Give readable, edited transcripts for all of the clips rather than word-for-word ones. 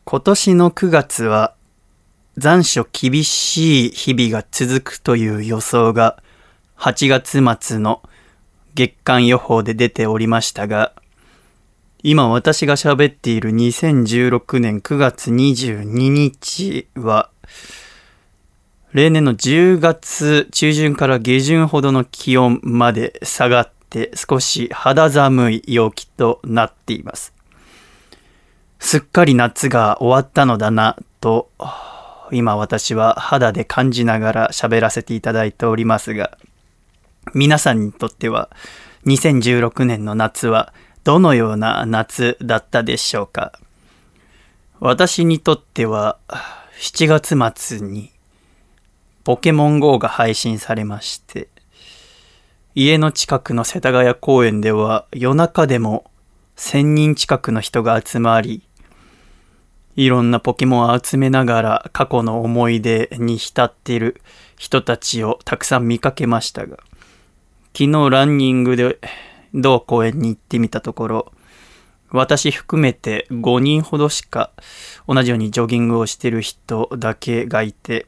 今年の9月は残暑厳しい日々が続くという予想が8月末の月間予報で出ておりましたが、今私が喋っている2016年9月22日は例年の10月中旬から下旬ほどの気温まで下がって少し肌寒い陽気となっています。すっかり夏が終わったのだなと今私は肌で感じながら喋らせていただいておりますが、皆さんにとっては2016年の夏はどのような夏だったでしょうか。私にとっては7月末にポケモン GO が配信されまして、家の近くの世田谷公園では夜中でも1000人近くの人が集まり、いろんなポケモンを集めながら過去の思い出に浸っている人たちをたくさん見かけましたが、昨日ランニングで同公園に行ってみたところ、私含めて5人ほどしか同じようにジョギングをしている人だけがいて、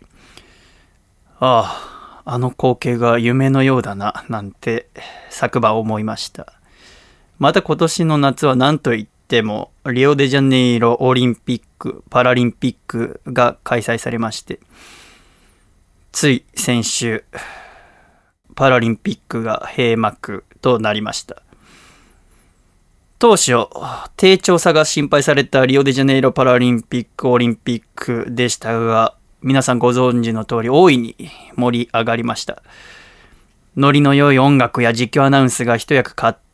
あの光景が夢のようだななんて昨晩思いました。また今年の夏は何といってもリオデジャネイロオリンピック・パラリンピックが開催されまして、つい先週パラリンピックが閉幕となりました。当初低調さが心配されたリオデジャネイロパラリンピック・オリンピックでしたが、皆さんご存知の通り大いに盛り上がりました。ノリの良い音楽や実況アナウンスが一役買って、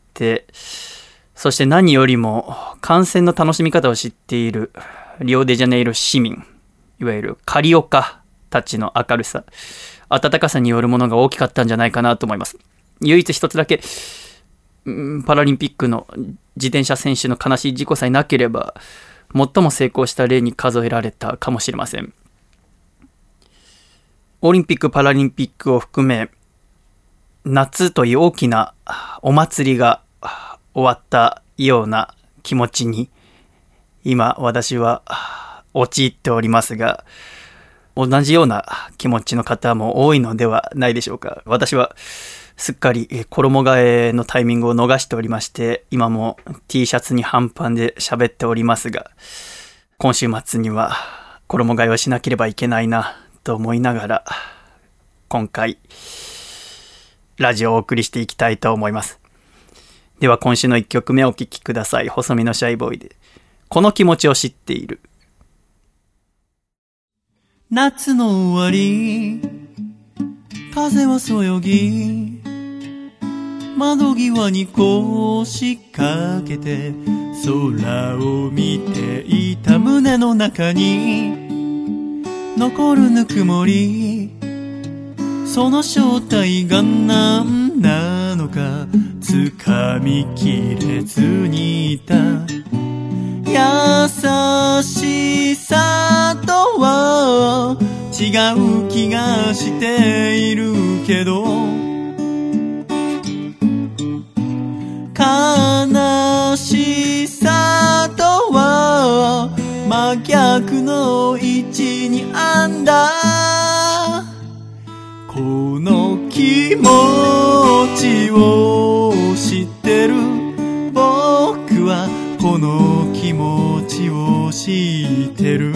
そして何よりも観戦の楽しみ方を知っているリオデジャネイロ市民、いわゆるカリオカたちの明るさ、温かさによるものが大きかったんじゃないかなと思います。唯一一つだけパラリンピックの自転車選手の悲しい事故さえなければ最も成功した例に数えられたかもしれません。オリンピック・パラリンピックを含め夏という大きなお祭りが終わったような気持ちに今私は陥っておりますが、同じような気持ちの方も多いのではないでしょうか。私はすっかり衣替えのタイミングを逃しておりまして、今も T シャツに半パンで喋っておりますが、今週末には衣替えをしなければいけないなと思いながら今回ラジオをお送りしていきたいと思います。では今週の1曲目をお聴きください。細身のシャイボーイでこの気持ちを知っている。 夏の終わり、風はそよぎ、窓際に腰掛けて空を見ていた胸の中に残るぬくもり、その正体が何なのか掴みきれずにいた。優しさとは違う気がしているけど、悲しさとは真逆の位置にあんだ。この気持ちを知ってる。僕はこの気持ちを知ってる。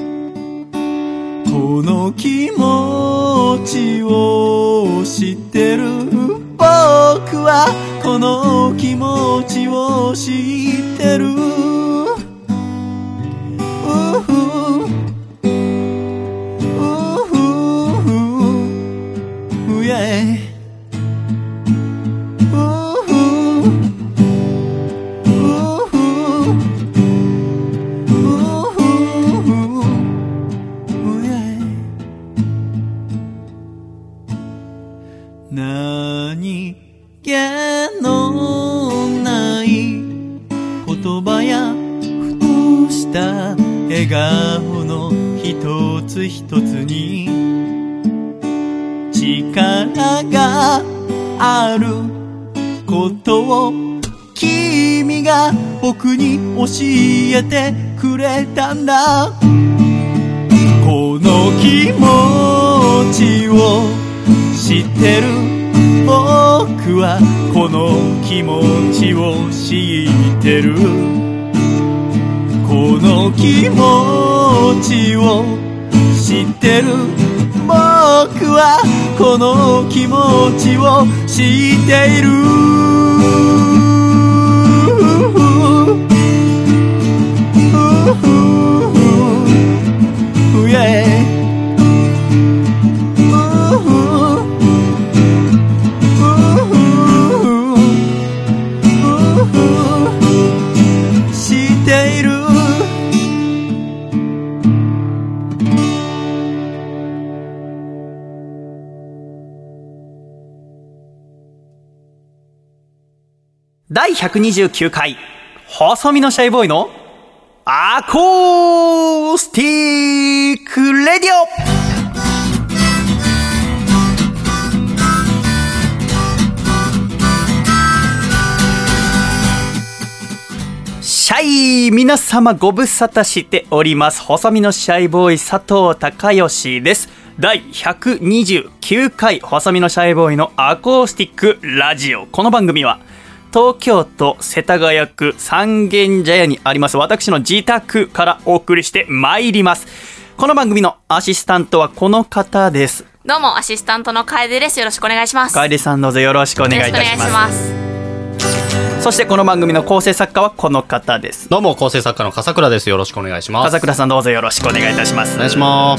この気持ちを知ってる。僕はこの気持ちを知ってる。何気のない言葉やふとした笑顔の一つ一つに力があることを君が僕に教えてくれたんだ。この気持ちを知ってる。僕はこの気持ちを知ってる。この気持ちを知ってる。僕はこの気持ちを知っている。 第129回細身のシャイボーイのアコースティックレディオ。シャイ皆様ご無沙汰しております。細身のシャイボーイ佐藤孝義です。第129回細身のシャイボーイのアコースティックラジオ。この番組は東京都世田谷区三軒茶屋にあります私の自宅からお送りしてまいります。この番組のアシスタントはこの方です。 どうもアシスタントの楓です。よろしくお願いします。 楓さんどうぞよろしくお願いいたします。 よろしくお願いします。 そしてこの番組の構成作家はこの方です。 どうも構成作家の笠倉です。よろしくお願いします。 笠倉さんどうぞよろしくお願いいたします。 お願いします。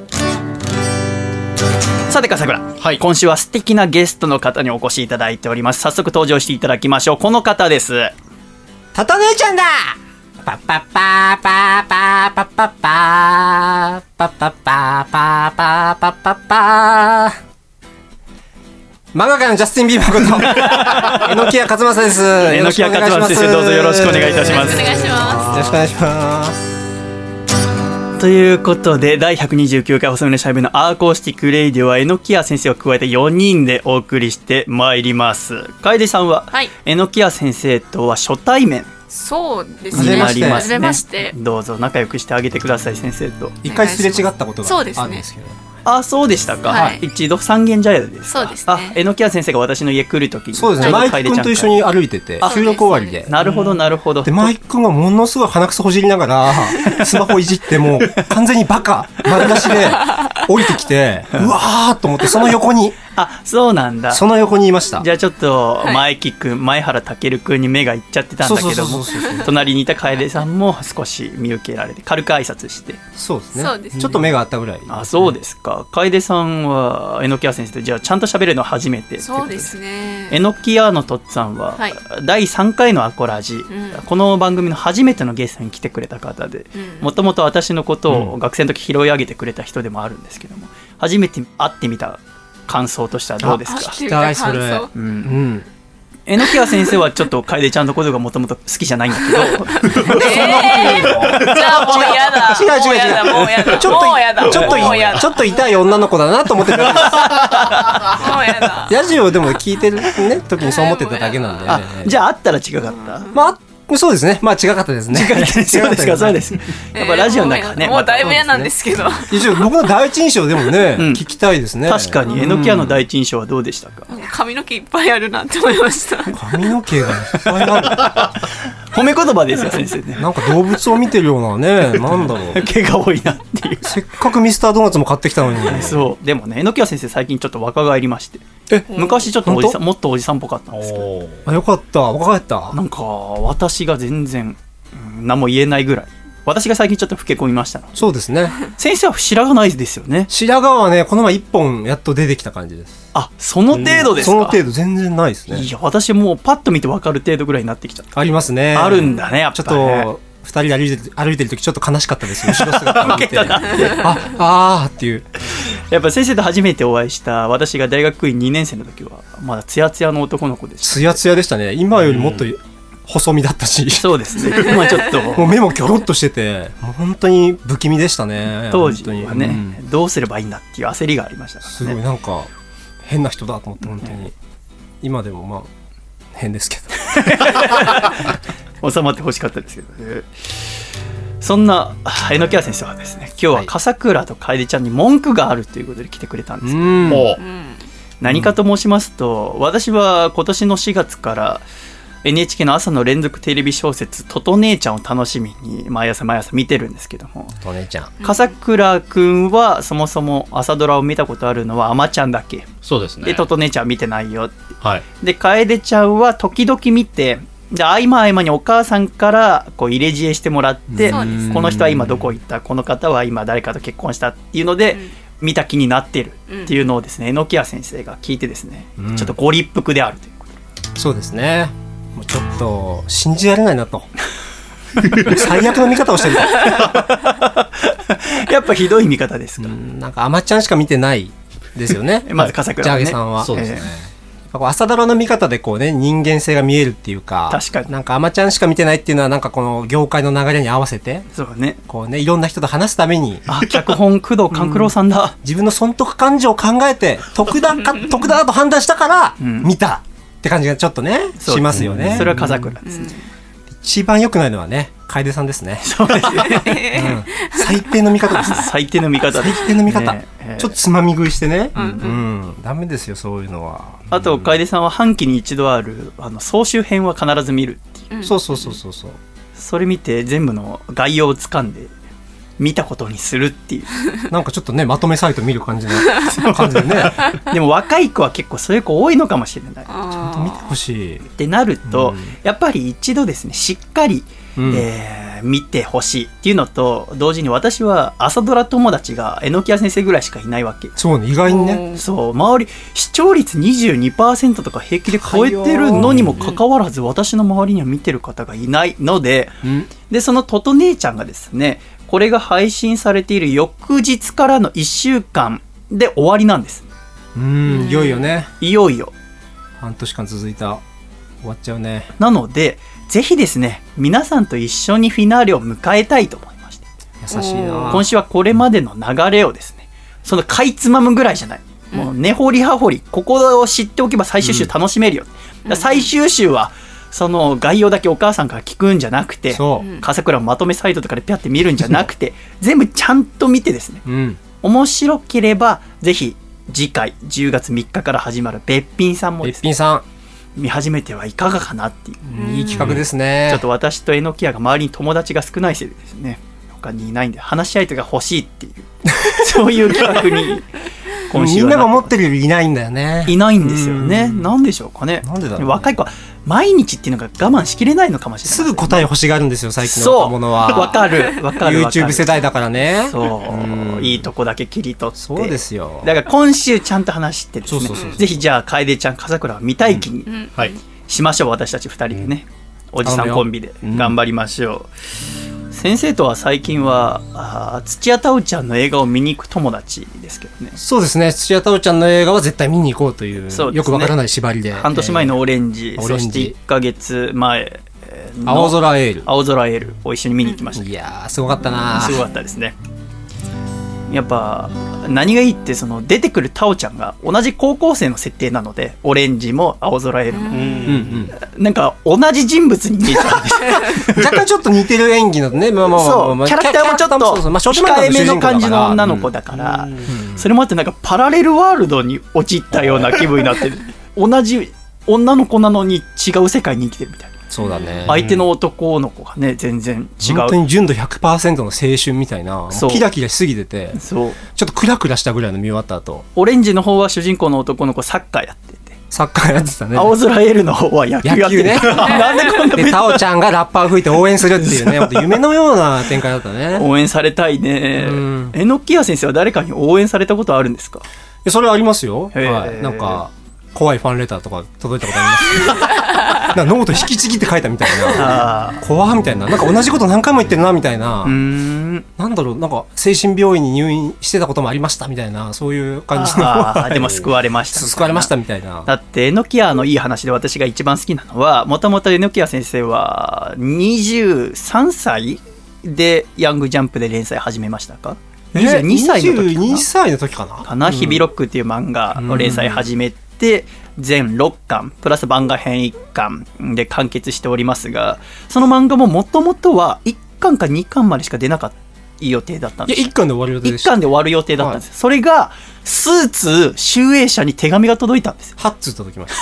さて笠倉、はい、今週は素敵なゲストの方にお越しいただいております。早速登場していただきましょう。この方です。 タタ姉ちゃんだ。パッパッパーパーパーパッパッパーパッパッパーパーパーパッパッパー漫画家のジャスティン・ビーバーこと榎谷勝正です。 榎谷勝正先生どうぞよろしくお願いいたします。 お願いします。 よろしくお願いします。 ということで第129回細身のシャイボーイのアーコースティックレイディオは榎谷先生を加えて4人でお送りしてまいります。楓さんは、はい、榎谷先生とは初対面。 そうですね。 ありますね。 初めまして。 どうぞ仲良くしてあげてください。先生と一回すれ違ったことがあるんですけど。 あ、そうでしたか、はい、一度三軒茶屋ですか。 そうですね。 あ、榎谷先生が私の家来るときに、 そうですね、マイク君と一緒に歩いてて収録終わりで、 なるほどなるほど。 でマイク君がものすごい鼻くそほじりながらスマホいじってもう完全にバカ丸出しで降りてきてうわーっと思って、その横にあ、そうなんだ。 その横にいました。 じゃあちょっと前木くん、前原健くんに目がいっちゃってたんだけども、隣にいた楓さんも少し見受けられて軽く挨拶して。 そうですね。そうですね。ちょっと目があったぐらい。 あ、そうですか。楓さんは榎谷先生とじゃあちゃんと喋るの初めて。 そうですね。 榎谷のとっつぁんは、はい、第3回のアコラジ、この番組の初めてのゲストに来てくれた方で、もともと私のことを学生の時拾い上げてくれた人でもあるんですけども、初めて会ってみた感想としてはどうですか。 聞きたいそれ。 榎谷先生はちょっと楓ちゃんのことがもともと好きじゃないんだけどじゃあもうやだ。 違うちょっと痛い女の子だなと思ってたもうやだ。ラジオでも聞いてるね時にそう思ってただけなんで、ね、 じゃあ会ったら違かった。 まあそうですね。まあ違かったですね。 違かったです。そうですか、そうです。やっぱラジオの中ね。 もうだいぶ嫌なんですけど。 僕の第一印象でもね、聞きたいですね。 確かに、榎谷の第一印象はどうでしたか。 髪の毛いっぱいあるなって思いました。 髪の毛がいっぱいある。 褒め言葉ですよ、先生ね。 なんか動物を見てるようなね、なんだろう。 毛が多いなっていう。 せっかくミスタードーナツも買ってきたのに。 そう。でもね、榎谷先生最近ちょっと若返りまして。昔ちょっとおじさん、もっとおじさんっぽかったんですけど。 あ、よかった。若返った。 なんか私が全然、何も言えないぐらい。私が最近ちょっと老け込みましたの。 そうですね。 先生は白髪ないですよね。 白髪はね、この前1本やっと出てきた感じです。 あ、その程度ですか。 その程度全然ないですね。 いや、私もうパッと見て分かる程度ぐらいになってきちゃった。 ありますね。 あるんだね、やっぱり、ね。ちょっと 2人で歩いてる時ちょっと悲しかったですよ。後ろ姿を見てあーっていう。 やっぱ先生と初めてお会いした私が大学院2年生の時はまだツヤツヤの男の子でした。 ツヤツヤでしたね。今よりもっと細身だったし、 そうですね。今ちょっともう目もギョロッとしてて、もう本当に不気味でしたね。 当時はね、どうすればいいんだっていう焦りがありましたからね。 すごいなんか変な人だと思って本当に、今でもまあ変ですけど収まってほしかったですけどね。 そんな榎谷先生はですね、今日は笠倉と楓ちゃんに文句があるということで来てくれたんですけど、 もう何かと申しますと、私は今年の4月から NHK の朝の連続テレビ小説「とと姉ちゃん」を楽しみに毎朝見てるんですけども、 と姉ちゃん、 笠倉くんはそもそも朝ドラを見たことあるのはあまちゃんだけそうですね。 で、とと姉ちゃんは見てないよって。 はい。 で、楓ちゃんは時々見て、で合間にお母さんからこう入れ知恵してもらって、 そうですねこの人は今どこ行った、この方は今誰かと結婚したっていうので、見た気になってるっていうのをですね、榎谷先生が聞いてですね、ちょっとご立腹であるということで。 そうですね。もうちょっと信じられないなと。最悪の見方をしてると。 やっぱひどい見方ですか。 なんかあまちゃんしか見てないですよね。 まず笠倉はねジャーゲさんは。 そうですね。 やっぱこう朝ドラの見方でこうね、人間性が見えるっていうか、 確かになんかあまちゃんしか見てないっていうのは、なんかこの業界の流れに合わせてそうね。 こうね、いろんな人と話すためにあ、脚本工藤官九郎さんだ。 自分の損得感情を考えて得だなと判断したから見たって感じがちょっとね、 そうしますよね。 それは笠倉ですね。 一番良くないのはね、楓さんですね。 そうですね。 最低の見方ですね。 最低の見方です。 最低の見方、 ねちょっとつまみ食いしてね、ダメですよそういうのは。 あと楓さんは半期に一度ある総集編は必ず見るっていう、 そう。 それ見て全部の概要をつかんで見たことにするっていう。 なんかちょっとね、まとめサイト見る感じの感じでね、 でも若い子は結構そういう子多いのかもしれない見てほしい。 ってなると、やっぱり一度ですねしっかり、見てほしいっていうのと同時に、私は朝ドラ友達が榎谷先生ぐらいしかいないわけ。 そうね、意外にね。 そう、周り視聴率 22% とか平気で超えてるのにもかかわらず、私の周りには見てる方がいないので、でそのとと姉ちゃんがですね、これが配信されている翌日からの1週間で終わりなんです。 いよいよね、 いよいよ半年間続いた、終わっちゃうね。 なので、ぜひですね、皆さんと一緒にフィナーレを迎えたいと思いまして、 優しいな。 今週はこれまでの流れをですね、そのかいつまむぐらいじゃない、もう根掘り葉掘り、ここを知っておけば最終週楽しめるよ、だから最終週はその概要だけお母さんから聞くんじゃなくて、笠倉まとめサイトとかでピャって見るんじゃなくて全部ちゃんと見てですね、面白ければぜひ次回10月3日から始まるべっぴんさんもですね、 べっぴんさん見始めてはいかがかなっていう、 いい企画ですね。 ちょっと私と榎谷が周りに友達が少ないせいでですね、他にいないんで話し相手が欲しいっていうそういう企画に今週はみんなが思ってるよりいないんだよね。 いないんですよね。なんでしょうかね。 なんでだろうね。 若い子は毎日っていうのが我慢しきれないのかもしれない。 すぐ答え欲しがるんですよ、最近の若者は。 わかる。 YouTube 世代だからね。 そう。いいとこだけ切り取って。 そうですよ。 だから今週ちゃんと話してですね。 そうぜひじゃあ楓ちゃん、笠倉は見たい気にしましょう。私たち2人でね。おじさんコンビで頑張りましょう。先生とは最近は土屋太鳳ちゃんの映画を見に行く友達ですけどね。 そうですね、土屋太鳳ちゃんの映画は絶対見に行こうという、よくわからない縛りで、 半年前のオレンジ、そして1ヶ月前の青空エール、 青空エールを一緒に見に行きました。 いやーすごかったな。 すごかったですね。やっぱ何がいいって、その出てくる太鳳ちゃんが同じ高校生の設定なので、オレンジも青空エールも、なんか同じ人物に見えちゃうんです若干ちょっと似てる演技のね、 そうキャラクターもちょっと控えめの感じの女の子だから、それもあってなんかパラレルワールドに陥ったような気分になって同じ女の子なのに違う世界に生きてるみたいな。 そうだね、 相手の男の子がね全然違う、 本当に純度 100% の青春みたいな、キラキラしすぎてて、そうちょっとクラクラしたぐらいの見終わった後、 オレンジの方は主人公の男の子サッカーやってて、 サッカーやってたね。 青空エールの方は野球やってねなんでこんなで太鳳ちゃんがラッパー吹いて応援するっていうね、夢のような展開だったね。 応援されたいね。榎谷先生は誰かに応援されたことあるんですか？ それはありますよ、はい、なんか怖いファンレターとか届いたことありますなんかノート引きちぎって書いたみたいな怖みたいな、なんか同じこと何回も言ってるなみたいな、なんだろう、なんか精神病院に入院してたこともありましたみたいな、そういう感じのでも救われました救われましたみたいな。 だって榎谷のいい話で私が一番好きなのは、もともと榎谷先生は23歳でヤングジャンプで連載始めましたか？22歳の時かな、 22歳の時かな、 日々ロックっていう漫画の連載始めて、全6巻プラス番外編1巻で完結しておりますが、その漫画ももともとは1 巻か2巻までしか出なかった予定だったんいや、 ですよ。 1巻で終わる予定で 1 した。 巻で終わる予定だったんですよ。それがスーツ集英社に手紙が届いたんですよ。 8通届きました。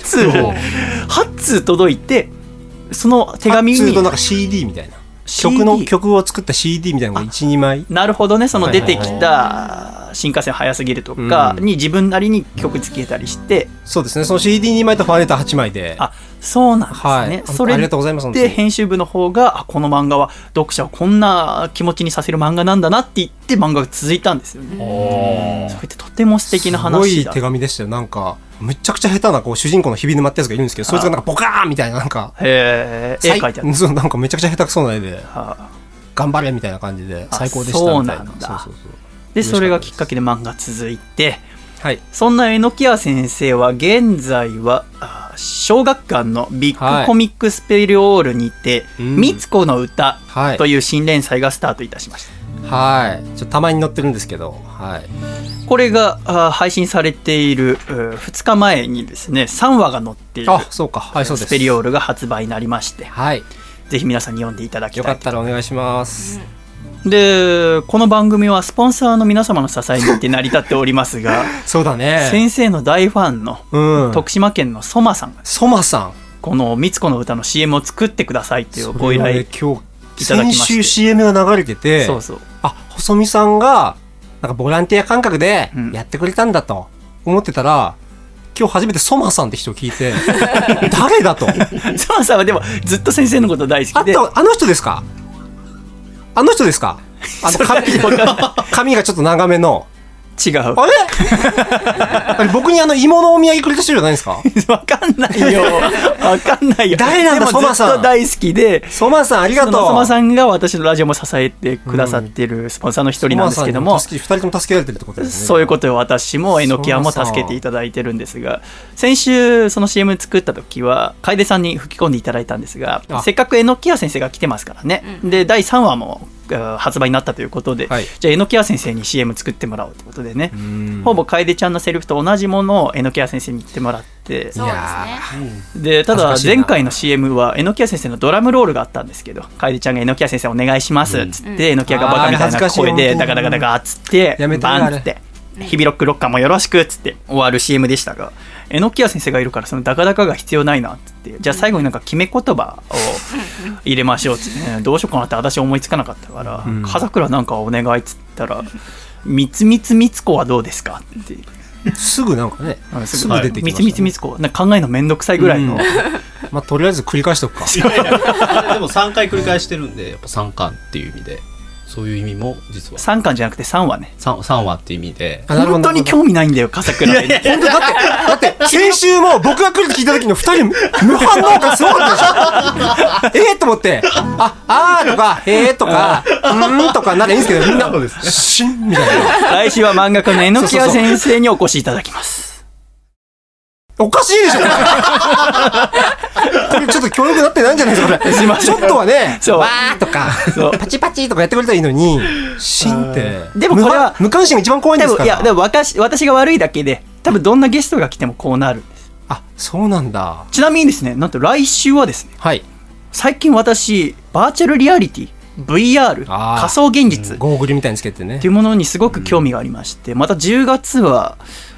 8通届いて、その手紙 8通にとなんか CD みたいな。 CD 曲を作った CD みたいなのが1、2枚。 なるほどね。その出てきはいた新幹線早すぎるとかに自分なりに曲つけたりして、 そうですね。その CD2 枚とファンレター8枚で。 あ、そうなんですね。 はいそれありがとうございます本当にで編集部の方が、あ、この漫画は読者をこんな気持ちにさせる漫画なんだなって言って漫画が続いたんですよね。それってとても素敵なすごい話だ。 手紙でしたよ。なんか、むちゃくちゃ下手なこう主人公の日比沼ってやつがいるんですけど、そいつがなんかボカーンみたいな、なんか、 へー、絵描いてある。 そうなんかめちゃくちゃ下手くそな絵で、 はあ頑張れみたいな感じで、最高でしたそうみたいな。 なんだそうそうそう。 で、それがきっかけで漫画続いて、 はい。 そんな榎谷先生は現在は小学館のビッグコミックスペリオールにて「 うんみつこの歌は」いという新連載がスタートいたしました。 はい。ちょっとたまに載ってるんですけど、はい。 これが配信されている2日前にですね3話が載っているあ、そうか。はい、そうです。 スペリオールが発売になりまして、 はい。 ぜひ皆さんに読んでいただきよかたいったらお願いします。 で、この番組はスポンサーの皆様の支えによって成り立っておりますがそうだね。 先生の大ファンのうん。 徳島県のソマさんがソマさん。 この「みつこの歌」の CM を作ってくださいというご依それ頼をね今日、 いただきまして先週 CM が流れてて、 そうそうあ、細見さんが、なんかボランティア感覚でうんやってくれたんだと思ってたら、今日初めてソマさんって人を聞いて、誰だと。 ソマさんはでもずっと先生のこと大好きであの人ですかあの人ですか髪がちょっと長めの。 違うあれあれ僕に芋のお土産くれた人じゃないですかわかんないよわかんないよ誰なんだでもソマさんずっと大好きでソマさんありがとう。 そのソマさんが私のラジオも支えてくださっているスポンサーの一人なんですけども、 二人とも助けられてるってことですね。 そういうことを私も榎谷も助けていただいてるんですが、先週その CM 作った時は楓さんに吹き込んでいただいたんですが、 あせっかく榎谷先生が来てますからね、で第3話も発売になったということで、 はいじゃあ榎谷先生に CM 作ってもらおうということでね、 うんほぼ楓ちゃんのセリフと同じものを榎谷先生に言ってもらって、 そうですね。 でただ恥ずかしいな前回の CM は榎谷先生のドラムロールがあったんですけど、楓ちゃんが榎谷先生お願いしますっつって、榎谷がバカみたいな声でダカダカダカっつってやめてバンっつって日々ロックロッカーもよろしくっつって終わる CM でしたが、榎谷先生がいるからそのダカダカが必要ないなっつって、じゃあ最後になんか決め言葉を入れましょうっつってね、どうしようかなって私思いつかなかったからん笠倉なんかお願いっつったらみつみつみつこはどうですかってすぐなんかね、 すすぐ出てきましたね。 みつみつみつこなんか考えるのめんどくさいぐらいの、 まあ、とりあえず繰り返しとくか。 でも3回繰り返してるんで、やっぱ3巻っていう意味で、そういう意味も実は 3巻じゃなくて3話ね。 3話っていう意味で、 あなるほど本当に興味ないんだよ笠倉に。 本当だって先週も僕が来るって聞いた時の2人無反応がすごかったでしょと思ってあーとかへーとかとかならいいんですけど、みんなシンみたいな。 来週は漫画家の榎谷先生にお越しいただきます。 おかしいでしょこれちょっと教育なってないんじゃないですかこれ。 すいませんちょっとはねそうわーとかそうパチパチとかやってくれたらいいのにシンってでもこれは無関心が一番怖いんですから。 多分いやでも私が悪いだけで多分どんなゲストが来てもこうなるんです。 あ、そうなんだ。 ちなみにですね、なんと来週はですね、 はい。 最近私バーチャルリアリティ VR あー仮想現実ゴーグルみたいにつけてねっていうものにすごく興味がありまして、また10月は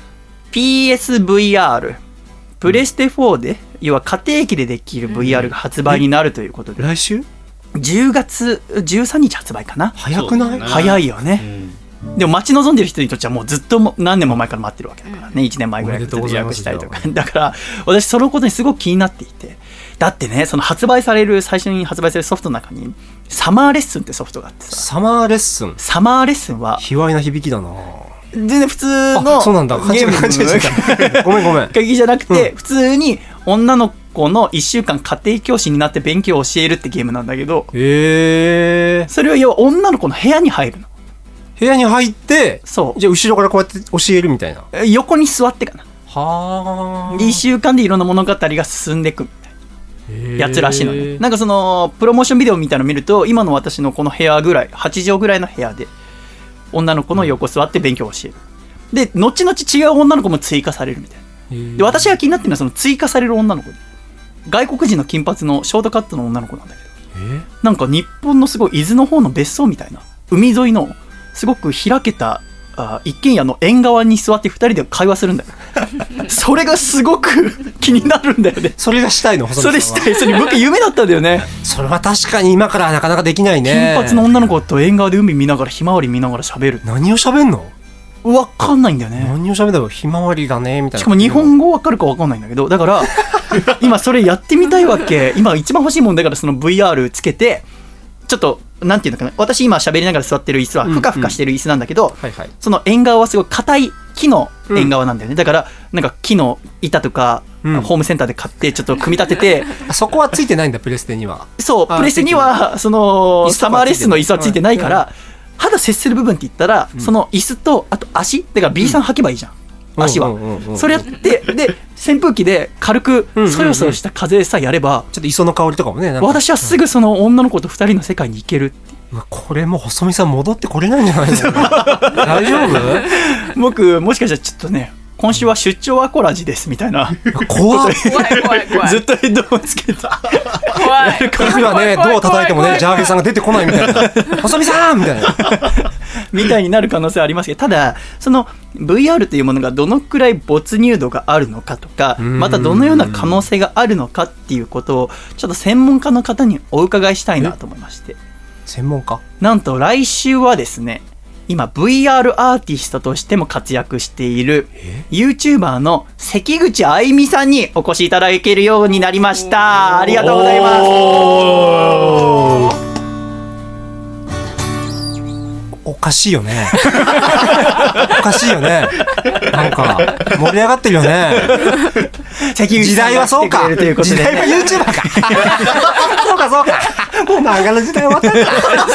PSVR プレステ4で、要は家庭機でできる VR が発売になるということで、 来週 10月13日発売かな。 早くない？ そうだね早いよね、 うんでも待ち望んでる人にとってはもうずっと何年も前から待ってるわけだからね、1年前ぐらいから予約したりとか、だから私そのことにすごく気になっていて、だってね、その最初に発売されるソフトの中にサマーレッスンってソフトがあってさ、 サマーレッスン。 サマーレッスンは卑猥な響きだな。 全然普通のあ、そうなんだ。 ゲーム勘違いしてたごめんごめん。 過激じゃなくて、普通に女の子の1週間家庭教師になって勉強を教えるってゲームなんだけど、 それは要は女の子の部屋に入るの。 部屋に入って、 そうじゃあ後ろからこうやって教えるみたいな。 横に座ってかな。 はで1週間でいろんな物語が進んでいくみたいなやつらしいのね。なんかそのプロモーションビデオみたいなの見ると、今の私のこの部屋ぐらい、8畳ぐらいの部屋で女の子の横座って勉強を教える。で後々違う女の子も追加されるみたいな。で私が気になってるのはその追加される女の子で、外国人の金髪のショートカットの女の子なんだけど、 なんか日本のすごい伊豆の方の別荘みたいな海沿いのすごく開けた一軒家の縁側に座って2人で会話するんだよそれがすごく気になるんだよね。 それがしたいの？ それしたい。それ僕夢だったんだよね。 それは確かに今からなかなかできないね。 金髪の女の子と縁側で海見ながらひまわり見ながら喋る。 何を喋んの？ わかんないんだよね。 何を喋るんだろう。ひまわりだねみたいな。 しかも日本語わかるかわかんないんだけど、だから今それやってみたいわけ。今一番欲しいもんだから、その VR つけてちょっとなんていうのかな、私今喋りながら座ってる椅子はふかふかしてる椅子なんだけど、 はいはい、 その縁側はすごい硬い木の縁側なんだよね、だからなんか木の板とか、ホームセンターで買ってちょっと組み立ててそこはついてないんだ、プレステには。 そう、プレステにはそのサマーレッスンの椅子はついてないから、肌接する部分って言ったら、その椅子とあと足だから B さん履けばいいじゃん、足は、それやってで扇風機で軽くそよそよした風さえやれば、 ちょっと磯の香りとかもね、なんか私はすぐその女の子と2人の世界に行けるって。 うわ、これもう細見さん戻ってこれないんじゃないの大丈夫？ 僕もしかしたらちょっとね、今週は出張アコラジですみたいな怖いずっとヘッドホンつけた怖い。 いくらね、どう叩いてもね、ジャーゲさんが出てこないみたいな細見さんみたいなみたいになる可能性はありますけど、ただその VR というものがどのくらい没入度があるのかとか、またどのような可能性があるのかっていうことをちょっと専門家の方にお伺いしたいなと思いまして。 専門家？ なんと来週はですね、今 VR アーティストとしても活躍している YouTuber の関口あゆみさんにお越しいただけるようになりました。ありがとうございます。 おかしいよねおかしいよね、なんか盛り上がってるよね時代はそうか、時代は YouTuber かそうかそうか、もう漫画の時代終わったんだ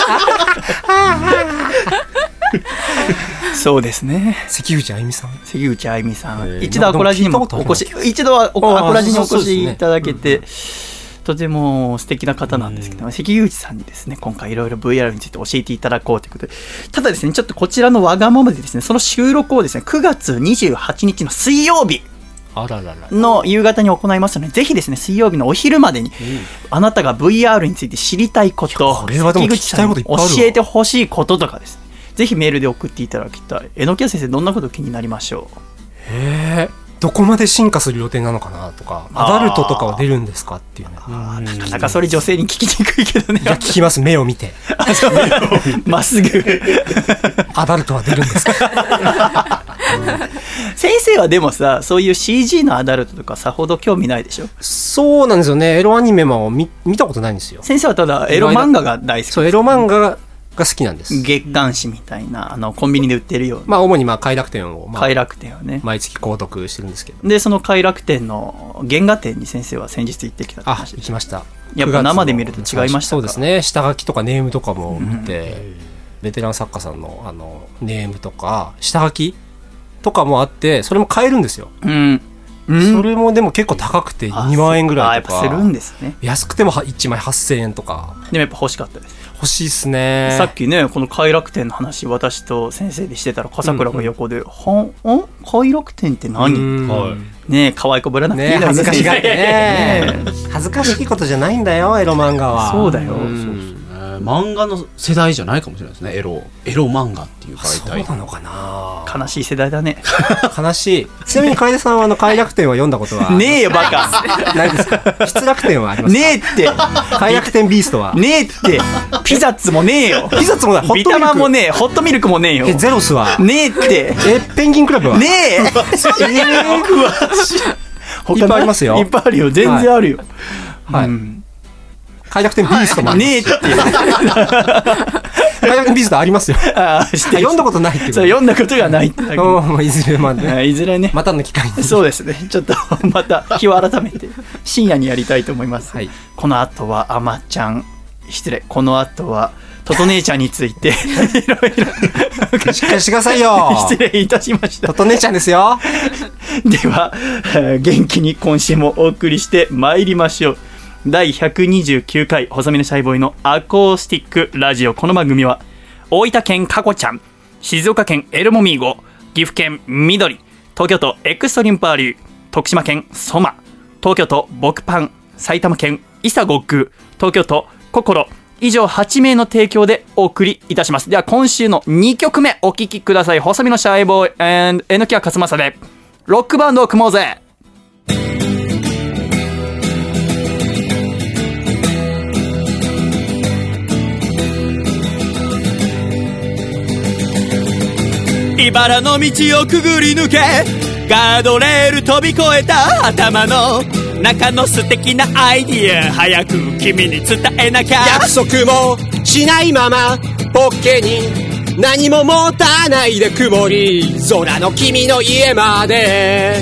そうですね、 関口あゆみさん。 関口あゆみさん、一度アコラジにもお越し、一度はアコラジにお越しいただけて、とても素敵な方なんですけど、関口さんにですね、今回いろいろ VR について教えていただこうということで、ただですね、ちょっとこちらのわがままでですね、その収録をですね、9月28日の水曜日の夕方に行いますので、ぜひですね、水曜日のお昼までに、あなたが VR について知りたいこと、関口さんに教えてほしいこととかですね、ぜひメールで送っていただきたい。榎谷先生、どんなこと気になりましょう？ どこまで進化する予定なのかなとか、アダルトとかは出るんですかっていうね。 なかなかそれ女性に聞きにくいけどね。 いや、聞きます、目を見てまっすぐアダルトは出るんですか先生はでもさ、そういう CG のアダルトとかさほど興味ないでしょ？ そうなんですよね。エロアニメも 見たことないんですよ。 先生はただエロ漫画が大好き。 そう、エロ漫画が好きなんです。 月刊誌みたいなコンビニで売ってるような、 まあ主に快楽天を、 快楽天をね、 毎月購読してるんですけど、 でその快楽天の原画展に先生は先日行ってきたって話で。 行きました。 やっぱ生で見ると違いましたか？ そうですね、下書きとかネームとかも見て、ベテラン作家さんのネームとか下書きとかもあって、それも買えるんですよ。それもでも結構高くて2万円ぐらいとか。 やっぱするんですね。 安くても1枚8000円とか。 でもやっぱ欲しかったです。 欲しいっすね。 さっきね、この快楽天の話私と先生でしてたら、笠倉が横で快楽天って何？ねえ、可愛い子ぶらなくていいのにね、 恥ずかしがってね恥ずかしいことじゃないんだよ、エロ漫画は。 そうだよ。 漫画の世代じゃないかもしれないですね。エロ漫画っていう媒体。 そうなのかな。 悲しい世代だね。 悲しい。ちなみに楓さんは快楽天は読んだことはねえよバカ。 ないですか？失楽天はありますか？ ねえって。 快楽天ビーストはねえって。ピザッツもねえよ。 ピザッツもない。 ビタマンもねえ。ホットミルクもねえよ。 ゼロスはねえって。 ペンギンクラブはねえ。詳しい。 いっぱいありますよ。 いっぱいあるよ。全然あるよ。 はい。快楽天ビーストもねえって。 快楽天ビーストありますよ。読んだことないっていう。 読んだことがないって。 いずれまで。 いずれね。 またの機会に。 そうですね。ちょっとまた日を改めて深夜にやりたいと思います。この後はあまちゃん、この後はトト姉ちゃんについていろいろしっかりしてくださいよ。 失礼いたしました。 トト姉ちゃんですよ。 では元気に今週もお送りしてまいりましょう。第129回細身のシャイボーイのアコースティックラジオ。この番組は大分県かこちゃん、静岡県エルモミーゴ、岐阜県緑、東京都エクストリームパーリュー、徳島県ソマ、東京都ボクパン、埼玉県イサゴッグ、東京都心。以上8名の提供でお送りいたします。では今週の2曲目お聴きください。細身のシャイボーイ榎谷勝正でロックバンドを組もうぜ。 茨の道をくぐり抜けガードレール飛び越えた頭の中の素敵なアイディア早く君に伝えなきゃ。 約束もしないままポッケに何も持たないで曇り空の君の家まで。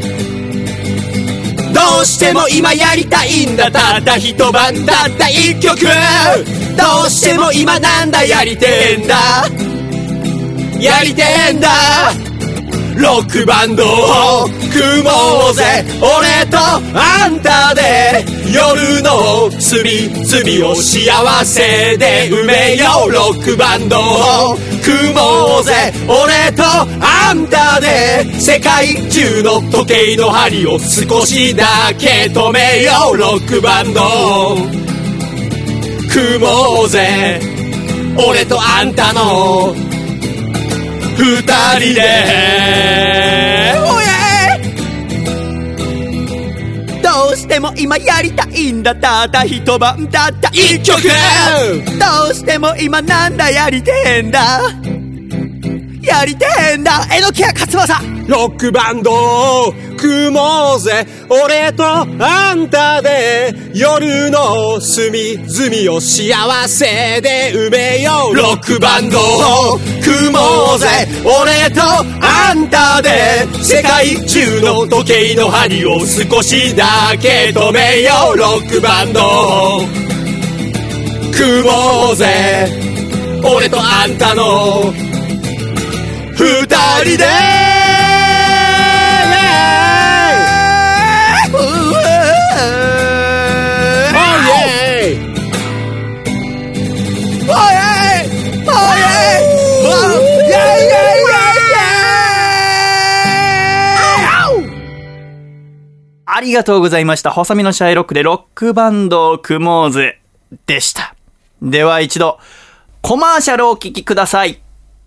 どうしても今やりたいんだたった一晩たった一曲。どうしても今なんだやりてんだやりてんだ。ロックバンドを組もうぜ俺とあんたで夜の隅々を幸せで埋めよう。ロックバンドを組もうぜ俺とあんたで世界中の時計の針を少しだけ止めよう。ロックバンドを組もうぜ俺とあんたの二人でどうしても今やりたいんだたった一晩たった一曲。どうしても今なんだやりてんだやりてんだ。榎谷勝正ロックバンドを組もうぜ俺とあんたで夜の隅々を幸せで埋めよう。ロックバンドを組もうぜ俺とあんたで世界中の時計の針を少しだけ止めよう。ロックバンドを組もうぜ俺とあんたの二人でありがとうございました。細身のシャイロックでロックバンドを組もうぜでした。では一度コマーシャルをお聞きください。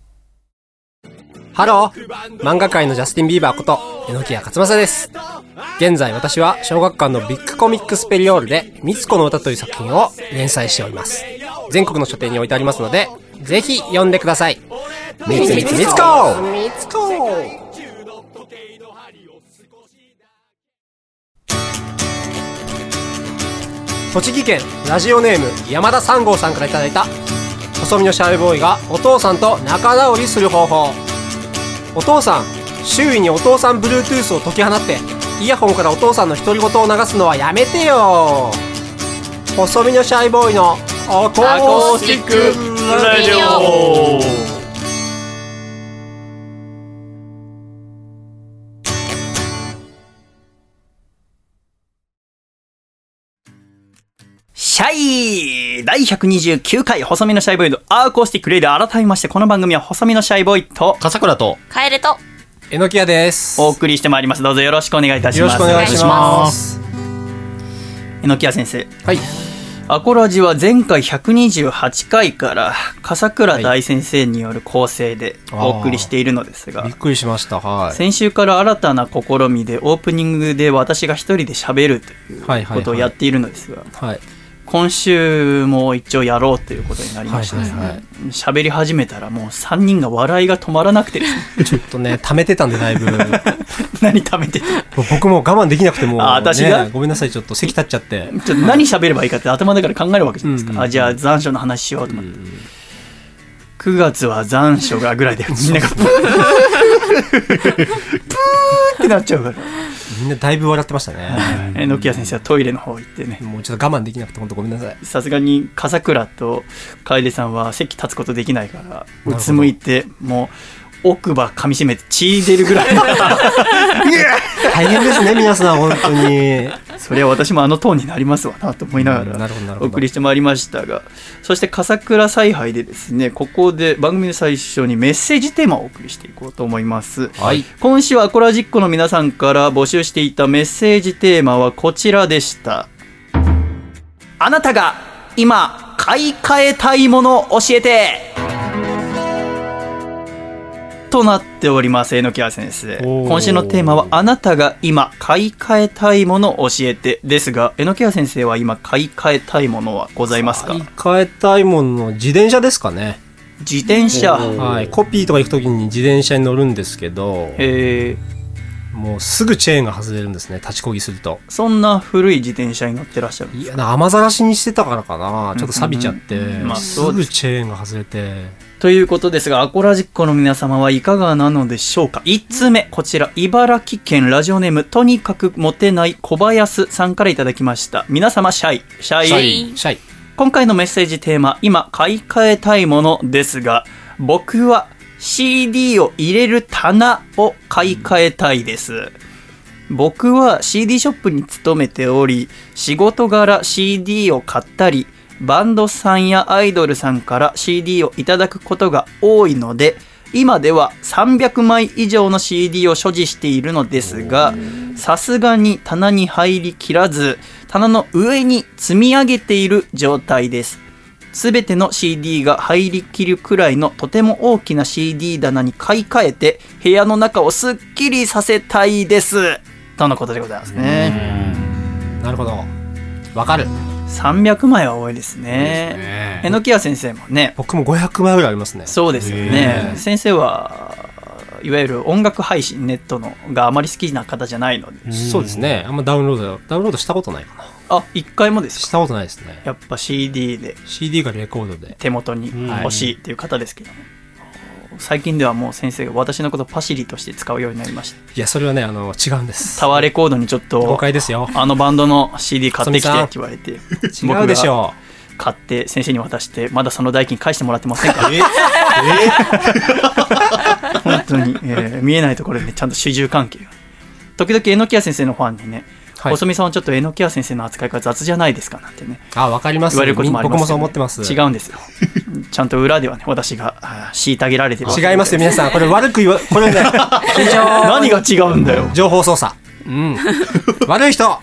ハロー、漫画界のジャスティン・ビーバーこと榎谷勝正です。現在私は小学館のビッグコミックスペリオールでみつこの歌という作品を連載しております。全国の書店に置いてありますのでぜひ読んでください。みつみつみつこみつこ。栃木県ラジオネーム山田3号さんからいただいた細身のシャイボーイがお父さんと仲直りする方法。お父さん、周囲にお父さん Bluetooth を解き放ってイヤホンからお父さんの独り言を流すのはやめてよ。細身のシャイボーイのアコースティックラジオ。 シャイ第129回細身のシャイボーイのアーコースティックレイで改めましてこの番組は細身のシャイボーイと笠倉とカエルと榎谷です。 お送りしてまいります。どうぞよろしくお願いいたします。 よろしくお願いします。 榎谷先生、 はい。 アコラジは前回128回から笠倉大先生による構成でお送りしているのですが、 びっくりしました。はい。 先週から新たな試みでオープニングで私が一人で喋るということをやっているのですが、 はい。 今週も一応やろうということになりましてですね、 はいはいはい、 喋り始めたらもう3人が笑いが止まらなくてですねちょっとね溜めてたんでだいぶ何溜めてた僕も我慢できなくてもう、 私が、 ね、ごめんなさいちょっと席立っちゃってちょっと何喋ればいいかって頭の中で考えるわけじゃないですか、 うんうん、 じゃあ残暑の話しようと思って、9月は残暑がぐらいでみんながプーってなっちゃうからみんなだいぶ笑ってましたね。 榎谷先生はトイレの方行ってね、 もうちょっと我慢できなくて本当ごめんなさい。 さすがに笠倉と楓さんは席立つことできないからうつむいてもう奥歯噛み締めて血出るぐらい大変ですね皆さん本当に。 そりゃ私もあのトーンになりますわなと思いながらお送りしてまいりましたが、そして笠倉采配でですね、ここで番組の最初にメッセージテーマをお送りしていこうと思います、 はい、 今週はアコラジックの皆さんから募集していたメッセージテーマはこちらでした。あなたが今買い替えたいもの教えてとなっております。榎谷先生、 おー今週のテーマはあなたが今買い替えたいものを教えてですが、榎谷先生は今買い替えたいものはございますか？ 買い替えたいもの、自転車ですかね。 自転車。 はい。コピーとか行くときに自転車に乗るんですけど、もうすぐチェーンが外れるんですね、立ちこぎすると。 そんな古い自転車に乗ってらっしゃるんですか？ いや、雨ざらしにしてたからかな。ちょっと錆びちゃって、 まあすそうですぐチェーンが外れて。 ということですが、アコラジッコの皆様はいかがなのでしょうか。1つ目、こちら茨城県ラジオネームとにかくモテない小林さんからいただきました。皆様シャイシャイ。 今回のメッセージテーマ、今買い替えたいものですが、僕は CD を入れる棚を買い替えたいです。僕は CD ショップに勤めており、仕事柄 CD を買ったり、バンドさんやアイドルさんから CD をいただくことが多いので、今では300枚以上の CD を所持しているのですが、さすがに棚に入りきらず、棚の上に積み上げている状態です。すべての CD が入りきるくらいのとても大きな CD 棚に買い替えて、部屋の中をすっきりさせたいです。とのことでございますね。 なるほど。わかる。 300枚は多いですね。榎谷先生もね。 僕も500枚ぐらいありますね。 そうですよね。先生はいわゆる音楽配信ネットのがあまり好きな方じゃないので。 そうですね。あんまダウンロードしたことないかな。 あ、一回もですか？ したことないですね。 やっぱ CD で CD がレコードで手元に欲しいっていう方ですけどね。最近ではもう先生が私のことをパシリとして使うようになりました。 いや、それはね、違うんです。 タワーレコードにちょっと誤解ですよ。 あのバンドの CD 買ってきてって言われて、 違うでしょう。買って先生に渡して、まだその代金返してもらってませんか？本当に、見えないところで、ね、ちゃんと主従関係が。時々榎谷先生のファンにね、細見さんはちょっと榎谷先生の扱いが雑じゃないですかなんてね。 あ、わかります。 言われることもあります、 僕もそう思ってます。 違うんですよ。ちゃんと裏ではね、私が虐げられてる。 違いますよ、皆さん。これ悪くこれね、 何が違うんだよ。 情報操作。うん。悪い人。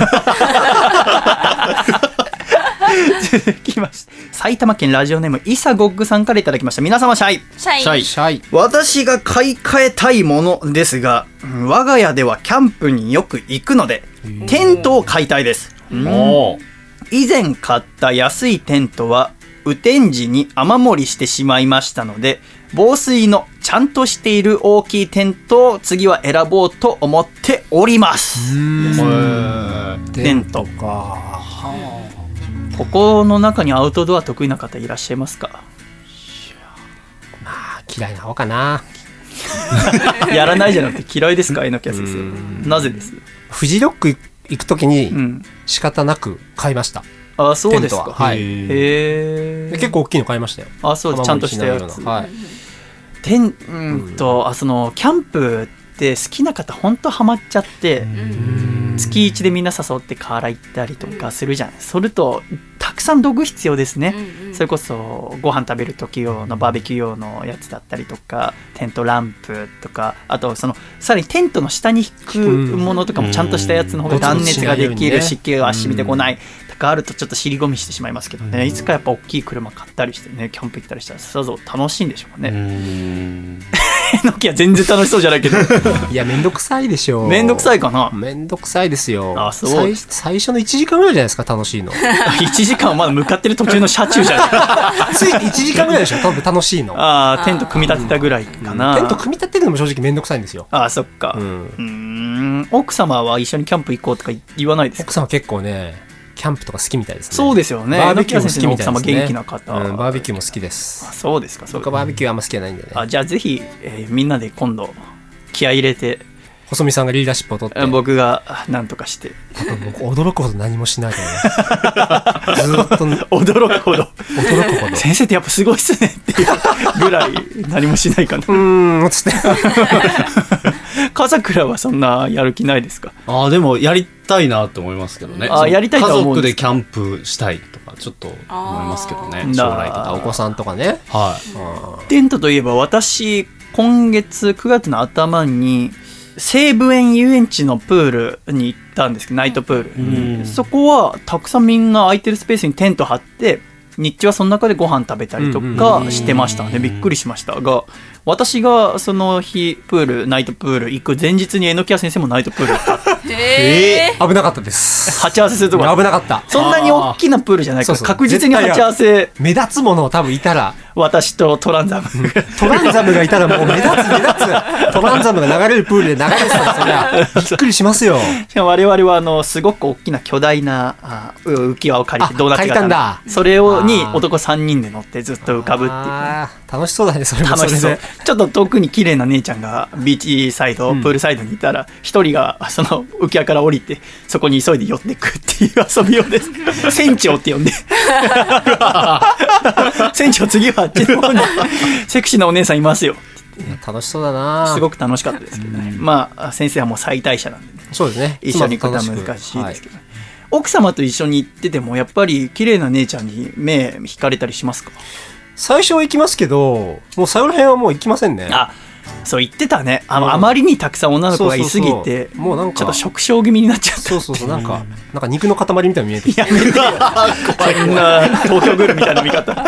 続きまして、埼玉県ラジオネームイサゴッグさんからいただきました。皆様シャイ。 シャイ。 私が買い替えたいものですが、我が家ではキャンプによく行くのでテントを買いたいです。以前買った安いテントは雨天時に雨漏りしてしまいましたので、防水のちゃんとしている大きいテントを次は選ぼうと思っております。テントか。ここの中にアウトドア得意な方いらっしゃいますか？ まあ嫌いな方かな。 やらないじゃなくて嫌いですか、榎谷先生？なぜです？ フジロック行くときに仕方なく買いました。 あ、そうですか。 はい。結構大きいの買いましたよ。 あ、そうです。ちゃんとしたやつ。 はい。 そのキャンプって好きな方本当ハマっちゃって、月1でみんな誘って河原行ったりとかするじゃない。それとたくさん道具必要ですね。それこそご飯食べる時用のバーベキュー用のやつだったりとか、テントランプとか、あとさらにテントの下に引くものとかもちゃんとしたやつの方が断熱ができる、湿気が染みてこないとかあるとちょっと尻込みしてしまいますけどね。いつかやっぱ大きい車買ったりしてね、キャンプ行ったりしたらさぞ楽しいんでしょうね。ノキア全然楽しそうじゃないけど。 いや、めんどくさいでしょう。 めんどくさいかな。 めんどくさいですよ。 あ、そう。 最初の1時間ぐらいじゃないですか、楽しいの。 1時間はまだ向かってる途中の車中じゃない。 つい1時間ぐらいでしょ、多分楽しいの。 ああ、テント組み立てたぐらいかな。 テント組み立てるのも正直めんどくさいんですよ。 ああ、そっか。奥様は一緒にキャンプ行こうとか言わないですか？ 奥様結構ね、キャンプとか好きみたいですね。 そうですよね。 バーベキューも好きみたいですね。 元気な方。 バーベキューも好きです。 あ、そうですか。 僕はバーベキューあんま好きじゃないんでね。 あ、じゃあぜひ、みんなで今度気合い入れて、 細見さんがリーダーシップを取って、 僕が何とかして。 僕驚くほど何もしないと思います。ずっと驚くほど。先生ってやっぱすごいっすねっていうぐらい何もしないかな。 つって。 笠倉はそんなやる気ないですか？ あ、でもやりたいなって思いますけどね。 あ、やりたいと思う。 家族でキャンプしたいとかちょっと思いますけどね。将来とかお子さんとかね。 はい。テントといえば私今月9月の頭に西武園遊園地のプールに行ったんですけど、ナイトプールに、そこはたくさんみんな空いてるスペースにテント張って日中はその中でご飯食べたりとかしてましたね。びっくりしましたが、私がその日ナイトプール行く前日に榎谷先生もナイトプール行った危なかったです。 鉢合わせするとこ危なかった。 そんなに大きなプールじゃないから、 そう確実に鉢合わせ。 目立つものを多分いたら、 私とトランザムトランザムがいたらもう目立つトランザムが流れるプールで流れてたらそりゃびっくりしますよ。 しかも我々はすごく大きな巨大な浮き輪を借りてドーナツ型のそれに男3人で乗ってずっと浮かぶっていう、 楽しそうだね。それもそれで楽しそう。ちょっと遠くに綺麗な姉ちゃんがビーチサイド、プールサイドにいたら一人がその浮き輪から降りてそこに急いで寄っていくっていう遊びをです船長って呼んで船長次はあっちの方にセクシーなお姉さんいますよ。 楽しそうだな。 すごく楽しかったですけどね、まあ先生はもう最大者なんで、ね、 そうですね、 一緒に行くのは難しいですけど、奥様と一緒に行っててもやっぱり綺麗な姉ちゃんに目引かれたりしますか？ 最初は行きますけど、もう最後ら辺はもう行きませんね。 そう言ってたね。あまりにたくさん女の子がいすぎて、 もうなんかちょっと食傷気味になっちゃった。 そうなんか肉の塊みたいに見えてきて。 やめてよ。こんな東京グルみたいな見方。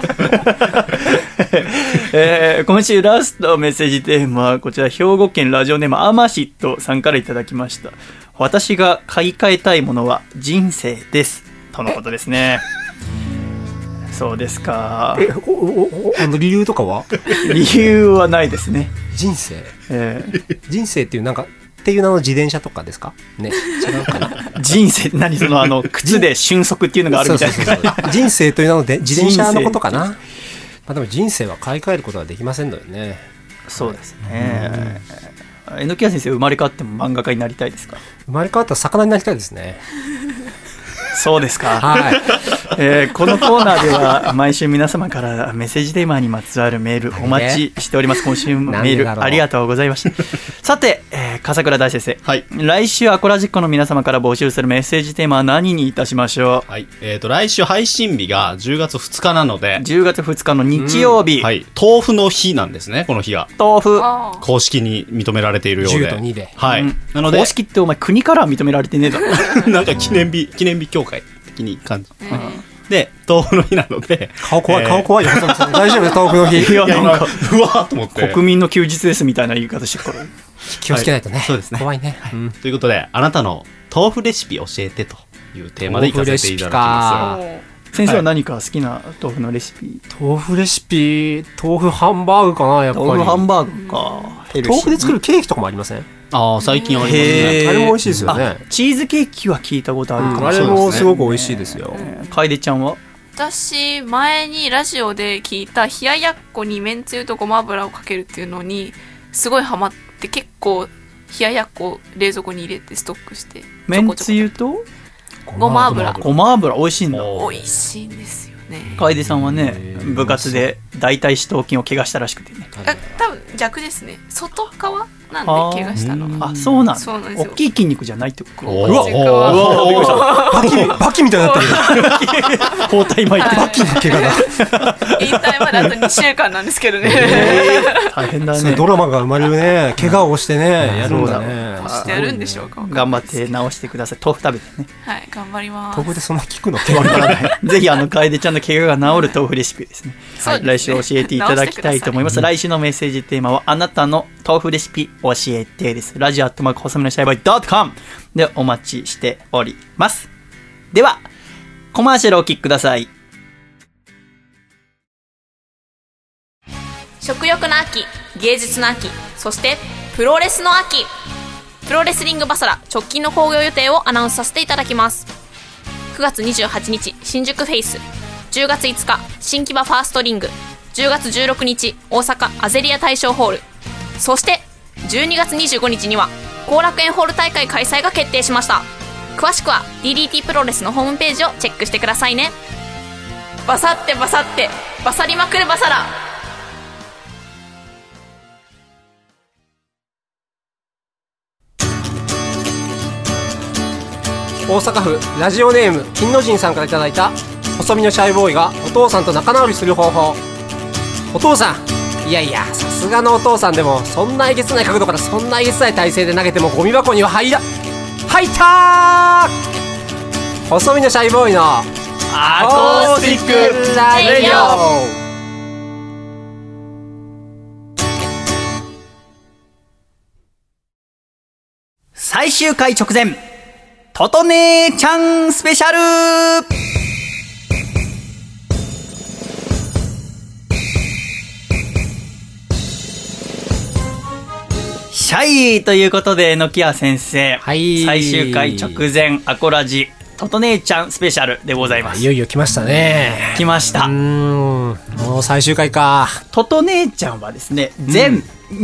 今週ラストメッセージテーマはこちら、兵庫県ラジオネームアマシットさんからいただきました。私が買い替えたいものは人生ですとのことですね。そうですか。 理由とかは？ 理由はないですね。 人生、人生っていうっていう名の自転車とかですかね。違うかな。 人生何その靴で瞬足っていうのがあるみたいな。 人生という名ので自転車のことかな。でも人生は買い替えることはできませんのでね。 そうですね。榎谷先生、生まれ変わっても漫画家になりたいですか？ 生まれ変わったら魚になりたいですね。 そうですか。 はい。 このコーナーでは毎週皆様からメッセージテーマにまつわるメールお待ちしております。今週もメールありがとうございました。さて、笠倉大先生、 はい、 来週アコラジックの皆様から募集するメッセージテーマは何にいたしましょう？ はい、来週配信日が10月2日なので、 10月2日の日曜日、 はい、豆腐の日なんですね。この日が豆腐公式に認められているようで、 10と2で、 はい、なので公式ってお前国からは認められてねえだろ。 なんか記念日協会的に感じ、で豆腐の日なので、 顔怖いよ。大丈夫？豆腐の日。 いやなんかうわーと思って国民の休日ですみたいな言い方してるから気をつけないとね。 そうですね。 怖いね。 ということで、あなたの豆腐レシピ教えてというテーマでいかせていただきます。 先生は何か好きな豆腐のレシピ？ 豆腐レシピ、豆腐ハンバーグかな、やっぱり。 豆腐ハンバーグか。 豆腐で作るケーキとかもありません？ 最近ありますね。 あれも美味しいですよね。 チーズケーキは聞いたことあるかもあれもすごく美味しいですよ。 楓ちゃんは？ 私前にラジオで聞いた冷ややっこにめんつゆとごま油をかけるっていうのにすごいハマって、結構冷ややっこ冷蔵庫に入れてストックしてめんつゆとごま油美味しいんだ。 美味しいんですよね。 楓さんはね、部活で大腿四頭筋を怪我したらしくてね。 多分逆ですね。外側なんで怪我したのが。 そうなんだ。 そうなんですよ。 大きい筋肉じゃないってこと。 バキみたいになってる。 包帯巻いてバキの怪我だ。 引退まであと2週間なんですけどね。 大変だね。 ドラマが生まれるね。怪我をしてね、やるんだね。 してやるんでしょうか。 頑張って直してください。豆腐食べてね。 はい、頑張ります。 豆腐でそんな効くの？ わからない。ぜひ楓ちゃんの怪我が治る豆腐レシピですね。来週教えていただきたいと思います。来週のメッセージテーマはあなたの豆腐レシピ教えてです。ラジオ@細身のシャイボーイ.com でお待ちしております。ではコマーシャルをお聞きください。 食欲の秋、芸術の秋、そしてプロレスの秋。プロレスリングバサラ直近の興行予定をアナウンスさせていただきます。9月28日新宿フェイス、10月5日新木場ファーストリング、10月16日大阪アゼリア大賞ホール、そして12月25日には後楽園ホール大会開催が決定しました。詳しくは DDT プロレスのホームページをチェックしてくださいね。バサってバサってバサりまくるバサラ。 大阪府ラジオネーム金の神さんからいただいた細身のシャイボーイがお父さんと仲直りする方法。お父さん、 いやいや、さすがのお父さんでもそんなえげつない角度からそんなえげつない体勢で投げてもゴミ箱には入ったー。細身のシャイボーイのアコースティックレディオ。最終回直前、とと姉ちゃんスペシャル。シャイということで、ノキア先生、 はい、 最終回直前アコラジとと姉ちゃんスペシャルでございます。 いよいよ来ましたね。 来ました。 もう最終回か。 とと姉ちゃんはですね、全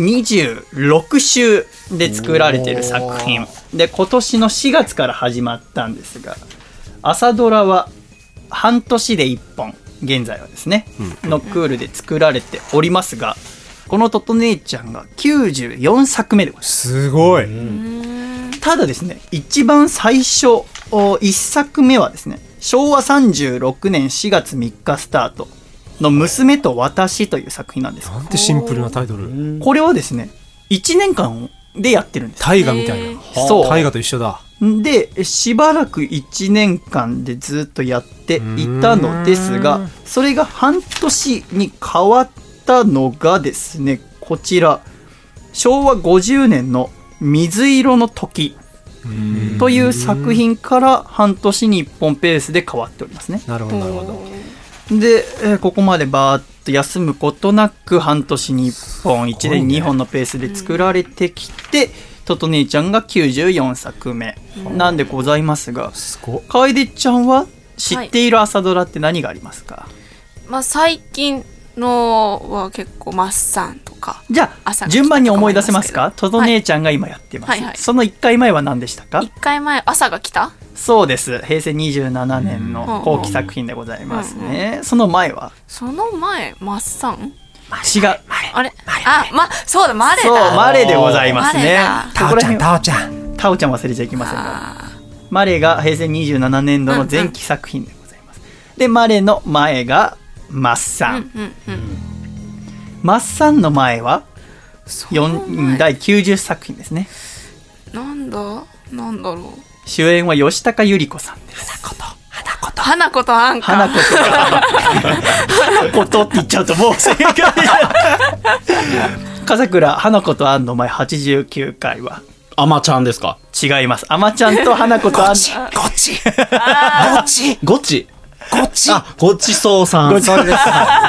26週で作られている作品で、今年の4月から始まったんですが、朝ドラは半年で1本現在はですね、のクールで作られておりますが、このとと姉ちゃんが94作目でございます。 すごい。 ただですね、一番最初1作目はですね、昭和36年4月3日スタートの娘と私という作品なんです。 なんてシンプルなタイトル。 これはですね、1年間でやってるんです。 大河みたいな。 そう。 大河と一緒だ。 で、しばらく1年間でずっとやっていたのですが、それが半年に変わったのがですね、こちら、昭和50年の水色の時という作品から半年に1本ペースで変わっておりますね。 なるほどなるほど。で、ここまでバーッと休むことなく半年に1本、1年に2本のペースで作られてきて、とと姉ちゃんが94作目なんでございますが、楓ちゃんは知っている朝ドラって何がありますか？ まあ、最近のは結構マッサンとか。 じゃあ順番に思い出せますか？とと姉ちゃんが今やってます、 はいはい、 その1回前は何でしたか ？1回前朝が来た？ そうです。平成27年の後期作品でございますね。その前は？その前マッサン？違う。 あれ？そうだ、マレだ。 そう、マレでございますね。 タオちゃんタオちゃん忘れちゃいけませんが、マレが平成27年度の前期作品でございます。で、マレの前がマッサン。マッサンの前は第90作品ですね。なんだろう。主演は吉高由里子さんです。花子とアンカ。花子とって言っちゃうともう正解。笠倉花子とアンの前89回はアマちゃんですか？ 違います。アマちゃんと花子とアン。 ごちそうさん。 そうです。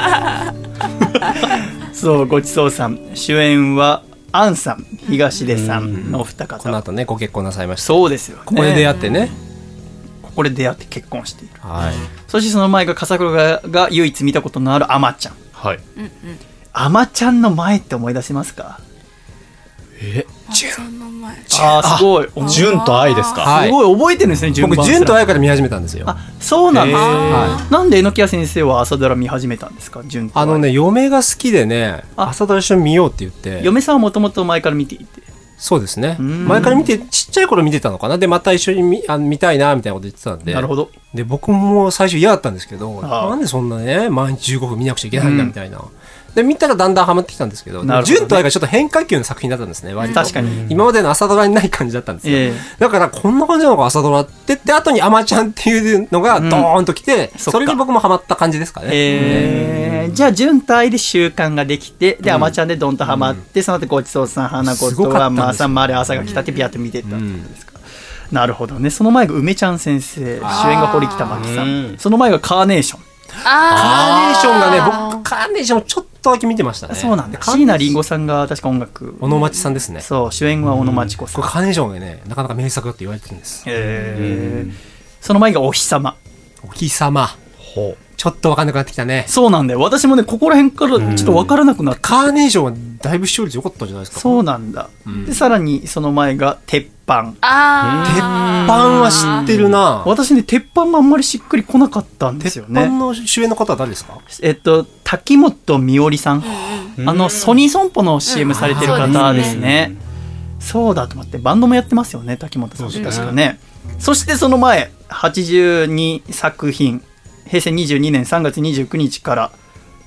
そう、ごちそうさん。主演はアンさん、東出さんのお二方。 この後ね、ご結婚なさいました。 そうですよね。 ここで出会ってね。 ここで出会って結婚している。 はい。 そしてその前が笠倉が唯一見たことのあるアマちゃん。 はい。 アマちゃんの前って思い出せますか？ ジュンの前。 すごい。 ジュンと愛ですか？ すごい覚えてるんですね。 僕ジュンと愛から見始めたんですよ。 そうなんですか。なんで榎谷先生は朝ドラ見始めたんですか？ジュンと愛。 嫁が好きでね、朝ドラ一緒に見ようって言って。 嫁さんはもともと前から見ていて。 そうですね。前から見て、ちっちゃい頃見てたのかな。でまた一緒に見たいなみたいなこと言ってたんで。 なるほど。 で僕も最初嫌だったんですけど、なんでそんなね毎日15分見なくちゃいけないんだみたいな。で見たらだんだんハマってきたんですけど、ジュンと愛がちょっと変化球の作品だったんですね。割と確かに今までの朝ドラにない感じだったんですよ。だからこんな感じなのか朝ドラってで後にアマちゃんっていうのがドーンときて、それに僕もハマった感じですかね。 じゃあジュンと愛で習慣ができて、でアマちゃんでドンとハマって、その後ごちそうさん、花子とはまあさんまで朝が来たってビャッと見てったってことですか。なるほどね。その前が梅ちゃん先生、主演が堀北真希さん。その前がカーネーション。 カーネーションがね、僕カーネーションちょっとだけ見てましたね。 そうなんだ。椎名林檎さんが確か音楽。 小野町さんですね。 そう、主演は小野町子さん。 これカーネーションがね、なかなか名作だって言われてるんです。 その前がお日様。 お日様。ちょっと分かんなくなってきたね。 そうなんだよ。私もね、ここら辺からちょっと分からなくなって。 カーネーションはだいぶ視聴率良かったんじゃないですか。 そうなんだ。で、さらにその前が鉄板。鉄板は知ってるな。 私ね、鉄板もあんまりしっくりこなかったんですよね。 鉄板の主演の方は誰ですか？ 滝本美織さん。ソニー損保の CM されてる方ですね。そうだと思って、バンドもやってますよね、滝本さん。確かね。そしてその前、82作品。平成22年3月29日から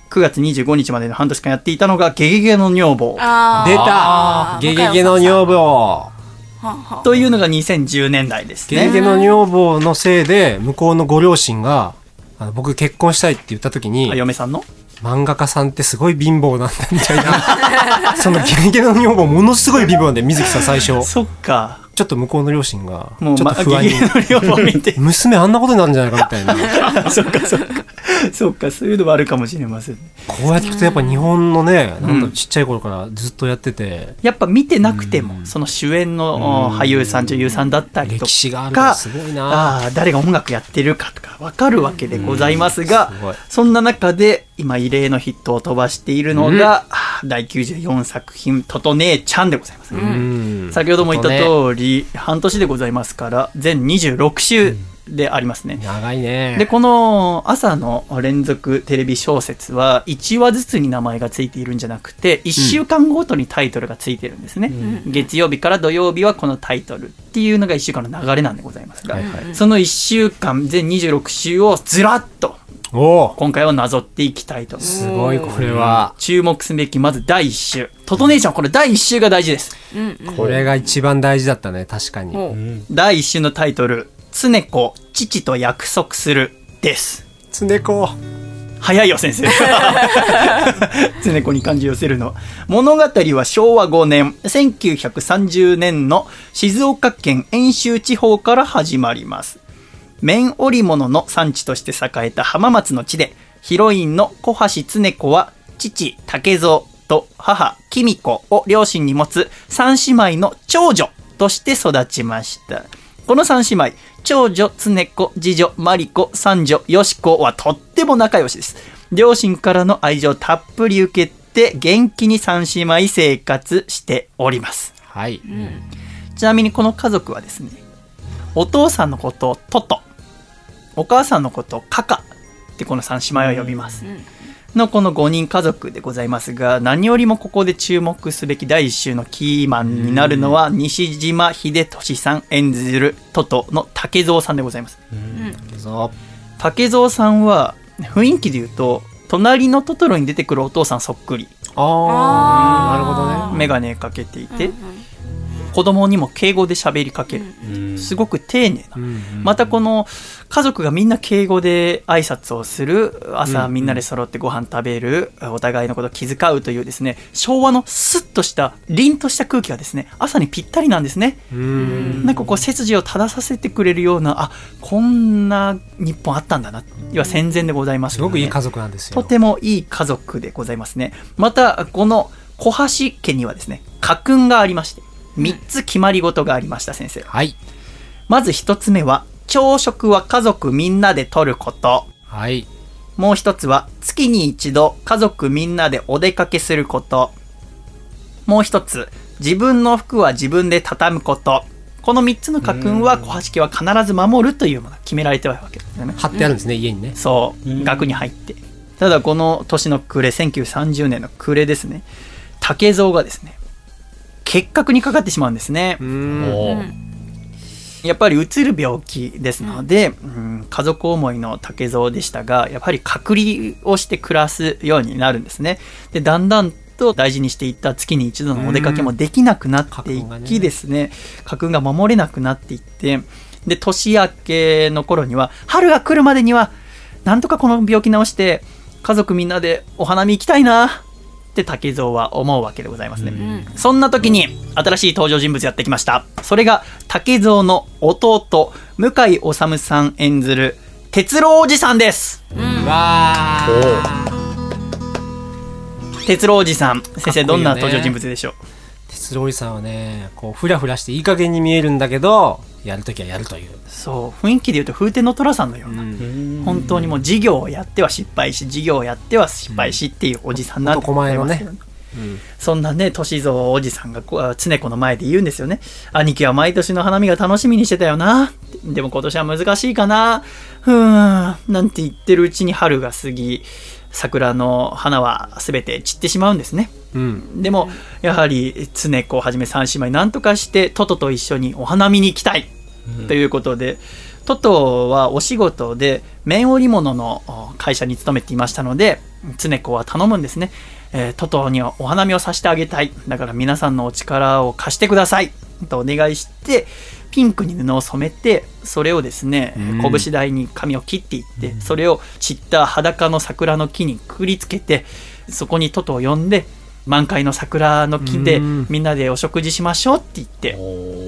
9月25日までの半年間やっていたのがゲゲゲの女房出たゲゲゲの女房というのが2010年代ですね。 ゲゲゲの女房のせいで向こうのご両親が僕結婚したいって言った時に嫁さんの漫画家さんってすごい貧乏なんだみたいなそのゲゲゲの女房ものすごい貧乏なんで水木さん最初そっかちょっと向こうの両親がちもう、 ょっと不安に、 ゲゲゲの女房見て娘あんなことになるんじゃないかみたいなそっかそっかそういうのもあるかもしれません。 こうやって聞くとやっぱ日本のね、なんだちっちゃい頃からずっとやっててやっぱ見てなくても、その主演の俳優さん女優さんだったりとか歴史があるからすごいな誰が音楽やってるかとか分かるわけでございますが、 すごいそんな中で今異例のヒットを飛ばしているのが、第94作品「とと姉ちゃん」でございます、先ほども言った通り、半年でございますから全26週でありますね、 長いね。 でこの朝の連続テレビ小説は1話ずつに名前がついているんじゃなくて1週間ごとにタイトルがついてるんですね、月曜日から土曜日はこのタイトルっていうのが1週間の流れなんでございますが、その1週間全26週をずらっと今回はなぞっていきたいと思います。 すごいこれは注目すべきまず第1週とと姉ちゃん、これ第1週が大事です、 これが一番大事だったね。確かに第1週のタイトル常子父と約束するです。 常子早いよ先生常子に漢字寄せるの。物語は昭和5年1930年の静岡県遠州地方から始まります。綿織物の産地として栄えた浜松の地で、ヒロインの小橋常子は父竹蔵と母公子を両親に持つ三姉妹の長女として育ちました。この三姉妹、長女常子、次女真理子、三女よし子はとっても仲良しです。両親からの愛情をたっぷり受けて元気に三姉妹生活しております。 はい、 ちなみにこの家族はですね、お父さんのことをトト、お母さんのことをカカってこの三姉妹を呼びます、のこの5人家族でございますが、何よりもここで注目すべき第1週のキーマンになるのは西島秀俊さん演じるトトの竹蔵さんでございます。竹蔵さんは雰囲気で言うと隣のトトロに出てくるお父さんそっくり。 なるほどね。 眼鏡かけていて、子供にも敬語で喋りかける、すごく丁寧な、またこの家族がみんな敬語で挨拶をする、朝みんなで揃ってご飯食べる、お互いのことを気遣うというですね、昭和のスッとした凛とした空気がですね、朝にぴったりなんですね。なんかこう背筋を正させてくれるような、こんな日本あったんだな、要は戦前でございます、ね、 すごくいい家族なんですよ。 とてもいい家族でございますね。またこの小橋家にはですね、家訓がありまして、3つ決まり事がありました。先生、 はい、 まず1つ目は朝食は家族みんなでとること、 はい、 もう1つは月に一度家族みんなでお出かけすること、もう1つ自分の服は自分で畳むこと。この3つの家訓は小橋家は必ず守るというものが決められてはいるわけですよね。 貼ってあるんですね、家にね。 そう、額に入って。ただこの年の暮れ、1930年の暮れですね、竹蔵がですね結核にかかってしまうんですね。やっぱりうつる病気ですので、家族思いの竹蔵でしたが、やっぱり隔離をして暮らすようになるんですね。でだんだんと大事にしていった月に一度のお出かけもできなくなっていきですね、家訓が守れなくなっていって、で年明けの頃には春が来るまでにはなんとかこの病気治して家族みんなでお花見行きたいなって竹蔵は思うわけでございますね。そんな時に新しい登場人物やってきました。それが竹蔵の弟向井理さん演ずる哲郎おじさんです。 わー、 哲郎おじさん、先生どんな登場人物でしょう。 哲郎おじさんはね、こうフラフラしていい加減に見えるんだけど、やるときはやるという、 そう雰囲気で言うと風天の寅さんのような、本当にもう事業をやっては失敗し、事業をやっては失敗しっていうおじさんなんでございますよね。そんなね歳三おじさんが常子の前で言うんですよね。兄貴は毎年の花見が楽しみにしてたよな、でも今年は難しいかな、なんて言ってるうちに春が過ぎ、桜の花は全て散ってしまうんですね。でもやはり常子をはじめ三姉妹なんとかしてトトと一緒にお花見に行きたい、 ということで、トトはお仕事で綿織物の会社に勤めていましたので、常子は頼むんですね。トトにはお花見をさせてあげたい。だから皆さんのお力を貸してください。とお願いして、ピンクに布を染めて、それをですね、拳台に紙を切っていって、それを散った裸の桜の木にくくりつけて、そこにトトを呼んで、満開の桜の木でみんなでお食事しましょうって言って、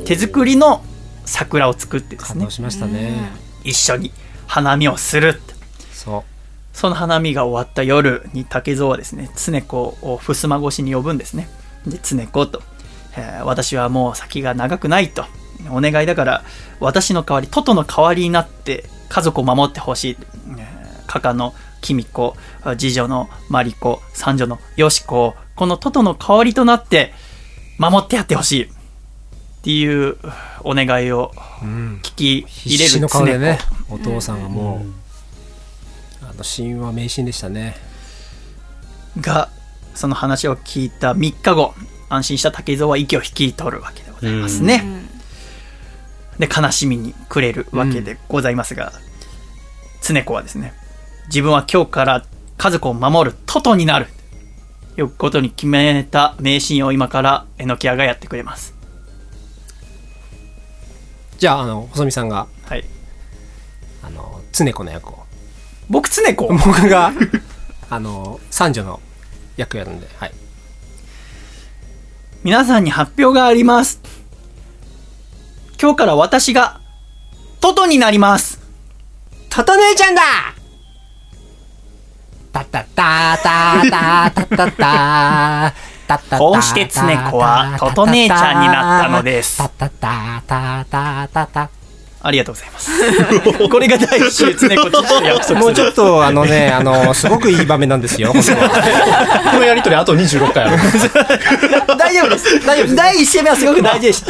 手作りの桜を作ってですね、 感動しましたね。 一緒に花見をするって。その花見が終わった夜に竹蔵はですね、常子を襖越しに呼ぶんですね。で、常子と、私はもう先が長くないと。お願いだから私の代わり、トトの代わりになって家族を守ってほしい。カカのキミコ、次女のマリコ、三女のヨシコをこのトトの代わりとなって守ってやってほしいっていうお願いを聞き入れる必死の顔でね、お父さんがもう、あのシーンは名シーンでしたね。 が、その話を聞いた3日後、安心した竹蔵は息を引き取るわけでございますね。で、悲しみに暮れるわけでございますが、常子はですね、自分は今日から家族を守るトトになるということに決めた名シーンを今から榎谷がやってくれます。 じゃあ、細見さんが、 はい、 常子の役を、 僕常子僕が三女の役やるんで、はい。 皆さんに発表があります。今日から私がトトになります。 トト姉ちゃんだ。タタタタタタタタタ。 こうして常子はトト姉ちゃんになったのです。 タタタタタタタ。 ありがとうございます。これが第一週常子として約束する。 もうちょっとすごくいい場面なんですよ。本当はこのやりとりあと26回ある。 大丈夫です。大丈夫です。第一週目はすごく大事でした。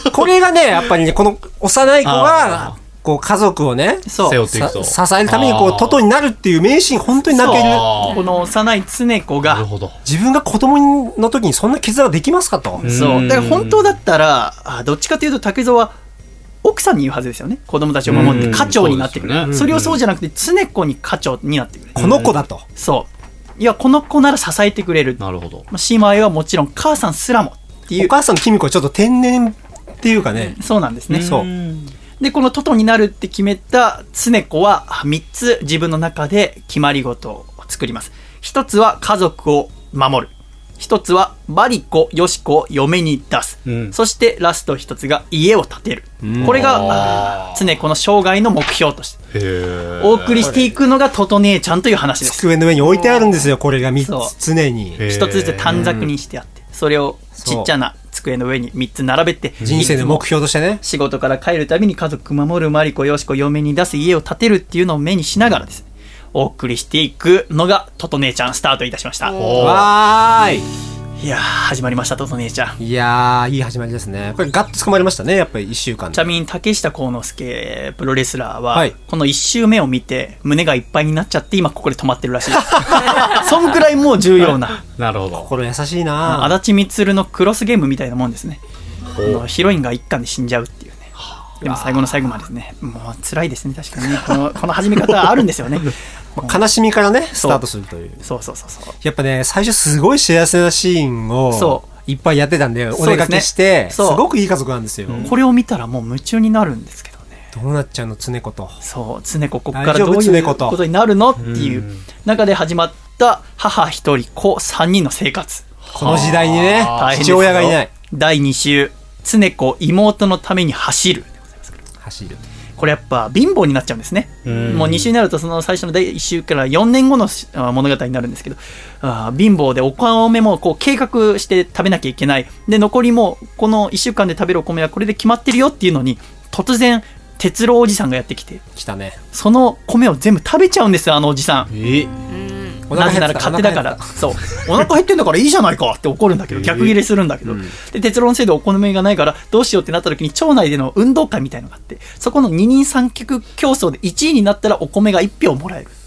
これがね、やっぱりね、この幼い子がこう家族をね、 背負っていくと支えるためにこうトトになるっていう名シーン、本当に泣ける。 この幼い常子が自分が子供の時にそんな絆ができますかと。 そうだから本当だったらどっちかというと竹蔵は奥さんに言うはずですよね。子供たちを守って家長になってくる。それをそうじゃなくて常子に家長になってくる。 この子だと。 そういや、この子なら支えてくれる。 なるほど。 姉妹はもちろん母さんすらもっていう。 お母さんのキミコはちょっと天然っていうかね、 そうなんですね。 そうで、このトトになるって決めた常子は3つ自分の中で決まり事を作ります。1つは家族を守る。1つはマリコ、ヨシコを嫁に出す。そしてラスト1つが家を建てる。これが常子の生涯の目標としてお送りしていくのがトト姉ちゃんという話です。 机の上に置いてあるんですよ。これが3つ常に 1つずつ短冊にしてあって、それをちっちゃな机の上に3つ並べて、 人生の目標としてね、 仕事から帰るたびに家族守る、マリコ、ヨシコ、嫁に出す、家を建てるっていうのを目にしながらですね、お送りしていくのがトト姉ちゃん。スタートいたしました。 わーい。 いやー、始まりました、トト姉ちゃん。 いやー、いい始まりですね。これガッと捕まりましたね、やっぱり1週間で。 ちなみに竹下幸之助プロレスラーは、 はい、 この1週目を見て胸がいっぱいになっちゃって今ここで止まってるらしいです。そんくらいもう重要な。 なるほど。 心優しいな。 足立満のクロスゲームみたいなもんですね。ヒロインが一巻で死んじゃうっていうね。でも最後の最後までですね、もう辛いですね。確かにね、この始め方あるんですよね。 悲しみからねスタートするという。 そうやっぱね、最初すごい幸せなシーンをいっぱいやってたんで、お出かけして、すごくいい家族なんですよ。 これを見たらもう夢中になるんですけどね。 どうなっちゃうの常子と。 そう、常子ここからどういうことになるのっていう中で始まった母一人子3人の生活。 この時代にね、父親がいない。 第2週、常子妹のために走る。 走る。 これやっぱ貧乏になっちゃうんですね。もう2週になるとその最初の第1週から4年後の物語になるんですけど、貧乏でお米もこう計画して食べなきゃいけない。で、残りもこの1週間で食べるお米はこれで決まってるよっていうのに、突然哲郎おじさんがやってきて、 来たね。 その米を全部食べちゃうんですよ、あのおじさん。なぜなら勝手だから。そう、お腹減ってんだからいいじゃないかって怒るんだけど、逆ギレするんだけど、で哲郎のせいでお米がないからどうしようってなった時に町内での運動会みたいのがあって、そこの二人三脚競争で1位になったらお米が1票もらえる。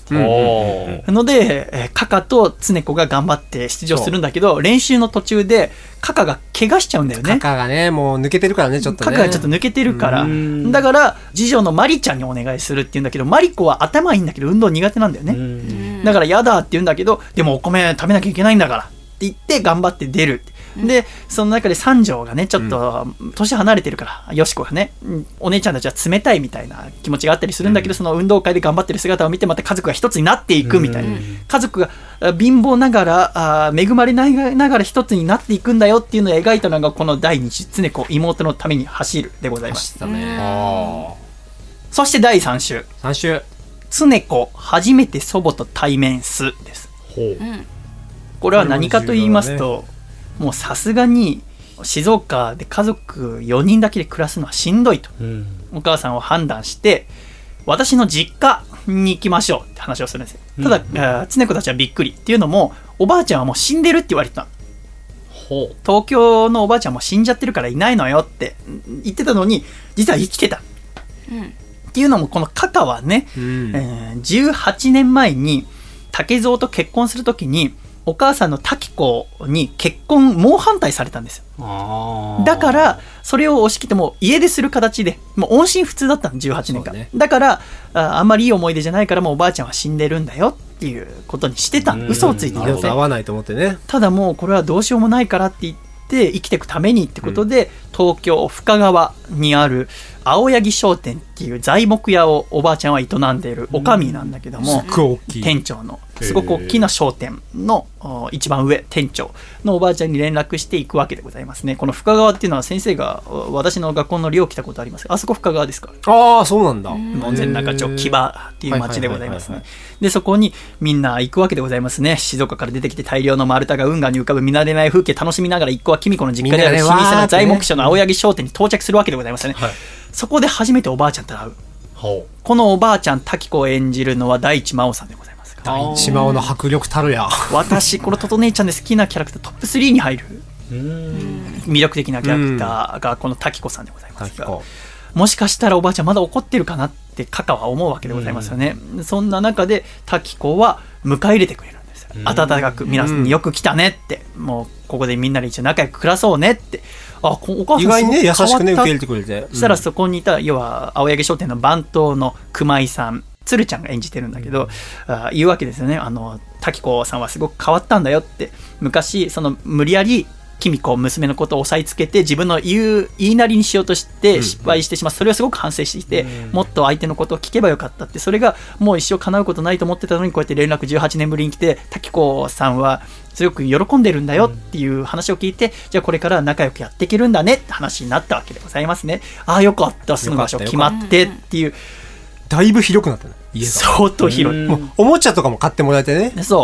ので、カカと常子が頑張って出場するんだけど、練習の途中でカカが怪我しちゃうんだよね。 カカがね、もう抜けてるからね、ちょっとね。 カカがちょっと抜けてるから。だから、次女のマリちゃんにお願いするって言うんだけど、マリコは頭いいんだけど、運動苦手なんだよね。だから嫌だって言うんだけど、でもお米食べなきゃいけないんだからって言って頑張って出る。で、その中で三女がね、ちょっと年離れてるから、よしこがね、お姉ちゃんたちは冷たいみたいな気持ちがあったりするんだけど、その運動会で頑張ってる姿を見て、また家族が一つになっていくみたいな。家族が貧乏ながら、恵まれながら一つになっていくんだよっていうのを描いたのが、この第二子、常子、妹のために走るでございます。そして第3週。常子、初めて祖母と対面すです。これは何かと言いますと、もうさすがに静岡で家族4人だけで暮らすのはしんどいと、お母さんを判断して、私の実家に行きましょうって話をするんですよ。ただ、常子たちはびっくりっていうのも、おばあちゃんはもう死んでるって言われてたの。東京のおばあちゃんも死んじゃってるからいないのよって言ってたのに、実は生きてた、っていうのも、このカカはね、18年前に竹蔵と結婚するときに、お母さんの滝子に結婚猛反対されたんですよ。だからそれを押し切っても家出する形で、もう音信不通だったの、18年間、だからあんまりいい思い出じゃないから、もうおばあちゃんは死んでるんだよっていうことにしてた。嘘をついていた。合わないと思ってね。 ただもうこれはどうしようもないからって言って生きていくためにってことで、東京深川にある青柳商店っていう材木屋をおばあちゃんは営んでいるおかみなんだけども、店長のすごく大きな商店の一番上、店長のおばあちゃんに連絡していくわけでございますね。この深川っていうのは、先生が私の学校の寮来たことあります。あそこ深川ですか。 ああ、そうなんだ。 門前仲町木場っていう町でございますね。で、そこにみんな行くわけでございますね。静岡から出てきて大量の丸太が運河に浮かぶ見慣れない風景楽しみながら、一行は公子の実家である老舗の材木商の青柳商店に到着するわけでございますね。そこで初めておばあちゃんと会う。このおばあちゃん、滝子を演じるのは大地真央さんでございます。 大地真央の迫力たるや。 私、このトト姉ちゃんで好きなキャラクタートップ3に入る魅力的なキャラクターがこの滝子さんでございますが、もしかしたらおばあちゃんまだ怒ってるかなってカカは思うわけでございますよね。そんな中で滝子は迎え入れてくれるんですよ。温かく、皆さんによく来たねって、もうここでみんなで一応仲良く暮らそうねって。お母さん意外にね、優しくね、受け入れてくれて。 そしたらそこにいた、要は青柳商店の番頭の熊井さん、鶴ちゃんが演じてるんだけど、言うわけですよね。滝子さんはすごく変わったんだよって。昔その無理やり公子娘のことを押さえつけて、自分の言いなりにしようとして失敗してしまう。それをすごく反省していて、もっと相手のことを聞けばよかったって。それがもう一生叶うことないと思ってたのに、こうやって連絡18年ぶりに来て、滝子さんはすごく喜んでるんだよっていう話を聞いて、じゃあこれから仲良くやっていけるんだねって話になったわけでございますね。ああ、よかった、住む場所決まってっていう。 だいぶ広くなったね、家が。 相当広い。 おもちゃとかも買ってもらえてね。 そう。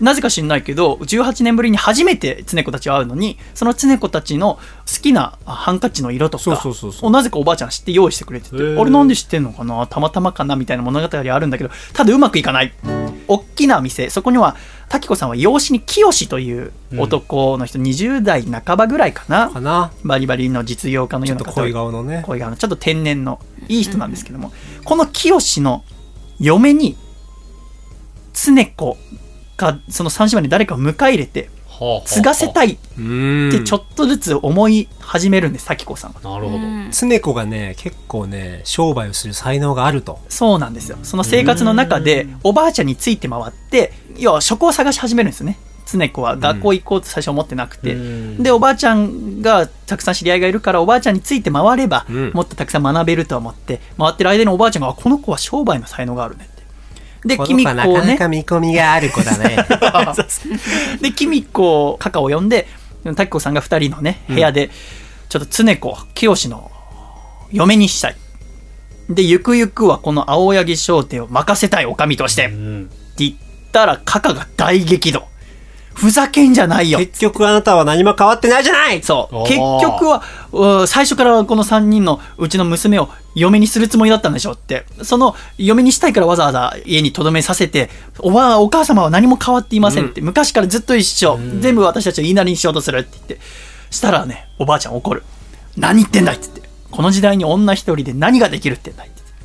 なぜか知んないけど、18年ぶりに初めて常子たちは会うのに、その常子たちの好きなハンカチの色とかをなぜかおばあちゃん知って用意してくれてて、あれなんで知ってんのかな、たまたまかなみたいな物語あるんだけど、ただうまくいかない。大きな店、そこには滝子さんは養子に清という男の人、20代半ばぐらいかな、バリバリの実業家のような方、 ちょっと恋顔のね、 恋顔のちょっと天然のいい人なんですけども、この清の嫁に常子がその三姉妹に誰かを迎え入れて継がせたいってちょっとずつ思い始めるんです、滝子さんは。 なるほど。 常子がね、結構ね、商売をする才能があると。 そうなんですよ。その生活の中でおばあちゃんについて回って、要は職を探し始めるんですよね。常子は学校行こうと最初思ってなくて、でおばあちゃんがたくさん知り合いがいるから、おばあちゃんについて回れば、もっとたくさん学べると思って回ってる間に、おばあちゃんがこの子は商売の才能があるねって。で、 この子はなかなか見込みがある子だね。 で、公子カカを呼んで、滝子さんが2人のね部屋で、ちょっと常子清の嫁にしたい。で、ゆくゆくはこの青柳商店を任せたい、お上として、って言ったら、カカが大激怒。ふざけんじゃないよ。 結局あなたは何も変わってないじゃない。 そう。結局は、最初からこの3人のうちの娘を嫁にするつもりだったんでしょって。その嫁にしたいからわざわざ家に留めさせて、お母様は何も変わっていませんって。昔からずっと一緒。全部私たちを言いなりにしようとするって言って。したらね、おばあちゃん怒る。何言ってんだいって言って。この時代に女一人で何ができるってんだいって。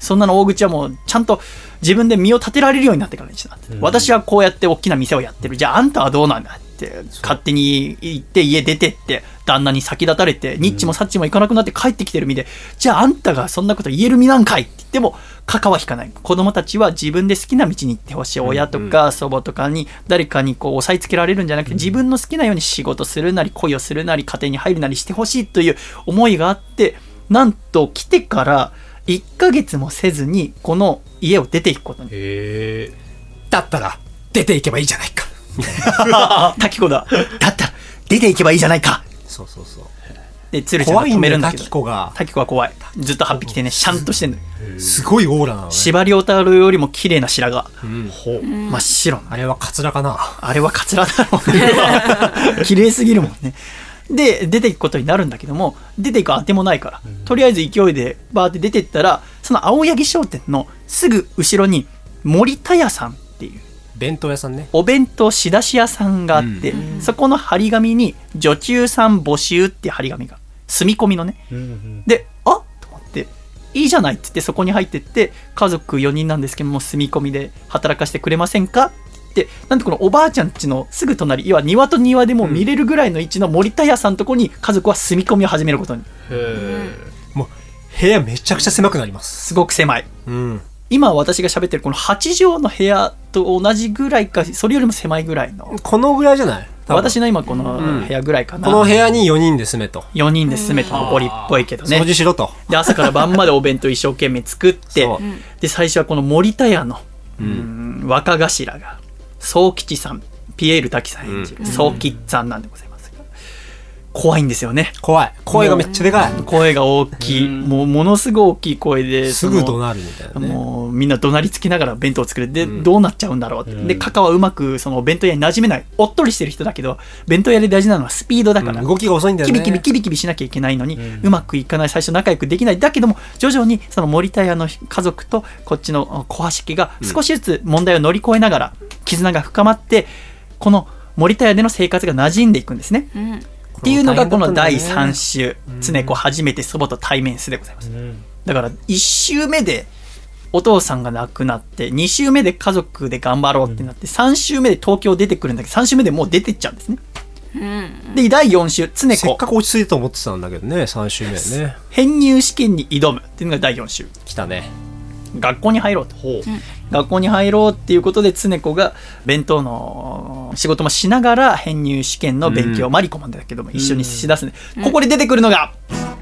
そんなの大口はもうちゃんと自分で身を立てられるようになってからにしなって、私はこうやって大きな店をやってる、じゃああんたはどうなんだって勝手に言って家出てって旦那に先立たれてニッチもサッチも行かなくなって帰ってきてる身で、じゃああんたがそんなこと言える身なんかいって言ってもカカは引かない。子供たちは自分で好きな道に行ってほしい。親とか祖母とかに誰かにこう押さえつけられるんじゃなくて、自分の好きなように仕事するなり恋をするなり家庭に入るなりしてほしいという思いがあって、なんと来てから1ヶ月もせずにこの家を出ていくことに。 だったら出ていけばいいじゃないか。 タキコだ。だったら出ていけばいいじゃないか。 そうそうそう。 で鶴ちゃんが止めるんだけど、 タキコがタキコは怖い。ずっと8匹てね、シャンとしてんのよ。 すごいオーラなのね。 司馬遼太郎よりも綺麗な白髪、真っ白。 あれはカツラかな。 あれはカツラだろうね。綺麗すぎるもんね。で出ていくことになるんだけども、出ていく当てもないから、とりあえず勢いでバーって出てったら、その青柳商店のすぐ後ろに森田屋さんっていう弁当屋さんね、 お弁当仕出し屋さんがあって、そこの張り紙に女中さん募集っていう張り紙が、住み込みのね、でと思っていいじゃないって言ってそこに入ってって、家族4人なんですけども住み込みで働かせてくれませんかって、なんとこのおばあちゃん家のすぐ隣、要は庭と庭でも見れるぐらいの位置の森田屋さんのとこに家族は住み込みを始めることに。 もう部屋めちゃくちゃ狭くなります。 すごく狭い。今私が喋ってるこの8畳の部屋と同じぐらいか、それよりも狭いぐらいの。 このぐらいじゃない？ 私の今この部屋ぐらいかな。 この部屋に4人で住めと。 4人で住めと、残りっぽいけどね。 掃除しろと。 で朝から晩までお弁当一生懸命作ってで最初はこの森田屋の若頭が宗吉さん、ピエール滝さん演じる宗吉さんなんでございますが、怖いんですよね。 怖い。声がめっちゃでかい。 声が大きい。もうものすごい大きい声で、 すぐ怒鳴るみたいなね。 もうみんな怒鳴りつきながら弁当を作る。で、どうなっちゃうんだろうって。で、カカはうまくその弁当屋に馴染めない。おっとりしてる人だけど、弁当屋で大事なのはスピードだから。 動きが遅いんだよね。 キビキビしなきゃいけないのに、うまくいかない。最初仲良くできない。だけども、徐々にその森田屋の家族とこっちの小橋家が少しずつ問題を乗り越えながら、絆が深まって、この森田屋での生活が馴染んでいくんですね。っていうのがこの第3週、常子初めて祖母と対面すでございます。だから1週目でお父さんが亡くなって、2週目で家族で頑張ろうってなって、3週目で東京出てくるんだけど、3週目でもう出てっちゃうんですね。で第4週、常子せっかく落ち着いたと思ってたんだけどね、3週目ね。 編入試験に挑むっていうのが第4週。 来たね。 学校に入ろうと、学校に入ろうっていうことで常子が弁当の仕事もしながら編入試験の勉強、マリコもんだけども一緒にしだすんで、ここで出てくるのが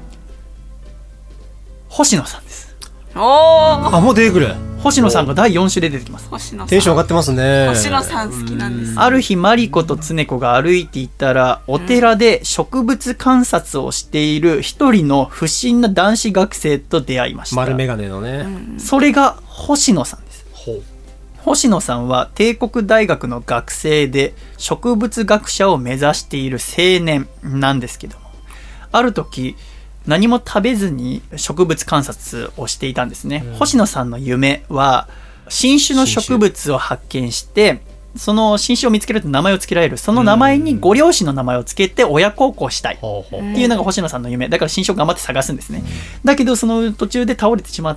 星野さんです。 あ、もう出てくる。 星野さんが第4週で出てきます。 星野さん、 テンション上がってますね。 星野さん好きなんです。 ある日マリコと常子が歩いていたら、お寺で植物観察をしている一人の不審な男子学生と出会いました。 丸眼鏡のね、 それが星野さんです。星野さんは帝国大学の学生で植物学者を目指している青年なんですけども、ある時何も食べずに植物観察をしていたんですね。星野さんの夢は新種の植物を発見して、その新種を見つけると名前を付けられる。その名前にご両親の名前を付けて親孝行したいっていうのが星野さんの夢だから、新種を頑張って探すんですね。だけどその途中で倒れてしまって、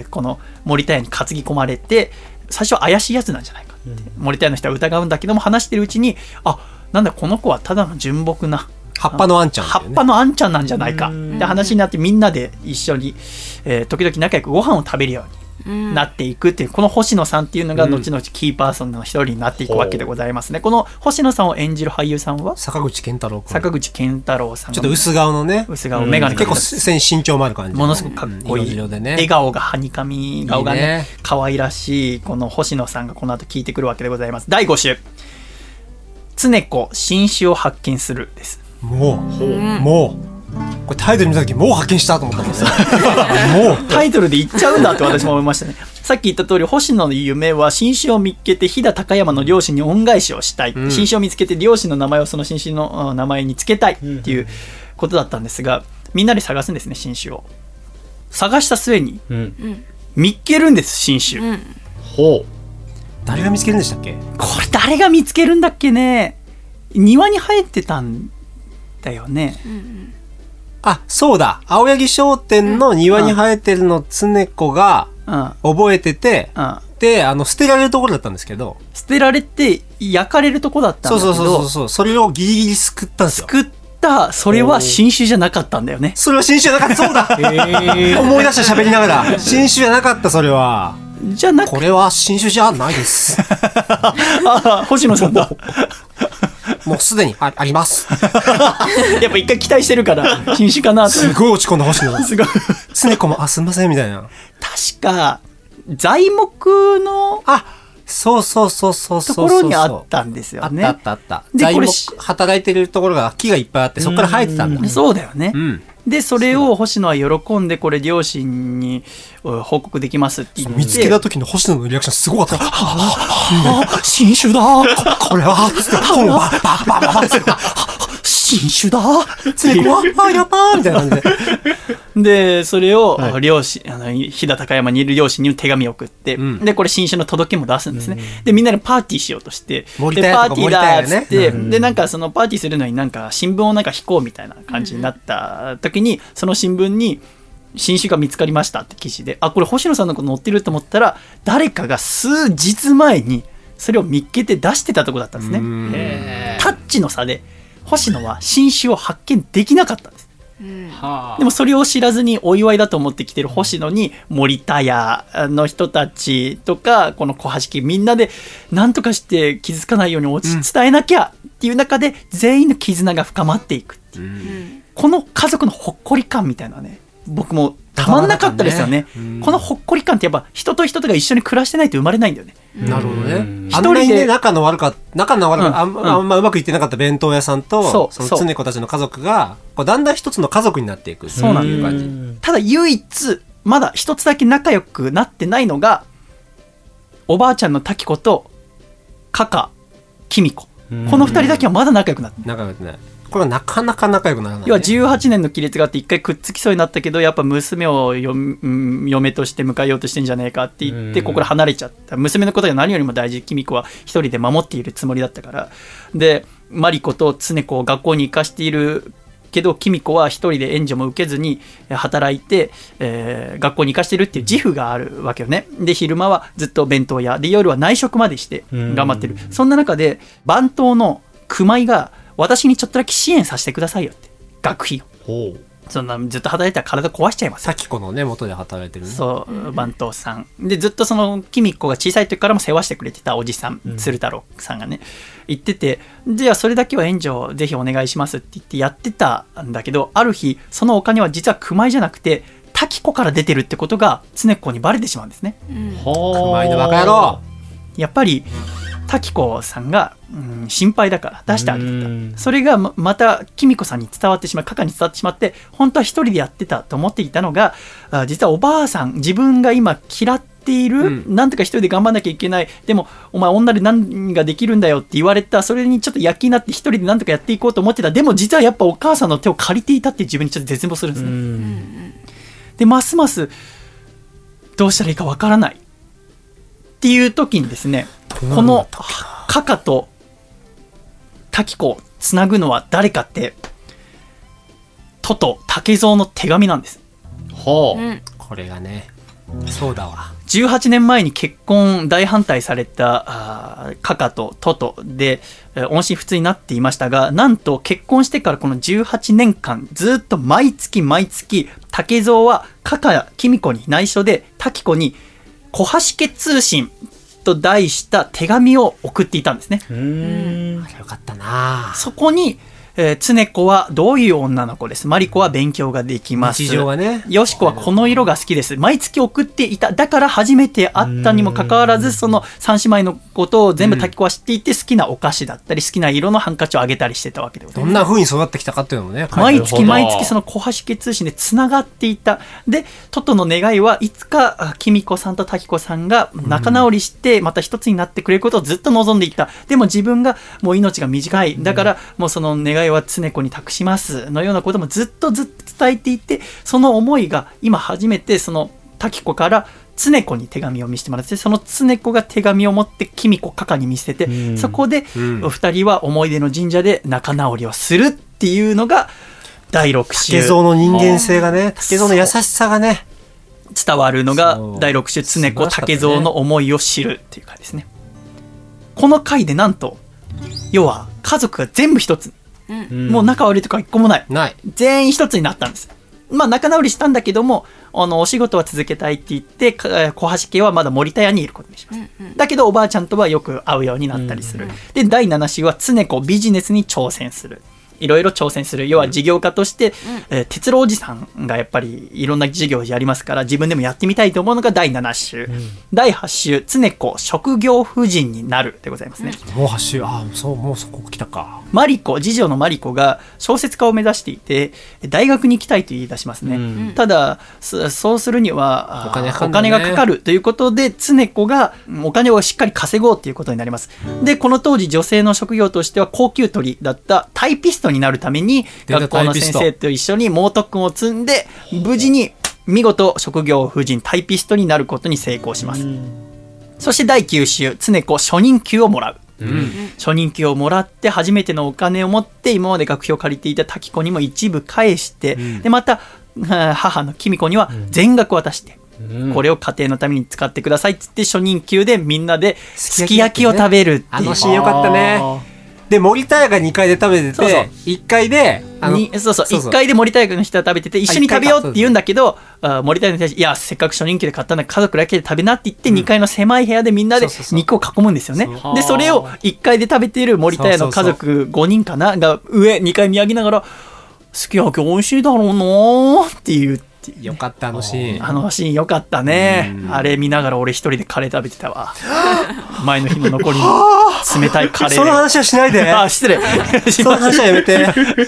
この森田屋に担ぎ込まれて、最初は怪しいやつなんじゃないかって森田屋の人は疑うんだけども、話してるうちに、あ、なんだこの子はただの純朴な葉っぱのあんちゃん、 葉っぱのあんちゃんなんじゃないかって話になって、みんなで一緒に、時々仲良くご飯を食べるようになっていくっていう、この星野さんっていうのが後々キーパーソンの一人になっていくわけでございますね。この星野さんを演じる俳優さんは坂口健太郎君。 坂口健太郎さん、 ちょっと薄顔のね、 薄顔、眼鏡結構身長もある感じ、 ものすごくかっこいい、 色々でね、 笑顔がはにかみ顔がね、 いいね、 可愛らしいこの星野さんがこの後聞いてくるわけでございます。第5週、常子新種を発見するです。もうこれタイトル見た時もう発見したと思ったんですよ。もうタイトルで言っちゃうんだって私も思いましたね。さっき言った通り、星野の夢は新種を見つけて飛騨高山の両親に恩返しをしたい、新種を見つけて両親の名前をその新種の名前につけたいっていうことだったんですが、みんなで探すんですね。新種を探した末に、見っけるんです。新種、 誰が見つけるんでしたっけ？ これ誰が見つけるんだっけね。庭に生えてたんだよね。 あ、そうだ。青柳商店の庭に生えてるの常子が覚えてて、で、捨てられるところだったんですけど。 捨てられて焼かれるとこだったんだけど。 そう。それをギリギリ救ったんですよ。 救った、それは新種じゃなかったんだよね。 それは新種じゃなかった。そうだ思い出した喋りながら。新種じゃなかった、それは。 じゃなくこれは新種じゃないです。 星野さんだ。 もうすでに あります。 やっぱ一回期待してるから新種かなと。 すごい落ち込んだ星野。 すごい。 常子もすみませんみたいな。 確か材木のそうところにあったんですよね。 あった。材木働いてるところが木がいっぱいあって、そこから生えてたんだ。 そうだよね。でそれを星野は喜んで、これ両親に報告できますって言って、 見つけた時の星野のリアクションすごかった。 新種だこれは本バ新種だ常子はやったーみたいな感じで。 でそれを両親、飛騨高山にいる両親に手紙を送って、でこれ新種の届けも出すんですね。でみんなでパーティーしようとして、でパーティーだっつって、でなんかそのパーティーするのになんか新聞をなんか引こうみたいな感じになった時に、その新聞に新種が見つかりましたって記事で、これ星野さんのこと載ってると思ったら、誰かが数日前にそれを見っけて出してたとこだったんですね。タッチの差で星野は新種を発見できなかったんです。でもそれを知らずにお祝いだと思ってきてる星野に、森田屋の人たちとかこの小橋家みんなで何とかして傷つかないように伝えなきゃっていう中で、全員の絆が深まっていくっていう、この家族のほっこり感みたいなね、僕もたまんなかったですよね。このほっこり感ってやっぱ人と人とが一緒に暮らしてないと生まれないんだよね。 なるほどね。あんなにね、仲の悪かあんまうまくいってなかった弁当屋さんと、その常子たちの家族がだんだん一つの家族になっていくっていう感じ。 ただ唯一まだ一つだけ仲良くなってないのが、おばあちゃんの滝子とカカキミコ、この二人だけはまだ仲良くなってない。 仲良くない。これはなかなか仲良くならない、ね。 要は18年の亀裂があって一回くっつきそうになったけど、やっぱ娘を嫁として迎えようとしてんじゃねえかって言って、ここで離れちゃった。娘のことが何よりも大事。キミコは一人で守っているつもりだったから。でマリコと常子を学校に行かしているけど、キミコは一人で援助も受けずに働いて、学校に行かしてるっていう自負があるわけよね。で昼間はずっと弁当屋で、夜は内職までして頑張ってる。そんな中で番頭の熊井が、私にちょっとだけ支援させてくださいよって、学費を。そんなずっと働いたら体壊しちゃいます。 咲子のね元で働いてるね。 そう番頭さんで、ずっとそのキミコが小さい時からも世話してくれてたおじさん、鶴太郎さんがね言ってて、じゃあそれだけは援助ぜひお願いしますって言ってやってたんだけど、ある日そのお金は実は熊井じゃなくて滝子から出てるってことが常子にバレてしまうんですね。 熊井のバカ野郎。 やっぱり滝子さんが、心配だから出してあげてた。それがまたキミコさんに伝わってしまう、カカに伝わってしまって、本当は一人でやってたと思っていたのが、実はおばあさん、自分が今嫌っている、なんとか一人で頑張んなきゃいけない、でもお前女で何ができるんだよって言われた、それにちょっと躍起になって一人で何とかやっていこうと思ってた。でも実はやっぱお母さんの手を借りていたって自分にちょっと絶望するんですね。でますますどうしたらいいかわからないっていう時にですね、このカカと滝子をつなぐのは誰かって、トト竹蔵の手紙なんです。 これがね、そうだわ。 18年前に結婚大反対されたカカとトトで音信不通になっていましたが、なんと結婚してからこの18年間ずっと毎月竹蔵はカカキミコに内緒で、滝子に小橋家通信と題した手紙を送っていたんですね。 よかったな。 そこに、常子はどういう女の子です。マリコは勉強ができます。 日常がね。 よしこはこの色が好きです。毎月送っていた。だから初めて会ったにもかかわらず、その三姉妹のことを全部滝子は知っていて、好きなお菓子だったり好きな色のハンカチをあげたりしてたわけでございます。 どんな風に育ってきたかっていうのもね、 毎月その小橋家通信でつながっていた。でトトの願いはいつかキミコさんと滝子さんが仲直りしてまた一つになってくれることをずっと望んでいた。でも自分がもう命が短い、だからもうその願いは常子に託しますのようなこともずっと伝えていて、その思いが今初めてその滝子から常子に手紙を見せてもらって、その常子が手紙を持ってキミコカカに見せて、そこでお二人は思い出の神社で仲直りをするっていうのが第6週竹蔵の人間性がね、竹蔵の優しさがね、 伝わるのがそう第6週常子素晴らしかったね竹蔵の思いを知るっていう回ですね。この回でなんと要は家族が全部一つ、もう仲悪いとか一個もない、 ない。 全員一つになったんです。まあ仲直りしたんだけども、お仕事は続けたいって言って小橋家はまだ森田屋にいることにします、だけどおばあちゃんとはよく会うようになったりする、で第7週は常子ビジネスに挑戦する、いろいろ挑戦する、要は事業家として、哲郎おじさんがやっぱりいろんな事業をやりますから自分でもやってみたいと思うのが第7週、第8週常子職業婦人になるでございますね、 もう8週、そう、もうそこ来たか。 マリコ、次女のマリコが小説家を目指していて大学に行きたいと言い出しますね、ただそうするにはお金がかかるということで常子がお金をしっかり稼ごうということになります。でこの当時女性の職業としては高級取りだったタイピストになるために学校の先生と一緒に猛特訓を積んで無事に見事職業婦人タイピストになることに成功します、そして第9週常子初任給をもらう、初任給をもらって初めてのお金を持って今まで学費を借りていた滝子にも一部返して、でまた母の紀美子には全額渡して、これを家庭のために使ってくださいって言って初任給でみんなですき焼きを食べるっていう、 あのシーンよかったね。で森田屋が2階で食べてて、 そうそう 1階で 1階で森田屋の人が食べてて一緒に食べようって言うんだけど、森田屋の人たちいやせっかく初任給で買ったんだから家族だけで食べなって言って2階の狭い部屋でみんなで肉を囲むんですよね。でそれを1階で食べている森田屋の家族5人かなが上2階見上げながらすき焼き美味しいだろうなーっていうよかった、あのシーン。 あのシーンよかったね。あれ見ながら俺一人でカレー食べてたわ。前の日の残りの冷たいカレー。 その話はしないで。 失礼。 その話はやめて。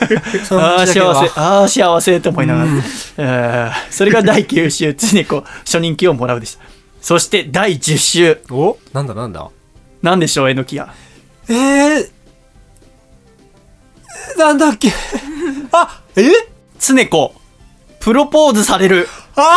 幸せと思いながら。それが第9週常子初任給をもらうでした。そして第10週。 お、なんだなんでしょう、えのきや。 なんだっけ。 常子プロポーズされる。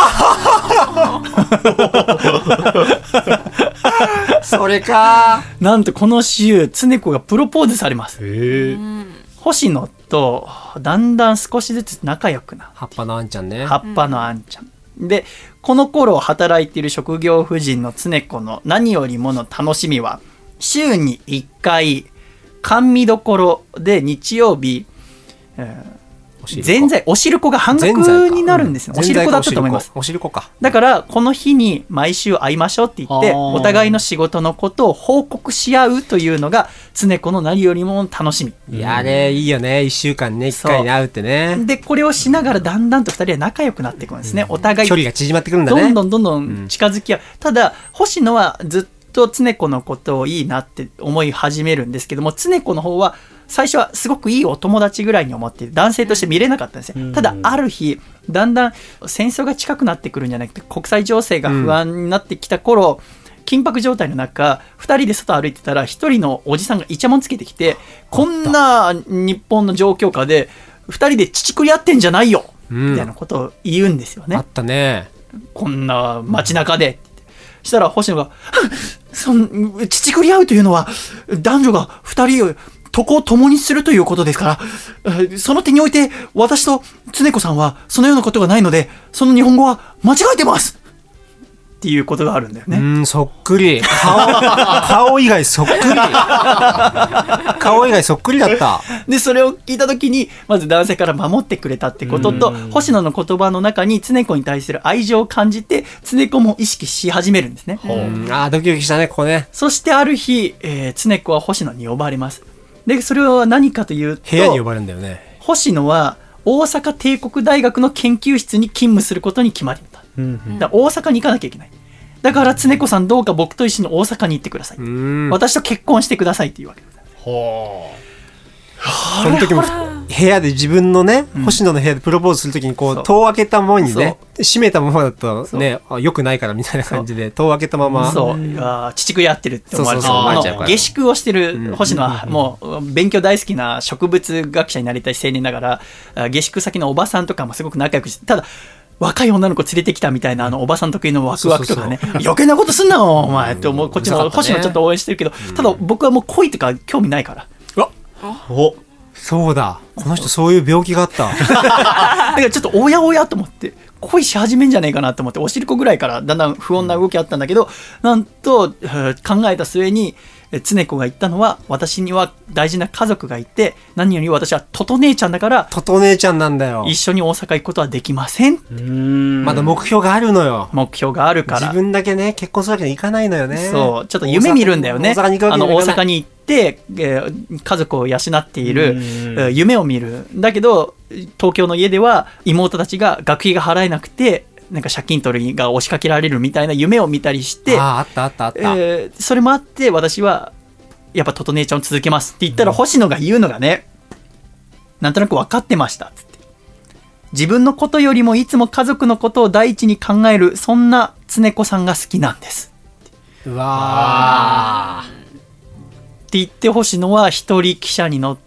それか。 なんとこの週常子がプロポーズされます。星野とだんだん少しずつ仲良くな、 葉っぱのあんちゃんね。 葉っぱのあんちゃん、でこの頃働いている職業婦人の常子の何よりもの楽しみは週に1回甘味どころで日曜日、ぜんざいおしるこが半額になるんですよ。おしるこだったと思います。 おしるこか。 だからこの日に毎週会いましょうって言ってお互いの仕事のことを報告し合うというのが常子の何よりも楽しみ。 いや、あれいいよね。1週間ね1回に会うってね。 でこれをしながらだんだんと2人は仲良くなっていくんですね、お互い距離が縮まってくるんだね。 どんどん近づき合う、ただ星野はずっと常子のことをいいなって思い始めるんですけども、常子の方は最初はすごくいいお友達ぐらいに思って男性として見れなかったんですよ。ただある日だんだん戦争が近くなってくるんじゃなくて国際情勢が不安になってきた頃、緊迫状態の中2人で外歩いてたら1人のおじさんがイチャモンつけてきて、こんな日本の状況下で2人で乳くり合ってんじゃないよ、みたいなことを言うんですよね。 あったね。 こんな街中でしたら星野が乳くり合うというのは男女が2人を床を共にするということですから、その点において私と常子さんはそのようなことがないので、その日本語は間違えてますっていうことがあるんだよね。 そっくり。顔以外そっくり。顔以外そっくりだった。 でそれを聞いた時にまず男性から守ってくれたってことと、星野の言葉の中に常子に対する愛情を感じて常子も意識し始めるんですね。 ドキドキしたね、ここね。 そしてある日、常子は星野に呼ばれます。でそれは何かというと、 部屋に呼ばれるんだよね。 星野は大阪帝国大学の研究室に勤務することに決まりました。だから大阪に行かなきゃいけない。だから常子さんどうか僕と一緒に大阪に行ってください、私と結婚してくださいというわけです。 その時も部屋で自分のね、星野の部屋でプロポーズするときにこう戸を開けたままにね、閉めたままだとね、よくないからみたいな感じで戸を開けたまま、 乳くり合ってるって思われちゃう。下宿をしてる星野はもう勉強大好きな植物学者になりたい青年ながら、下宿先のおばさんとかもすごく仲良くして、ただ若い女の子連れてきたみたいなおばさん得意のワクワクとかね、余計なことすんなお前って思う。こっちの星野ちょっと応援してるけど、ただ僕はもう恋とか興味ないから。 そうだ。この人そういう病気があった。 だからちょっとおやおやと思って恋し始めんじゃねえかなと思って、おしるこぐらいからだんだん不穏な動きあったんだけど、なんと考えた末に常子が言ったのは、私には大事な家族がいて、何より私はトト姉ちゃんだからトト姉ちゃんなんだよ。 一緒に大阪行くことはできません。 まだ目標があるのよ。 目標があるから自分だけね結婚するわけにいかないのよね。 そうちょっと夢見るんだよね。 大阪に行くわけにはいかない。 大阪に行って、家族を養っている夢を見る。だけど東京の家では妹たちが学費が払えなくて、なんか借金取りが押しかけられるみたいな夢を見たりして、 あった。 それもあって私はやっぱトト姉ちゃんを続けますって言ったら、星野が言うのがね、なんとなく分かってましたっつって、自分のことよりもいつも家族のことを第一に考える、そんな常子さんが好きなんです。 うわーって言って、星野は一人汽車に乗って、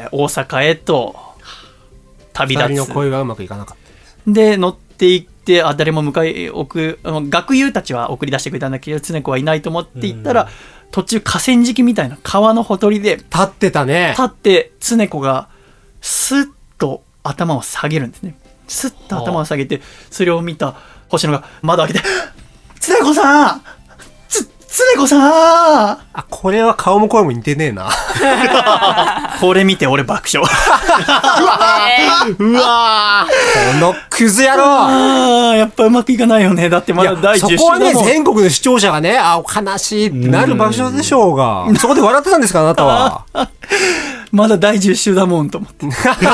大阪へと旅立つ。 二人の恋がうまくいかなかったで乗って行って、誰も迎え置く、学友たちは送り出してくれたんだけど、常子はいないと思って行ったら、途中河川敷みたいな川のほとりで立ってたね。 立って常子がスッと頭を下げるんですね。スッと頭を下げて、それを見た星野が窓開けて、常子さん常子さん、 あ、これは顔も声も似てねえな。 これ見て俺爆笑。 うわーこのクズ野郎。 あーやっぱうまくいかないよね。だってまだ第10週そこはね、 だもん。 全国の視聴者がね、あ、悲しいってなる場所でしょうが。そこで笑ってたんですか、あなたは。 まだ第10週だもんと思って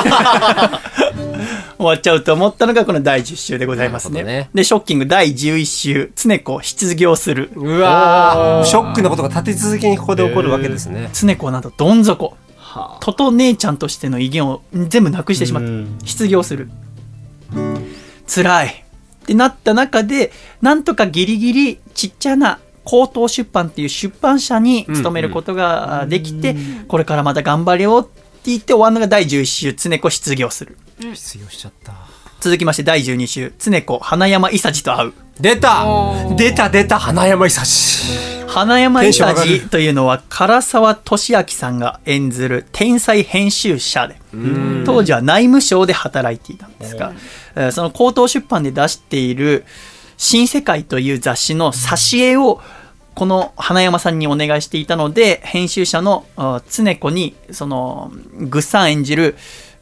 終わっちゃうと思ったのがこの第10週でございますね。 なるほどね。 でショッキング第11週、常子失業する。 うわーショックなことが立て続けにここで起こるわけですね。 常子はなんとどん底、トト姉ちゃんとしての威厳を全部なくしてしまった。失業する、辛いってなった中で、なんとかギリギリちっちゃな高等出版っていう出版社に勤めることができて、これからまた頑張れよって言って終わるのが第11週、常子失業する。 失業しちゃった。 続きまして第12週、常子花山伊佐治と会う。 出た花山伊佐治。 花山伊佐テンション上がる治というのは唐沢寿明さんが演ずる天才編集者で、当時は内務省で働いていたんですが、その高等出版で出している新世界という雑誌の挿絵をこの花山さんにお願いしていたので、編集者の常子にそのぐっさん演じる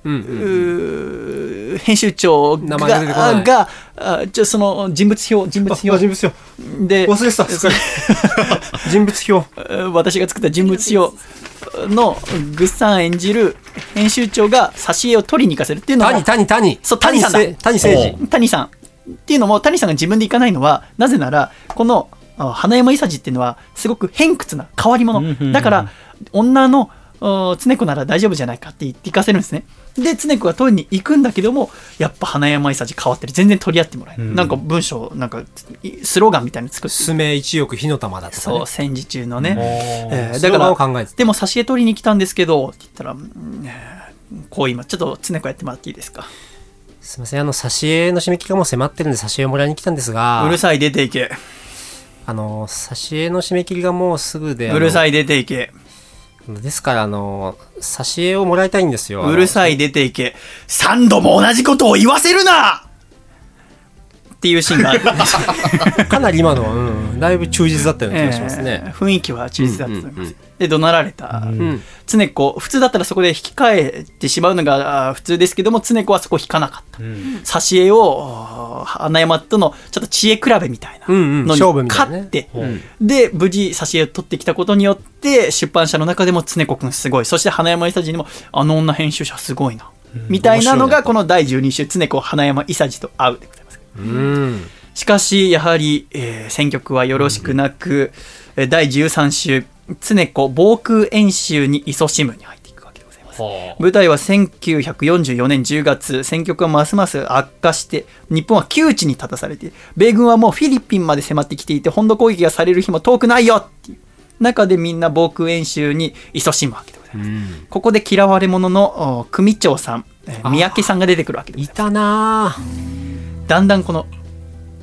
編集長名前が出てこないがその人物表で忘れてた人物表私が作った人物表のぐっさん演じる編集長が挿絵を取りに行かせるっていうのがそう谷さんだ。谷さんっていうのも、谷さんが自分で行かないのはなぜなら、この花山伊佐治っていうのはすごく偏屈な変わり者だから、女の常子なら大丈夫じゃないかって言って行かせるんですね。で常子が取りに行くんだけども、やっぱ花山伊佐治変わってる。全然取り合ってもらえない、なんか文章なんかスローガンみたいなの作って、 スメ一億火の玉だとか、ね、 そう戦時中のね、 だからでも挿絵取りに来たんですけどって言ったら、こう今ちょっと常子やってもらっていいですか。 すみません、挿絵の締め切りがもう迫ってるんで挿絵をもらいに来たんですが。 うるさい、出ていけ。 挿絵の締め切りがもうすぐで。 うるさい、出ていけ。 ですから挿絵をもらいたいんですよ。 うるさい、出ていけ。3度も同じことを言わせるなっていうシーンがあるかなり今の、だいぶ忠実だったような気がしますね。 雰囲気は忠実だったと思います。で怒鳴られた、常子、普通だったらそこで引き換えてしまうのが普通ですけども、常子はそこを引かなかった。挿絵を花山とのちょっと知恵比べみたいなのに勝って、で無事挿絵を取ってきたことによって出版社の中でも常子くんすごい、そして花山伊佐治にもあの女編集者すごいな、みたいなのがこの第12週常子花山伊佐治と会うでございます。しかしやはり、選曲はよろしくなく、第13週常子防空演習に勤しむに入っていくわけでございます。舞台は1944年10月、戦局はますます悪化して日本は窮地に立たされて、米軍はもうフィリピンまで迫ってきていて、本土攻撃がされる日も遠くないよっていう中で、みんな防空演習に勤しむわけでございます。ここで嫌われ者の組長さん、三宅さんが出てくるわけでございます。 いたな。 だんだんこの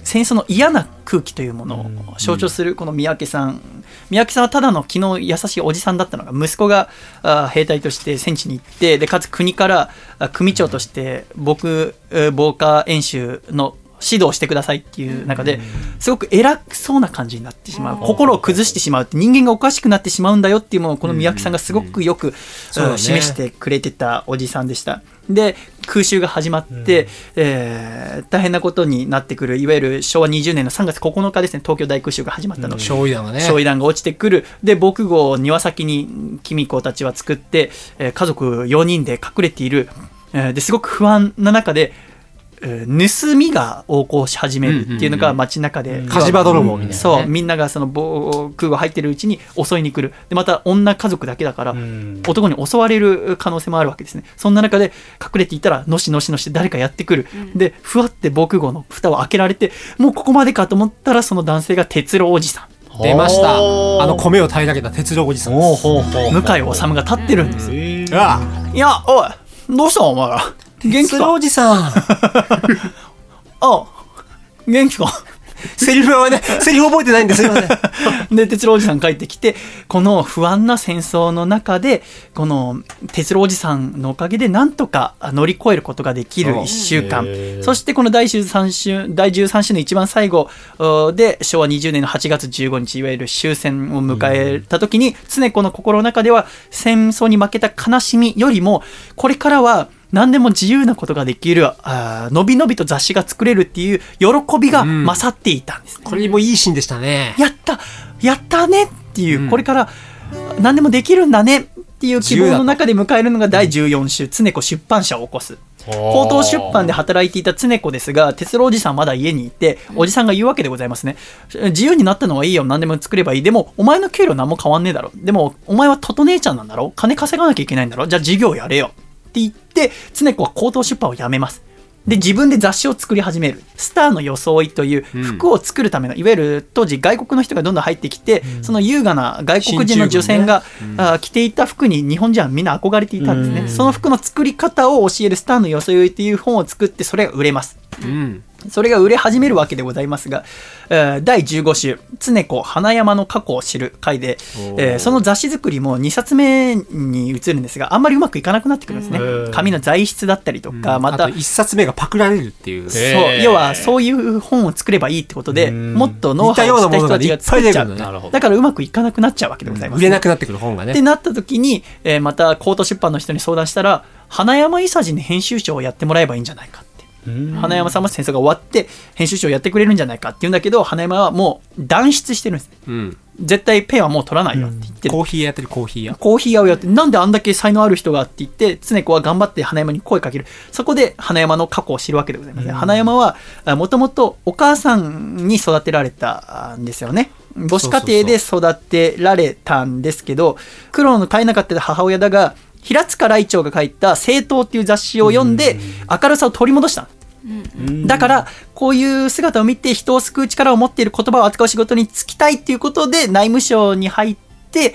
戦争の嫌な空気というものを象徴するこの三宅さん。三宅さんはただの気の優しいおじさんだったのが、息子が兵隊として戦地に行って、でかつ国から組長として防火演習の指導してくださいっていう中ですごく偉そうな感じになってしまう、心を崩してしまうって、人間がおかしくなってしまうんだよっていうものをこの三宅さんがすごくよく示してくれてたおじさんでした。で空襲が始まって、大変なことになってくる、いわゆる昭和20年の3月9日ですね、東京大空襲が始まったの、 焼夷弾がね、 焼夷弾が落ちてくる。で防空壕を庭先に公子たちは作って、家族4人で隠れている、ですごく不安な中で盗みが横行し始めるっていうのが街中で、 火事場泥棒みたいな、ね、 そうみんながその防空壕入ってるうちに襲いに来る。でまた女家族だけだから男に襲われる可能性もあるわけですね。そんな中で隠れていたらのしのしのして誰かやってくる。でふわって防空壕の蓋を開けられて、もうここまでかと思ったらその男性が哲郎おじさん。 出ました。米を平らげた哲郎おじさんです。 向井治が立ってるんです。いやおいどうしたお前ら元気か。 哲郎おじさんあ元気か。 セリフ覚えてないんですいません。 で哲郎おじさん帰ってきて、この不安な戦争の中でこの哲郎おじさんのおかげでなんとか乗り越えることができる1週間。そしてこの第13週の一番最後で昭和20年の8月15日いわゆる終戦を迎えた時に、常子の心の中では戦争に負けた悲しみよりもこれからは何でも自由なことができる、のびのびと雑誌が作れるっていう喜びが勝っていたんですね。 これもいいシーンでしたね。 やったねっていう、これから何でもできるんだねっていう希望の中で迎えるのが第14週、常子出版社を起こす。高等出版で働いていた常子ですが、哲郎おじさんまだ家にいて、おじさんが言うわけでございますね。自由になったのはいいよ、何でも作ればいい。でもお前の給料何も変わんねえだろ。でもお前はトト姉ちゃんなんだろ、金稼がなきゃいけないんだろ、じゃあ授業やれよって言って常子は高等出版を辞めます。で自分で雑誌を作り始める。スターの装いという服を作るための、いわゆる当時外国の人がどんどん入ってきて、その優雅な外国人の女性が、着ていた服に日本人はみんな憧れていたんですね。その服の作り方を教えるスターの装いという本を作って、それが売れます。それが売れ始めるわけでございますが、第15週常子花山の過去を知る回で、その雑誌作りも2冊目に移るんですが、あんまりうまくいかなくなってくるんですね。紙の材質だったりとか、またあと1冊目がパクられるっていう、 そう要はそういう本を作ればいいってことで、もっとノウハウをした人たちが作っちゃう。だからうまくいかなくなっちゃうわけでございます、 売れなくなってくる本がね。 ってなった時に、また高等出版の人に相談したら、花山伊佐治に編集長をやってもらえばいいんじゃないか。花山さんも戦争が終わって編集長をやってくれるんじゃないかって言うんだけど、花山はもう断筆してるんですね、絶対ペンはもう取らないよって言ってる、 コーヒー屋やってる。コーヒー屋をやって、なんであんだけ才能ある人がって言って常子は頑張って花山に声かける。そこで花山の過去を知るわけでございます、花山はもともとお母さんに育てられたんですよね。母子家庭で育てられたんですけど、苦労の絶えなかった母親だが、平塚雷鳥が書いた青鞜っていう雑誌を読んで明るさを取り戻した。だからこういう姿を見て人を救う力を持っている言葉を扱う仕事に就きたいということで内務省に入って、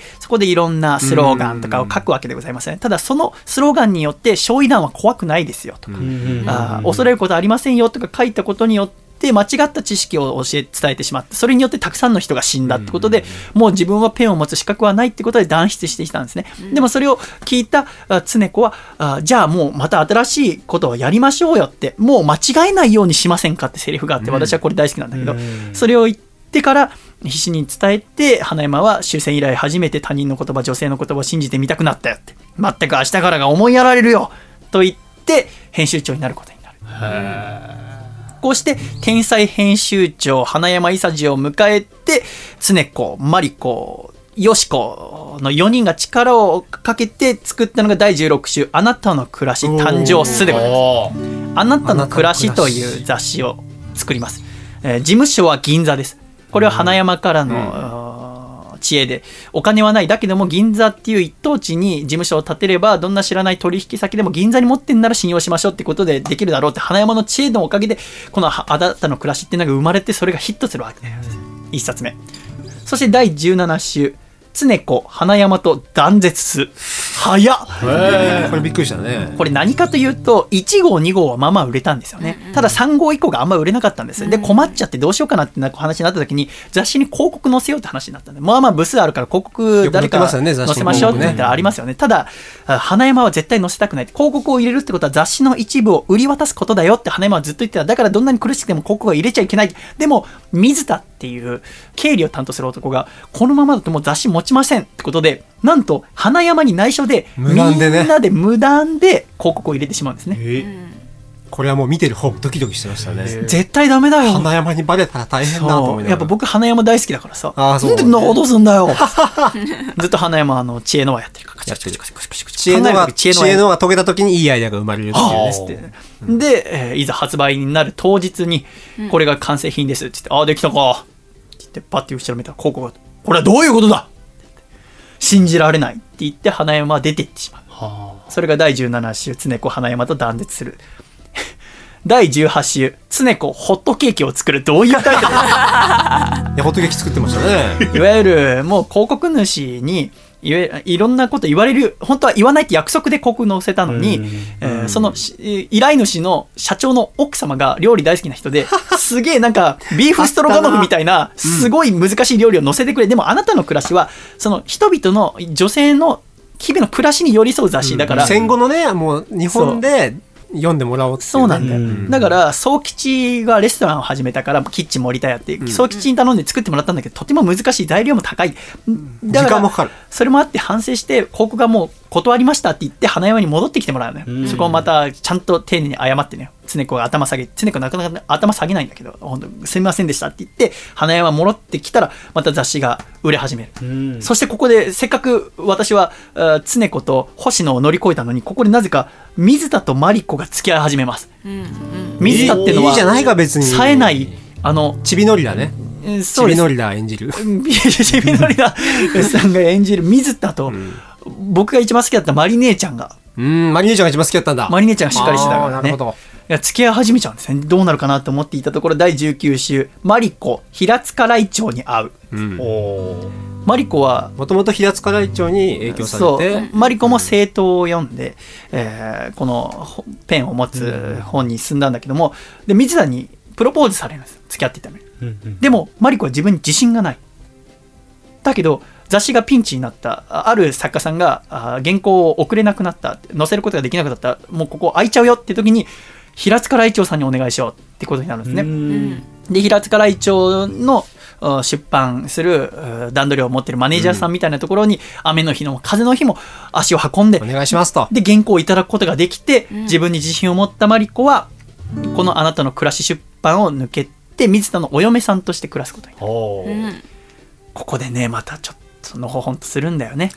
そこでいろんなスローガンとかを書くわけでございますね。ただそのスローガンによって焼夷弾は怖くないですよとか、恐れることありませんよとか書いたことによって間違った知識を伝えてしまって、それによってたくさんの人が死んだってことで、もう自分はペンを持つ資格はないってことで断筆してきたんですね。でもそれを聞いた常子は、じゃあもうまた新しいことをやりましょうよって、もう間違えないようにしませんかってセリフがあって、私はこれ大好きなんだけど、それを言ってから必死に伝えて、花山は終戦以来初めて他人の言葉、女性の言葉を信じてみたくなったよって、全く明日からが思いやられるよと言って編集長になることになる。こうして天才編集長花山伊佐治を迎えて、常子、マリコ、よしこの4人が力をかけて作ったのが第16週あなたの暮らし誕生すでございます。あなたの暮らしという雑誌を作ります。事務所は銀座です。これは花山からの、知恵で、お金はない、だけども銀座っていう一等地に事務所を建てればどんな知らない取引先でも銀座に持ってんなら信用しましょうってことでできるだろうって、花山の知恵のおかげでこのあなたの暮らしっていうのが生まれて、それがヒットするわけです。1冊目。そして第17週常子花山と断絶す。早っ。 これびっくりしたね。 これ何かというと1号2号はまあまあ売れたんですよね。ただ3号以降があんま売れなかったんです。で困っちゃってどうしようかなって話になった時に雑誌に広告載せようって話になったんで、まあまあ部数あるから広告誰か載せましょうって言ったらありますよね。ただ花山は絶対載せたくない。広告を入れるってことは雑誌の一部を売り渡すことだよって花山はずっと言ってた。だからどんなに苦しくても広告は入れちゃいけない。でも水田っていう経理を担当する男がこのままだともう雑誌持ちませんってことで、なんと花山に内緒でみんなで無断で広告を入れてしまうんですね。 これはもう見てる方もドキドキしてましたね。 絶対ダメだよ。 花山にバレたら大変だと思いながら。 やっぱ僕花山大好きだからさ。 ああ、そう。 なんでそんなことすんだよ。ずっと花山知恵の輪やってるから。 知恵の輪が解けた時にいいアイデアが生まれるっていうね。 で、いざ発売になる当日にこれが完成品ですって言って、ああできたかって言ってパッて後ろ見たら広告が、これはどういうことだ。信じられないって言って花山は出ていってしまう。それが第17週常子花山と断絶する。第18週常子ホットケーキを作る。どういうタイトルいやホットケーキ作ってましたね。 いわゆるもう広告主にいろんなこと言われる、本当は言わないって約束で広告載せたのに、その依頼主の社長の奥様が料理大好きな人で、すげえなんかビーフストロガノフみたいなすごい難しい料理を載せてくれ。でもあなたの暮らしはその人々の女性の日々の暮らしに寄り添う雑誌だから、 戦後のねもう日本で読んでもらおうっていう、ね、 そうなんだよ、だから宗吉がレストランを始めたからキッチン森田屋って宗吉に頼んで作ってもらったんだけど、とても難しい、材料も高い、だから時間もかかる。 それもあって反省して広告がもう断りましたって言って花山に戻ってきてもらうのよ、そこをまたちゃんと丁寧に謝ってね、常子が頭下げ、常子なかなか頭下げないんだけど、本当すみませんでしたって言って花山戻ってきたらまた雑誌が売れ始める、そしてここでせっかく私は常子と星野を乗り越えたのに、ここでなぜか水田とマリコが付き合い始めます、水田っていうのはいいじゃないか別に冴えないちびのりだね、ちびのりだ演じるちびのりださんが演じる水田と、僕が一番好きだったマリ姉ちゃんが、 マリ姉ちゃんが一番好きだったんだ。 マリ姉ちゃんがしっかりしてたからね。 なるほど。 いや付き合い始めちゃうんですね。どうなるかなと思っていたところ、第19週マリコ平塚雷鳥に会う、マリコはもともと平塚雷鳥に影響されて、 マリコも生徒を読んで、このペンを持つ本に進んだんだけども、で水田にプロポーズされるんです、付き合っていたのに、でもマリコは自分に自信がない。だけど雑誌がピンチになった、ある作家さんが原稿を送れなくなった、載せることができなくなった、もうここ空いちゃうよって時に平塚雷鳥さんにお願いしようってことになるんですね。で平塚雷鳥の出版する段取りを持ってるマネージャーさんみたいなところに、雨の日の風の日も足を運んでお願いしますと、 で原稿をいただくことができて、自分に自信を持ったマリコはこのあなたの暮らし出版を抜けて水田のお嫁さんとして暮らすことになる。ここでねまたちょっとのほほんとするんだよね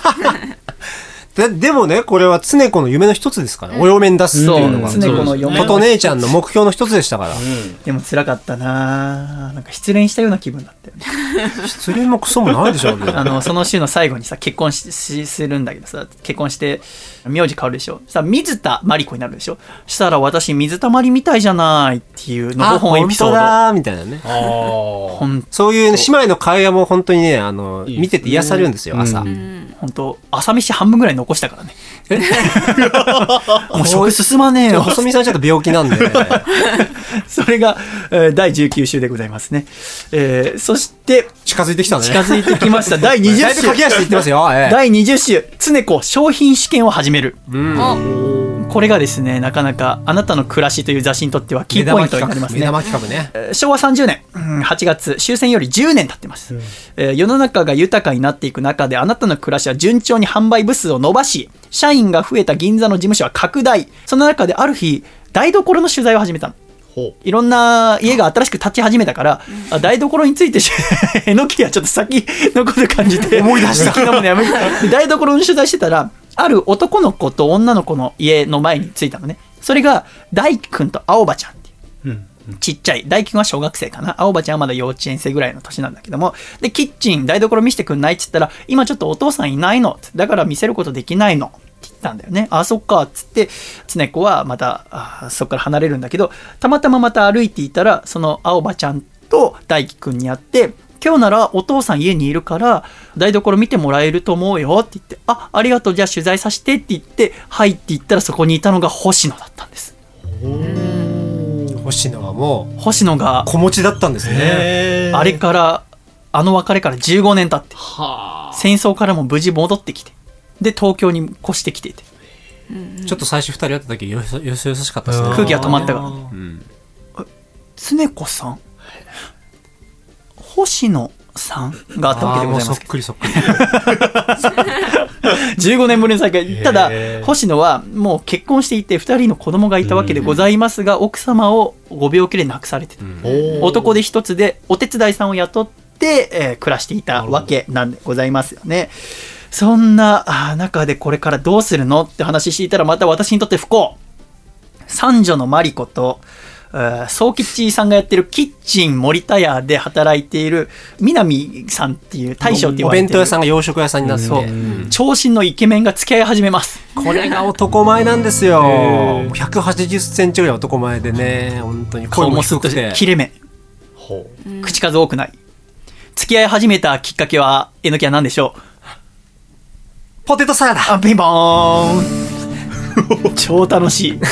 でもねこれは常子の夢の一つですから、お嫁に出すっていうのが常子の嫁琴姉ちゃんの目標の一つでしたから、 でも辛かったな、なんか失恋したような気分だったよね失恋もクソもないでしょその週の最後にさ結婚するんだけどさ、結婚して名字変わるでしょ、さ水田マリコになるでしょ、したら私水田マリみたいじゃないっていうのほほんエピソード、 あ本当だみたいなね、そういう、ね、姉妹の会話も本当にね見てて癒されるんですよ、朝本当朝飯半分ぐらい残したからねもう食進まねえよ、 細見さんちょっと病気なんでそれが第19週でございますね、そして近づいてきたね、 近づいてきました第20週、 だいぶ駆け足でいってますよ、 第20週常子商品試験を始める、これがですねなかなかあなたの暮らしという雑誌にとってはキーポイントになりますね。 目玉企画ね、 昭和30年8月終戦より10年経ってます、世の中が豊かになっていく中であなたの暮らしは順調に販売部数を伸ばし、社員が増えた銀座の事務所は拡大。その中である日台所の取材を始めたの。いろんな家が新しく建ち始めたから、台所についてえのきはちょっと先のこと感じて思い出した台所の取材してたら、ある男の子と女の子の家の前に着いたのね。それが大輝くんと青葉ちゃんっていう、ちっちゃい大輝くんは小学生かな、青葉ちゃんはまだ幼稚園生ぐらいの年なんだけども、でキッチン台所見せてくんないって言ったら、今ちょっとお父さんいないの、だから見せることできないのって言ったんだよね。あ、そっかっつって常子はまたそっから離れるんだけど、たまたままた歩いていたらその青葉ちゃんと大輝くんに会って、 今日ならお父さん家にいるから台所見てもらえると思うよって言って、ありがとう、じゃあ取材させてって言って入っていったら、そこにいたのが星野だったんです。 星野はも星野がう子持ちだったんですね。 あれから別れから15年経って戦争からも無事戻ってきて、で東京に越してきていて、 ちょっと最初2人会った時よそよそしかったですね。 空気が止まったから、常子さん、星野さんがあったわけでございますけど、 そっくりそっくり。 15年ぶりの再会。ただ星野はもう結婚していて2人の子供がいたわけでございますが、奥様をご病気で亡くされてた、男で一つでお手伝いさんを雇って、暮らしていたわけなんでございますよね。そんな中でこれからどうするのって話していたら、また私にとって不幸。三女のマリコと宗吉さんがやってるキッチン森田屋で働いている南さんっていう大将って言われてるお弁当屋さんが洋食屋さんになって、 長身のイケメンが付き合い始めます。 これが男前なんですよ。180センチぐらい男前でね、本当に声も低くて切れ目、口数多くない。付き合い始めたきっかけはえのきは何でしょう？ ポテトサラダ。 ピンポーン超楽しい。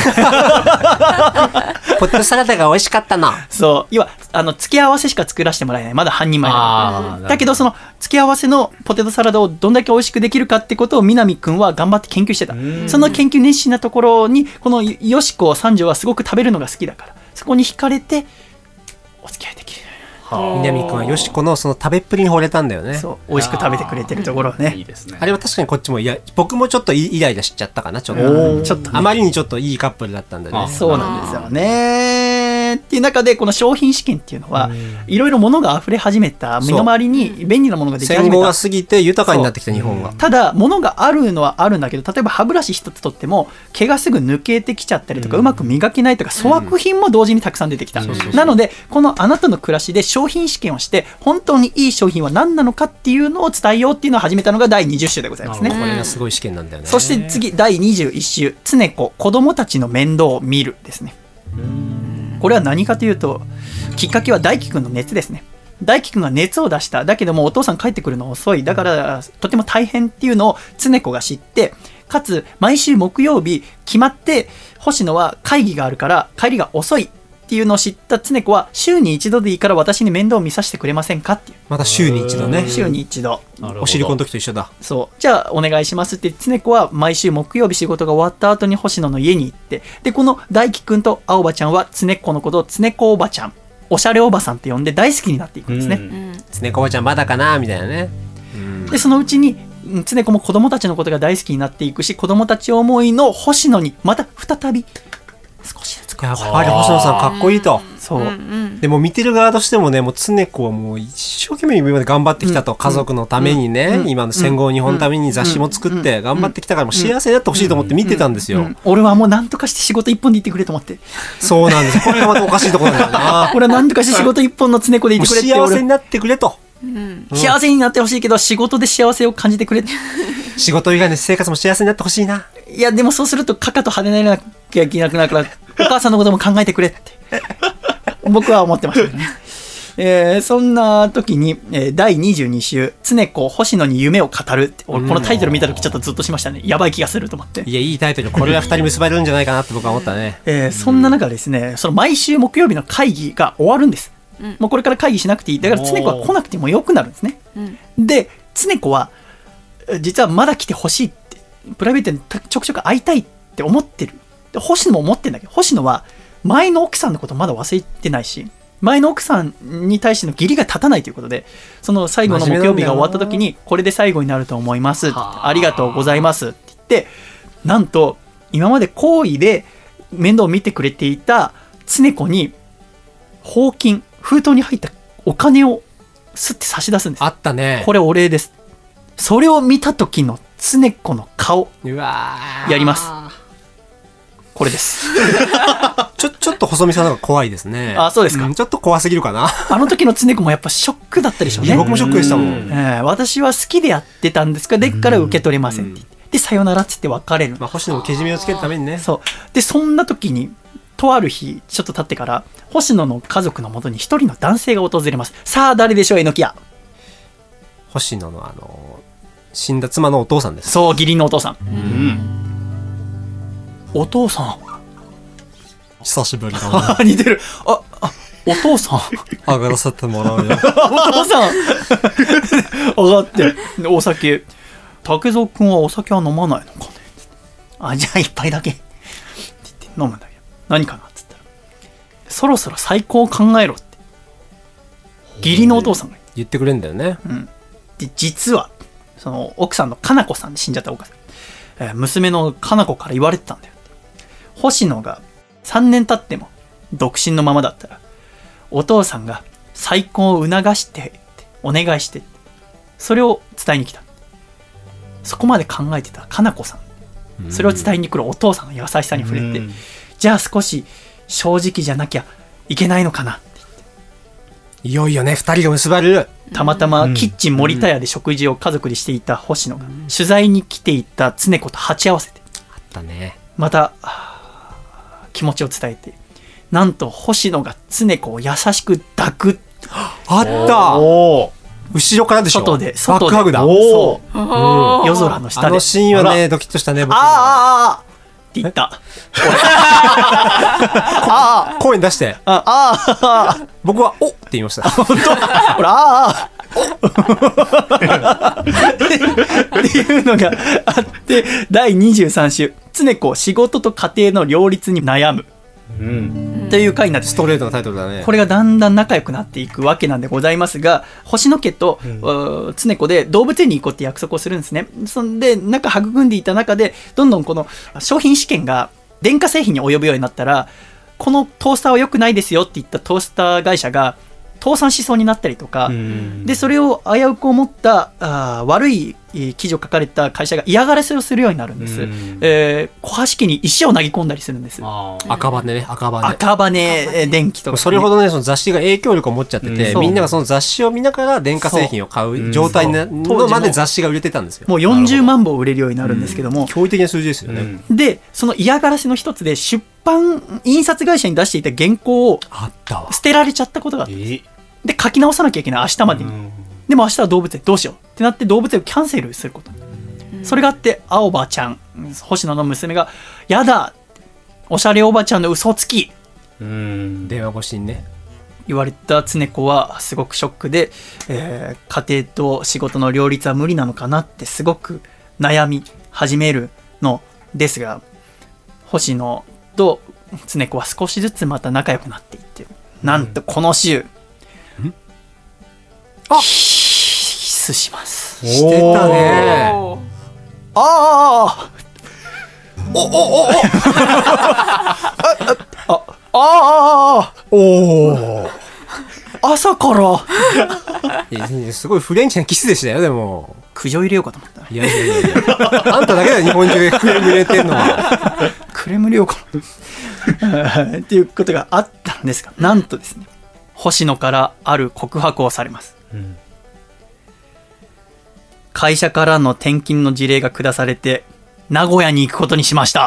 ポテトサラダが美味しかったの。 そう、要は付け合わせしか作らせてもらえない、まだ半人前だけど、その付け合わせのポテトサラダをどんだけ美味しくできるかってことを南くんは頑張って研究してた。その研究熱心なところにこのよしこ三女はすごく食べるのが好きだから、そこに惹かれてお付き合いできる。 南くんはよしこのその食べっぷりに惚れたんだよね。 そう、美味しく食べてくれてるところはね。 いいですね。 あれは確かにこっちも僕もちょっとイライラしちゃったかな、ちょっとね、 あまりにちょっといいカップルだったんだね。 そうなんですよね。っていう中でこの商品試験っていうのはいろいろ物が溢れ始めた、身の回りに便利なものができ始めた、 戦後が過ぎて豊かになってきた日本が。 ただ物があるのはあるんだけど、例えば歯ブラシ一つとっても毛がすぐ抜けてきちゃったりとか、うまく磨けないとか粗悪品も同時にたくさん出てきた。なのでこのあなたの暮らしで商品試験をして本当にいい商品は何なのかっていうのを伝えようっていうのを始めたのが第20週でございますね。 これがすごい試験なんだよね。 そして次第21週、常子子供たちの面倒を見るですね。これは何かというと、きっかけは大輝くんの熱ですね。大輝くんが熱を出した。だけどもお父さん帰ってくるの遅い。だからとても大変っていうのを常子が知って、かつ毎週木曜日決まって星野は会議があるから帰りが遅いっていうのを知った常子は、週に一度でいいから私に面倒を見させてくれませんかっていう。 また週に一度ね。 週に一度。 おしりこの時と一緒だ。 そう。じゃあお願いしますって常子は毎週木曜日仕事が終わった後に星野の家に行って、でこの大輝くんと青葉ちゃんは常子のことを常子おばちゃん、おしゃれおばさんって呼んで大好きになっていくんですね。 常子おばちゃんまだかなみたいなね。 でそのうちに常子も子供たちのことが大好きになっていくし、子供たち思いの星野にまた再び少しずつ。 やっぱり星野さんかっこいいと。 そう、 でも見てる側としてもね、もう常子はもう一生懸命今まで頑張ってきたと、家族のためにね、今の戦後日本のために雑誌も作って頑張ってきたから、もう幸せになってほしいと思って見てたんですよ。 俺はもう何とかして仕事一本でいってくれと思って。 そうなんです。これがまたおかしいところなんだよな。 俺は何とかして仕事一本の常子でいてくれって。 幸せになってくれと。 幸せになってほしいけど仕事で幸せを感じてくれ。 仕事以外の生活も幸せになってほしいな。 いやでもそうするとカカと跳ねられなきゃいけなくなるから、お母さんのことも考えてくれって僕は思ってましたね。そんな時に、第22週常子星野に夢を語るって、俺このタイトル見た時ちょっとずっとしましたね。やばい気がすると思って。 いやいいタイトル。これは2人結ばれるんじゃないかなって僕は思ったね。 そんな中ですね、その毎週木曜日の会議が終わるんです。もうこれから会議しなくていい。だから常子は来なくてもよくなるんですね。で常子は実はまだ来てほしいって、プライベートにちょくちょく会いたいって思ってる。で星野も思ってんだけど、星野は前の奥さんのことまだ忘れてないし、前の奥さんに対しての義理が立たないということで、その最後の木曜日が終わった時にこれで最後になると思います、ありがとうございますって言って、なんと今まで好意で面倒を見てくれていた常子に宝金、封筒に入ったお金をすって差し出すんです。 あったね。 これお礼です。それを見た時の常子の顔、 うわやります。これですちょっと細見さんの方が怖いですね。 あ、そうですか。 ちょっと怖すぎるかな。 あの時の常子もやっぱショックだったでしょうね。 僕もショックでしたもん。 私は好きでやってたんですが、でっから受け取れませんって言って、でさよならっつって別れる。 星野もけじめをつけるためにね。 そうでそんな時にとある日ちょっと経ってから星野の家族のもとに一人の男性が訪れます。さあ誰でしょう、えのきや。 星野の死んだ妻のお父さんです。 そう、義理のお父さん。お父さん久しぶりだ似てる。お父さん上がらせてもらうよ。 お父さん上がってでお酒、竹蔵くんはお酒は飲まないのかね。じゃあ一杯だけって言って飲むんだけど、何かなっつったら、そろそろ再婚を考えろって義理のお父さんが言ってくれんだよね。 で、実はその奥さんのかな子さんで死んじゃった奥さん、娘のかな子から言われてたんだよ。星野が3年経っても独身のままだったらお父さんが再婚を促してってお願いして、それを伝えに来た。そこまで考えてたかな子さん、それを伝えに来るお父さんの優しさに触れて、じゃあ少し正直じゃなきゃいけないのかなって言って、 いよいよね2人が結ばれる。 たまたまキッチン森田屋で食事を家族でしていた星野が取材に来ていた常子と鉢合わせて、 あったね。 また気持ちを伝えて、なんと星野が常子を優しく抱く。 あった後ろからでしょ。 外でバックハグだ。 そう夜空の下であのシーンはねドキッとしたね。僕って言った声に出して僕はおって言いました。 本当ほらっていうのがあって、第23週常子仕事と家庭の両立に悩むという回になって、 ストレートなタイトルだね。 これがだんだん仲良くなっていくわけなんでございますが、星野家と、常子で動物園に行こうって約束をするんですね。そんで仲育んでいた中で、どんどんこの商品試験が電化製品に及ぶようになったら、このトースターは良くないですよって言ったトースター会社が倒産しそうになったりとか、でそれを危うく思った悪い記事を書かれた会社が嫌がらせをするようになるんです。小橋家に石を投げ込んだりするんです。 赤羽ね、赤羽電機とか、ね、 それほどねその雑誌が影響力を持っちゃってて、みんながその雑誌を見ながら電化製品を買う状態のまで雑誌が売れてたんですよ。 もう40万本売れるようになるんですけども、 驚異的な数字ですよね。 でその嫌がらせの一つで出版印刷会社に出していた原稿を捨てられちゃったことがあったんです。で書き直さなきゃいけない、明日までに。でも明日は動物園どうしようってなって動物園をキャンセルすることに、それがあって、青葉ちゃん、星野の娘がやだ、おしゃれおばちゃんの嘘つき、 電話越しにね言われた常子はすごくショックで、家庭と仕事の両立は無理なのかなってすごく悩み始めるのですが、星野と常子は少しずつまた仲良くなっていって、なんとこの週、キスします。 してたね。 朝からすごいフレンチなキスでしたよ。でも苦情入れようかと思った。 いやあんただけだよ日本中でクレーム入れてんのは。 クレーム入れようかなっていうことがあったんですが、なんとですね、星野からある告白をされます。会社からの転勤の辞令が下されて名古屋に行くことにしました。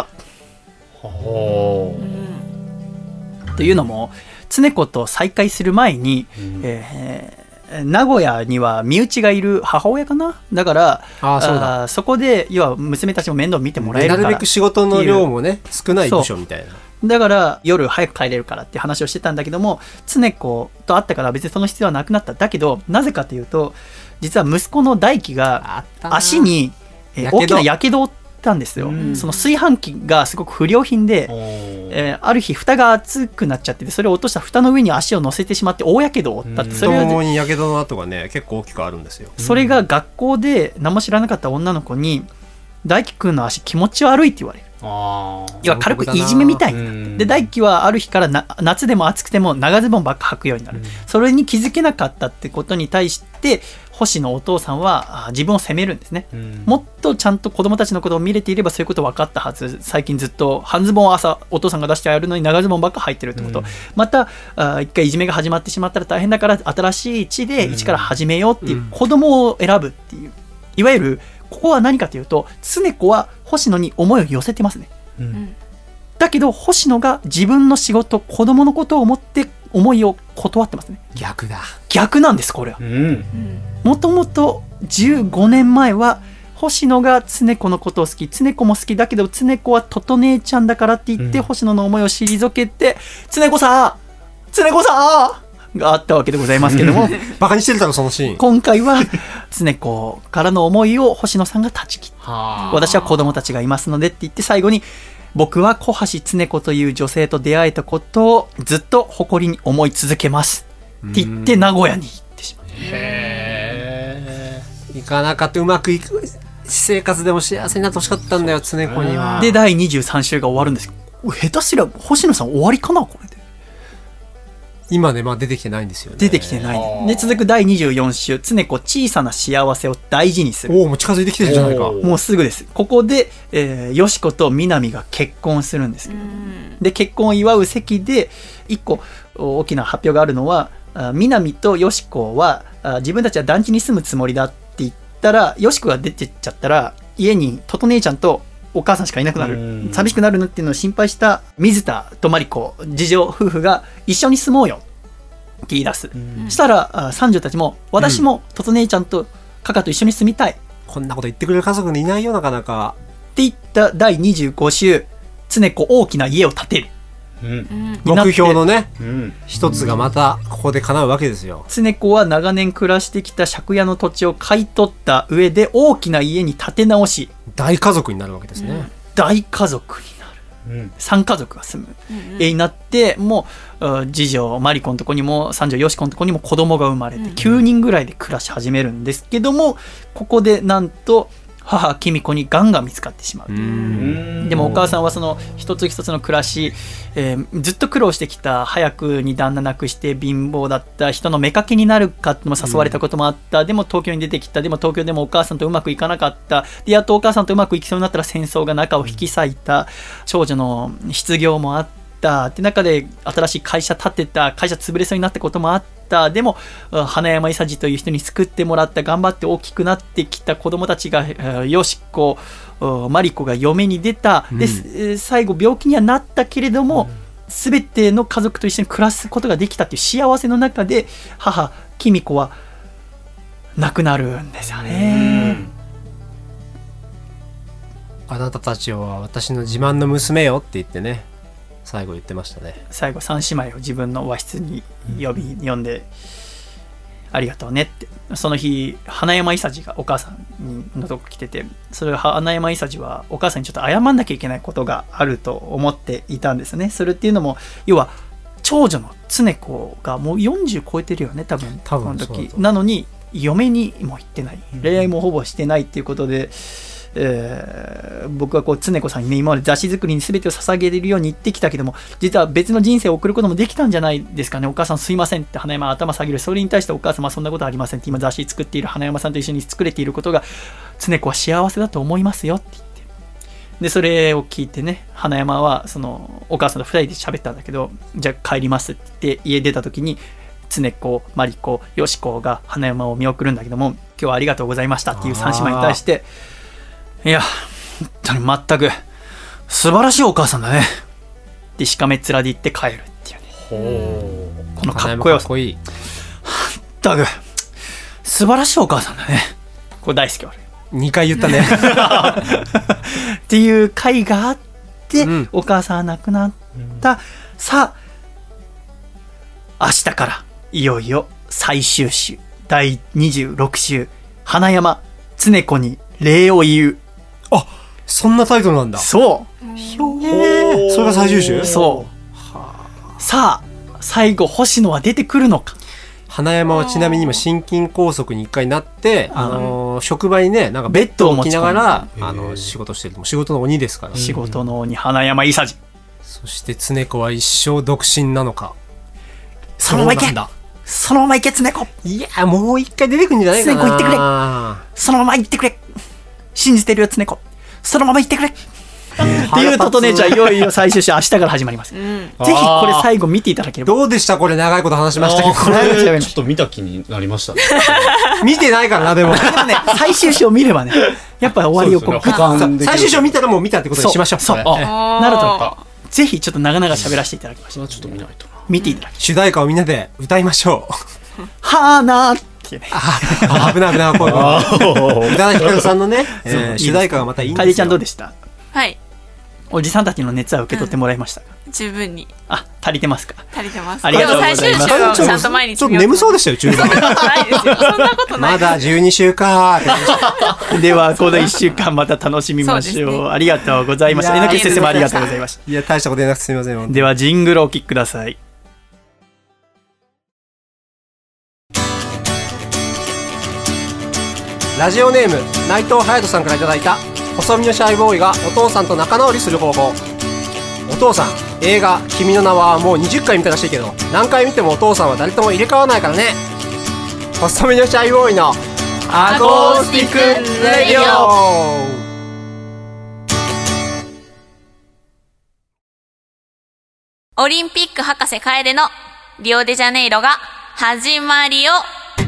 というのも常子と再会する前に、名古屋には身内がいる母親かな、だからそこで要は娘たちも面倒見てもらえるから、 なるべく仕事の量もね少ない部署みたいな、 だから夜早く帰れるからって話をしてたんだけども、常子と会ったから別にその必要はなくなった。だけどなぜかというと、実は息子の大輝が足に大きなやけどを負ったんですよ。その炊飯器がすごく不良品で、ある日蓋が熱くなっちゃってて、それを落とした蓋の上に足を乗せてしまって大やけどを負ったって。 それにやけどの跡がね結構大きくあるんですよ。 それが学校で何も知らなかった女の子に、大輝くんの足気持ち悪いって言われる。要は軽くいじめみたいになって、で大輝はある日から夏でも暑くても長ズボンばっか履くようになる。それに気づけなかったってことに対して星のお父さんは自分を責めるんですね。もっとちゃんと子供たちのことを見れていればそういうこと分かったはず。最近ずっと半ズボンを朝お父さんが出してやるのに長ズボンばっか履いてるってこと、また一回いじめが始まってしまったら大変だから新しい地で一から始めようっていう、子供を選ぶっていう、いわゆるここは何かというと、常子は星野に思いを寄せてますね。 だけど星野が自分の仕事、子供のことを思って思いを断ってますね。 逆だ。 逆なんですこれは。 うんもともと15年前は星野が常子のことを好き、常子も好きだけど常子はとと姉ちゃんだからって言って、星野の思いを退けて常子さんがあったわけでございますけどもバカにしてるだろそのシーン。 今回は常子からの思いを星野さんが断ち切って、 はあ私は子供たちがいますのでって言って、最後に僕は小橋常子という女性と出会えたことをずっと誇りに思い続けますって言って名古屋に行ってしまう。 へ行かなかった。うまくいく私生活でも幸せになってほしかったんだよ常子には。 で第23週が終わるんですけど、下手すりゃ星野さん終わりかなこれで。 今ね、まあ出てきてないんですよね。 出てきてないで、続く第24週常子小さな幸せを大事にする。 おお、もう近づいてきてるじゃないか。 おーもうすぐです。ここで、よし子と南が結婚するんですけど、で結婚を祝う席で一個大きな発表があるのは、南とよし子は自分たちは団地に住むつもりだって言ったら、よし子が出てっちゃったら家にとと姉ちゃんとお母さんしかいなくなる、寂しくなるのっていうのを心配した水田とマリ子次女夫婦が一緒に住もうよって言い出す。したら三女たちも私もとと姉ちゃんとカカと一緒に住みたいってこんなこと言ってくれる家族にいないよなかなか。 言った第25週常子大きな家を建てるうんになって、 目標のねうん一つがまたここで叶うわけですよ。 常子は長年暮らしてきた借家の土地を買い取った上で大きな家に建て直し、 大家族になるわけですね。 大家族になる。 うん 3家族が住む家になって、もう次女マリコのとこにも三女ヨシコのとこにも子供が生まれて9人ぐらいで暮らし始めるんですけども、ここでなんと母キミコに癌が見つかってしまう。でもお母さんはその一つ一つの暮らし、ずっと苦労してきた、早くに旦那亡くして貧乏だった人の妾になるかっても誘われたこともあった、でも東京に出てきた、でも東京でもお母さんとうまくいかなかった、でやっとお母さんとうまくいきそうになったら戦争が中を引き裂いた、長女の失業もあったって中で新しい会社建てた、会社潰れそうになったこともあった、でも花山伊佐治という人に救ってもらった、頑張って大きくなってきた子供たちがよしこマリコが嫁に出た、で最後病気にはなったけれども、全ての家族と一緒に暮らすことができたっていう幸せの中で母キミコは亡くなるんですよね。 あなたたちは私の自慢の娘よって言ってね、最後言ってましたね。 最後3姉妹を自分の和室に呼んで、ありがとうねって。その日花山伊佐治がお母さんのとこ来てて、それ花山伊佐治はお母さんにちょっと謝んなきゃいけないことがあると思っていたんですね。それっていうのも、要は長女の常子がもう40超えてるよね、多分この時なのに嫁にも行ってない、恋愛もほぼしてないっていうことで、僕はこう常子さんにね、今まで雑誌作りに全てを捧げれるように言ってきたけども、実は別の人生を送ることもできたんじゃないですかね。お母さんすいませんって花山は頭下げる。それに対してお母様はそんなことありませんって、今雑誌作っている花山さんと一緒に作れていることが常子は幸せだと思いますよって言って、でそれを聞いてね、花山はそのお母さんと2人で喋ったんだけど、じゃあ帰りますって言って家出た時に常子、マリコ、ヨシコが花山を見送るんだけども、今日はありがとうございましたっていう3姉妹に対して、いや本当に全く素晴らしいお母さんだねってしかめっ面で言って帰るっていうね、このかっこよさ、 かっこいい。 全く素晴らしいお母さんだね、これ大好き俺 2回言ったねっていう回があって、お母さんは亡くなった、さあ明日からいよいよ最終週第26週花山常子に礼を言う。 あ、そんなタイトルなんだ。 そうそれが最終週。 そうさあ最後星野は出てくるのか。 花山はちなみに今心筋梗塞に1回なって、職場にね、なんかベッドを置きながら仕事してる。仕事の鬼ですから、 仕事の鬼花山伊佐治。 そして常子は一生独身なのか。 そのまま行け、そのまま行け常子。 いや、もう一回出てくるんじゃないかな。 常子行ってくれ、そのまま行ってくれ、信じてるよ常子、そのまま行ってくれっていうとと姉ちゃん、いよいよ最終週明日から始まります、ぜひこれ最後見ていただければ。 どうでしたこれ、長いこと話しましたけど、 これちょっと見た気になりましたね見てないからな。でもね、最終章を見ればね、やっぱ終わりをこうそうですね、 最終章見たらもう見たってことにしましょう。 そうなるとぜひちょっと長々喋らせていただきました。 それはちょっと見ないとな。 見ていただきまし主題歌をみんなで歌いましょう。 はーなーってね。 危ない危ない、こういうの。宇多田ヒカルさんのね、主題歌がまたいいんですよ。 かりちゃんどうでした？ はいおじさんたちの熱は受け取ってもらいましたか？ 十分にあ、足りてますか？ 足りてます。 ありがとうございます。 でも最終週はちゃんと毎日ちょっと眠そうでしたよ、中盤。 ないですよ。そんなことない。 まだ12週かーって。 ではこの1週間また楽しみましょう。 そうですねありがとうございました。 いやー榎木先生もありがとうございました。 いや、大したこと言えなくてすみません。 ではジングルをお聴きください。 ラジオネーム内藤隼人さんからいただいた細身のシャイボーイがお父さんと仲直りする方法。お父さん、映画「君の名は」もう20回見たらしいけど、何回見てもお父さんは誰とも入れ替わらないからね。細身のシャイボーイのアコースティックレディオ。 オリンピック博士楓のリオデジャネイロが始まりよ。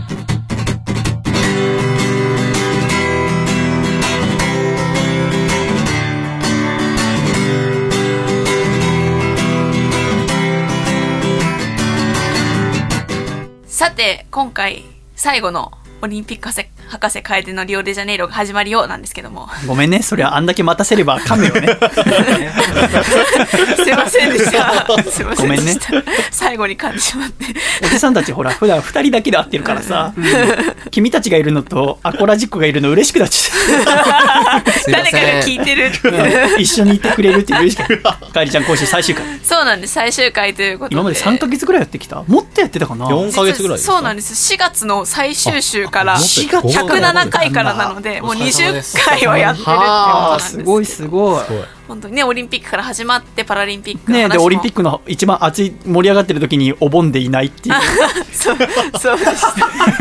さて今回最後のオリンピック博士楓のリオデジャネイロが始まりようなんですけども、 ごめんね、それはあんだけ待たせれば噛むよね。 すいませんでしたすいませごめんねんでした最後に噛んでしまっておじさんたちほら普段2人だけで会ってるからさ、君たちがいるのとアコラジックがいるの嬉しくなっちゃ誰かが聞いてるってう。一緒にいてくれるっていう嬉しくなる。かえりちゃん講師最終回。 そうなんです、最終回ということで今まで3ヶ月ぐらいやってきた？もっとやってたかな。 4ヶ月ぐらいですか？ そうなんです。4月の最終週から 4月 107回からなので、もう20回はやってるってことはあ、 なんですけど、 すごいすごい。 本当にね、オリンピックから始まってパラリンピックの話もねでオリンピックの一番熱い盛り上がってる時にお盆でいないっていうそうでした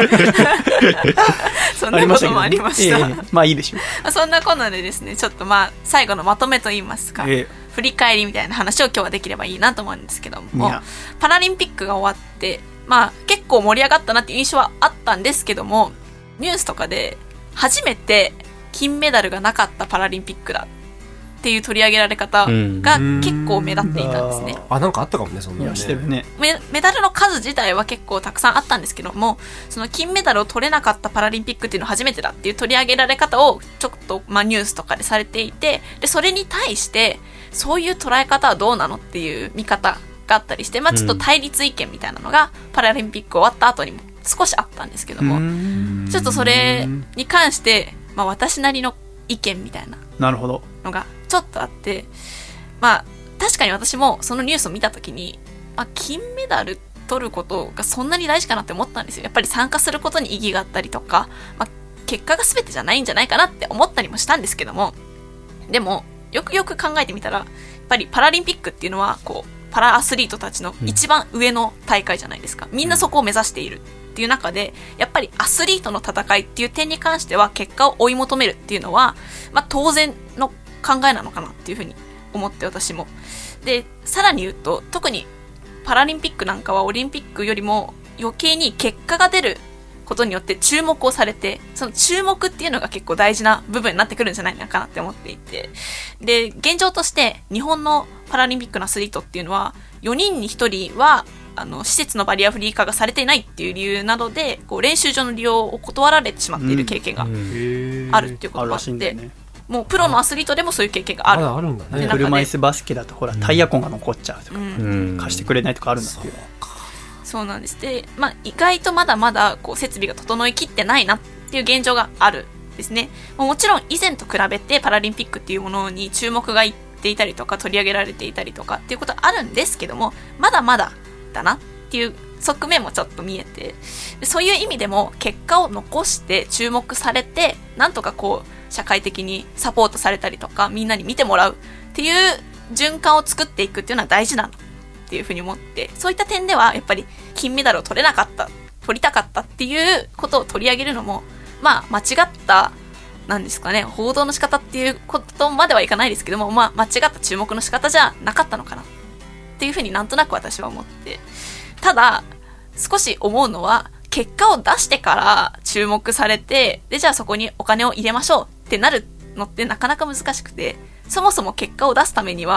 そんなこともありました。 まあいいでしょう。 そんなこんなでですね、ちょっと最後のまとめといいますか、振り返りみたいな話を今日はできればいいなと思うんですけども、パラリンピックが終わって結構盛り上がったなっていう印象はあったんですけども、ニュースとかで初めて金メダルがなかったパラリンピックだっていう取り上げられ方が結構目立っていたんですね。 なんかあったかもね、そんなのね。 してるね。 メダルの数自体は結構たくさんあったんですけども、その金メダルを取れなかったパラリンピックっていうのは初めてだっていう取り上げられ方をちょっとニュースとかでされていて、でそれに対してそういう捉え方はどうなのっていう見方があったりして、ちょっと対立意見みたいなのがパラリンピック終わった後にも少しあったんですけども、ちょっとそれに関して私なりの意見みたいなのがちょっとあって、確かに私もそのニュースを見たときに、金メダル取ることがそんなに大事かなって思ったんですよ。やっぱり参加することに意義があったりとか、結果が全てじゃないんじゃないかなって思ったりもしたんですけども、でもよくよく考えてみたら、やっぱりパラリンピックっていうのはパラアスリートたちの一番上の大会じゃないですか。みんなそこを目指しているっていう中で、やっぱりアスリートの戦いっていう点に関しては結果を追い求めるっていうのは、当然の考えなのかなっていうふうに思って、私もでさらに言うと、特にパラリンピックなんかはオリンピックよりも余計に結果が出ることによって注目をされて、その注目っていうのが結構大事な部分になってくるんじゃないのかなって思っていて、で現状として日本のパラリンピックのアスリートっていうのは4人に1人は施設のバリアフリー化がされていないっていう理由などで練習場の利用を断られてしまっている経験があるっていうことがあって、もうプロのアスリートでもそういう経験がある。 あるんだね。 車椅子バスケだとほらタイヤ痕が残っちゃうとか、貸してくれないとかあるんだっていう。 そうなんです。で、意外とまだまだ設備が整いきってないなっていう現状があるんですね。もちろん以前と比べてパラリンピックっていうものに注目がいっていたりとか取り上げられていたりとかっていうことはあるんですけども、まだまだだなっていう側面もちょっと見えて、そういう意味でも結果を残して注目されて、なんとか社会的にサポートされたりとか、みんなに見てもらうっていう循環を作っていくっていうのは大事なのっていうふうに思って、そういった点ではやっぱり金メダルを取れなかった、取りたかったっていうことを取り上げるのも間違ったなんですかね、報道の仕方っていうことまではいかないですけども、間違った注目の仕方じゃなかったのかなっていうふうになんとなく私は思って、ただ少し思うのは、結果を出してから注目されて、でじゃあそこにお金を入れましょうってなるのってなかなか難しくて、そもそも結果を出すためには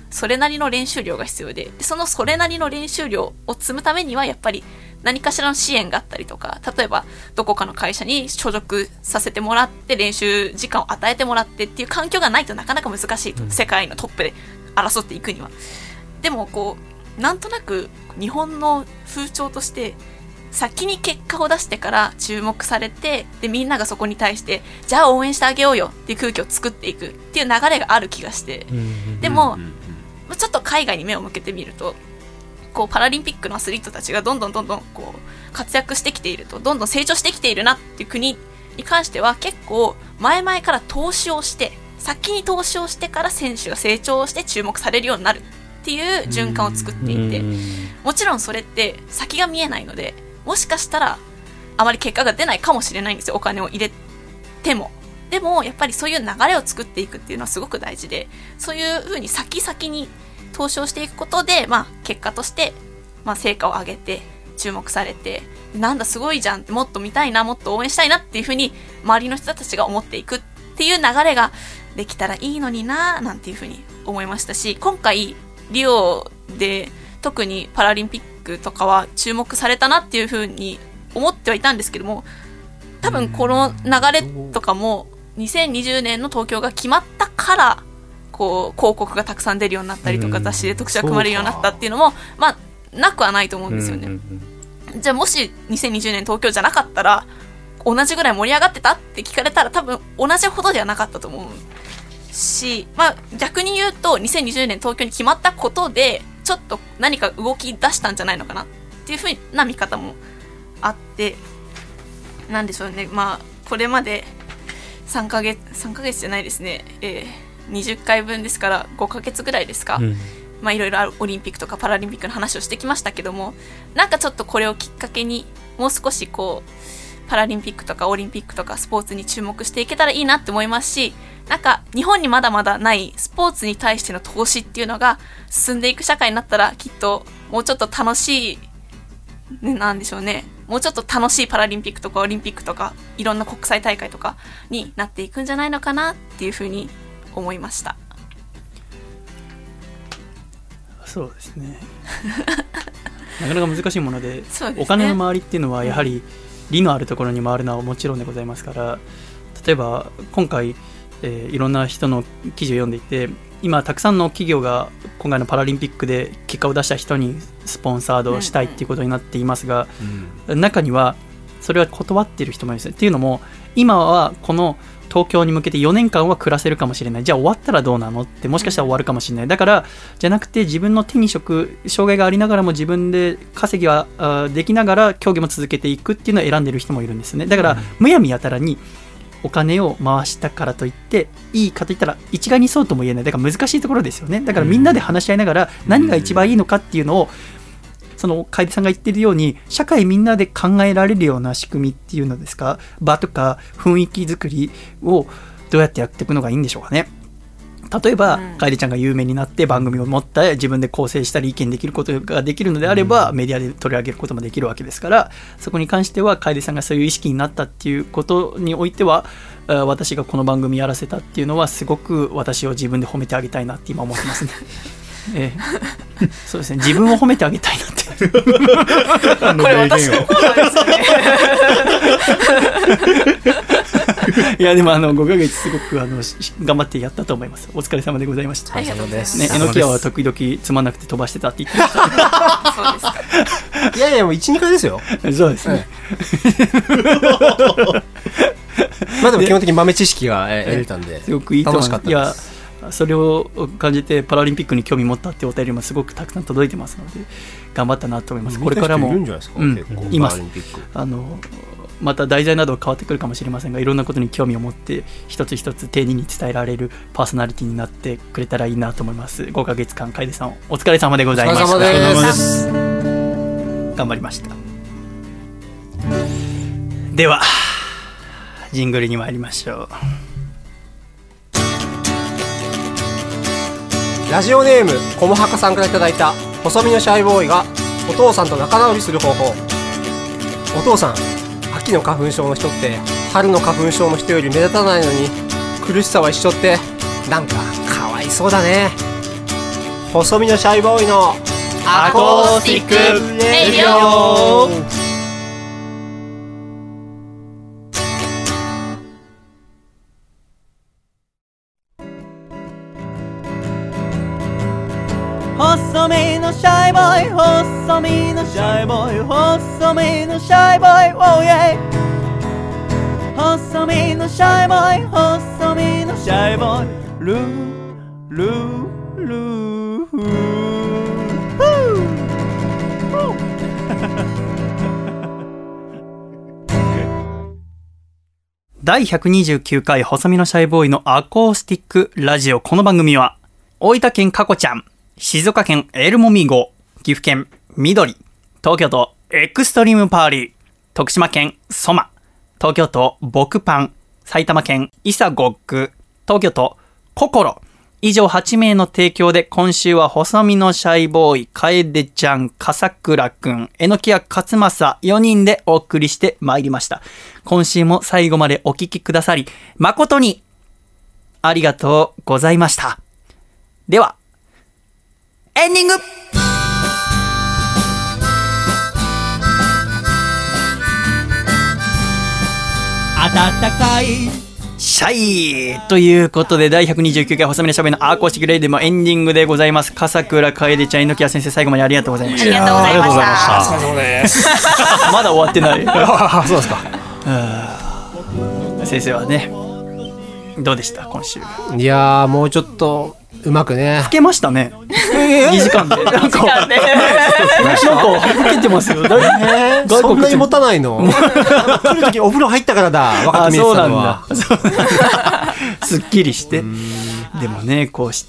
それなりの練習量が必要で、そのそれなりの練習量を積むためにはやっぱり何かしらの支援があったりとか、例えばどこかの会社に所属させてもらって練習時間を与えてもらってっていう環境がないとなかなか難しいと、世界のトップで争っていくには。でもこうなんとなく日本の風潮として先に結果を出してから注目されて、でみんながそこに対してじゃあ応援してあげようよっていう空気を作っていくっていう流れがある気がして、でもちょっと海外に目を向けてみると、こうパラリンピックのアスリートたちがどんどんこう活躍してきていると、どんどん成長してきているなっていう国に関しては結構前々から投資をして、先に投資をしてから選手が成長して注目されるようになるっていう循環を作っていて、もちろんそれって先が見えないので、もしかしたらあまり結果が出ないかもしれないんですよ、お金を入れても。でもやっぱりそういう流れを作っていくっていうのはすごく大事で、そういう風に先々に投資をしていくことで、結果として、成果を上げて注目されて、なんだすごいじゃんって、もっと見たいな、もっと応援したいなっていう風に周りの人たちが思っていくっていう流れができたらいいのにななんていう風に思いましたし、今回リオで特にパラリンピックとかは注目されたなっていう風に思ってはいたんですけども、多分この流れとかも2020年の東京が決まったからこう広告がたくさん出るようになったりとか、雑誌で特集が組まれるようになったっていうのもなくはないと思うんですよね。じゃあもし2020年東京じゃなかったら同じぐらい盛り上がってたって聞かれたら、多分同じほどではなかったと思うし、逆に言うと2020年東京に決まったことでちょっと何か動き出したんじゃないのかなっていう風な見方もあって、なんでしょうね、これまで3ヶ月じゃないですね、20回分ですから5ヶ月ぐらいですか、いろいろあるオリンピックとかパラリンピックの話をしてきましたけども、なんかちょっとこれをきっかけにもう少しこうパラリンピックとかオリンピックとかスポーツに注目していけたらいいなって思いますし、なんか日本にまだまだないスポーツに対しての投資っていうのが進んでいく社会になったら、きっともうちょっと楽しい、なんでしょうね、もうちょっと楽しいパラリンピックとかオリンピックとかいろんな国際大会とかになっていくんじゃないのかなっていうふうに思いました。 そうですねなかなか難しいもの で、 そうですね、 お金の周りっていうのはやはり利のあるところに回るのはもちろんでございますから、例えば今回、いろんな人の記事を読んでいて、今たくさんの企業が今回のパラリンピックで結果を出した人にスポンサードしたいっていうことになっていますが、中にはそれは断っている人もいるんですね。っていうのも、今はこの東京に向けて4年間は暮らせるかもしれない、じゃあ終わったらどうなのって、もしかしたら終わるかもしれない。だからじゃなくて、自分の手に職、障害がありながらも自分で稼ぎはできながら競技も続けていくっていうのを選んでる人もいるんですね。だからむやみやたらにお金を回したからといっていいかといったら一概にそうとも言えない。だから難しいところですよね。だからみんなで話し合いながら何が一番いいのかっていうのを、その楓さんが言ってるように社会みんなで考えられるような仕組みっていうのですか、場とか雰囲気作りをどうやってやっていくのがいいんでしょうかね。例えば、楓ちゃんが有名になって番組を持った自分で構成したり意見できることができるのであれば、メディアで取り上げることもできるわけですから、そこに関しては楓さんがそういう意識になったっていうことにおいては、私がこの番組やらせたっていうのはすごく私を自分で褒めてあげたいなって今思ってますねそうですね、自分を褒めてあげたいなってこれ私のコーナーですねいやでも5ヶ月すごく頑張ってやったと思います。お疲れ様でございました。 ありがとうございます、 ね、えのきやは時々つまんなくて飛ばしてたって言ってましたそうですか。 いやいや、もう 1,2 回ですよ。 そうですね、 でも基本的に豆知識が得れたんで、 すごくいいと思います。 楽しかったです。 いや、それを感じてパラリンピックに興味持ったってお便りもすごくたくさん届いてますので、頑張ったなと思います。これからもいるんじゃないですか、結構います。 パラリンピックまた題材などは変わってくるかもしれませんが、いろんなことに興味を持って一つ一つ丁寧に伝えられるパーソナリティになってくれたらいいなと思います。5ヶ月間楓さんお疲れ様でございました。 お疲れ様です。 頑張りました。ではジングルに参りましょう。 ラジオネームこもはかさんからいただいた細身のシャイボーイがお父さんと仲直りする方法。お父さん、秋の花粉症の人って春の花粉症の人より目立たないのに苦しさは一緒ってなんかかわいそうだね。 細身のシャイボーイのアコースティックレディオ。 細身のシャイボーイ、細身のシャイボーイ、細身のシャイボーイ、oh yeah。細身のシャイボーイ、細身のシャイボーイ、ルールールーフ第129回細身のシャイボーイのアコースティックラジオ。この番組は大分県かこちゃん、静岡県エルモミゴ、岐阜県緑、東京都エクストリームパーリー、徳島県ソマ、東京都ボクパン、埼玉県イサゴック、東京都ココロ、以上8名の提供で、今週は細身のシャイボーイ、楓ちゃん、笠倉くん、榎谷勝正4人でお送りしてまいりました。今週も最後までお聞きくださり誠にありがとうございました。ではエンディング。 暖かいシャイということで、第129回細身のシャイボーイのアコースティックレイディもエンディングでございます。笠倉楓ちゃん、榎谷先生、最後までありがとうございました。 ありがとうございました。 そうです。 まだ終わってないそうですか。 先生はね、どうでした今週？ いやー、もうちょっとうまくね。 老けましたね。2時間で。なんか老けてますよ。 そんなに持たないの？来るときお風呂入ったからだ。分かって見えてたのは。 そうなんだ。すっきりして。でもね、こうして、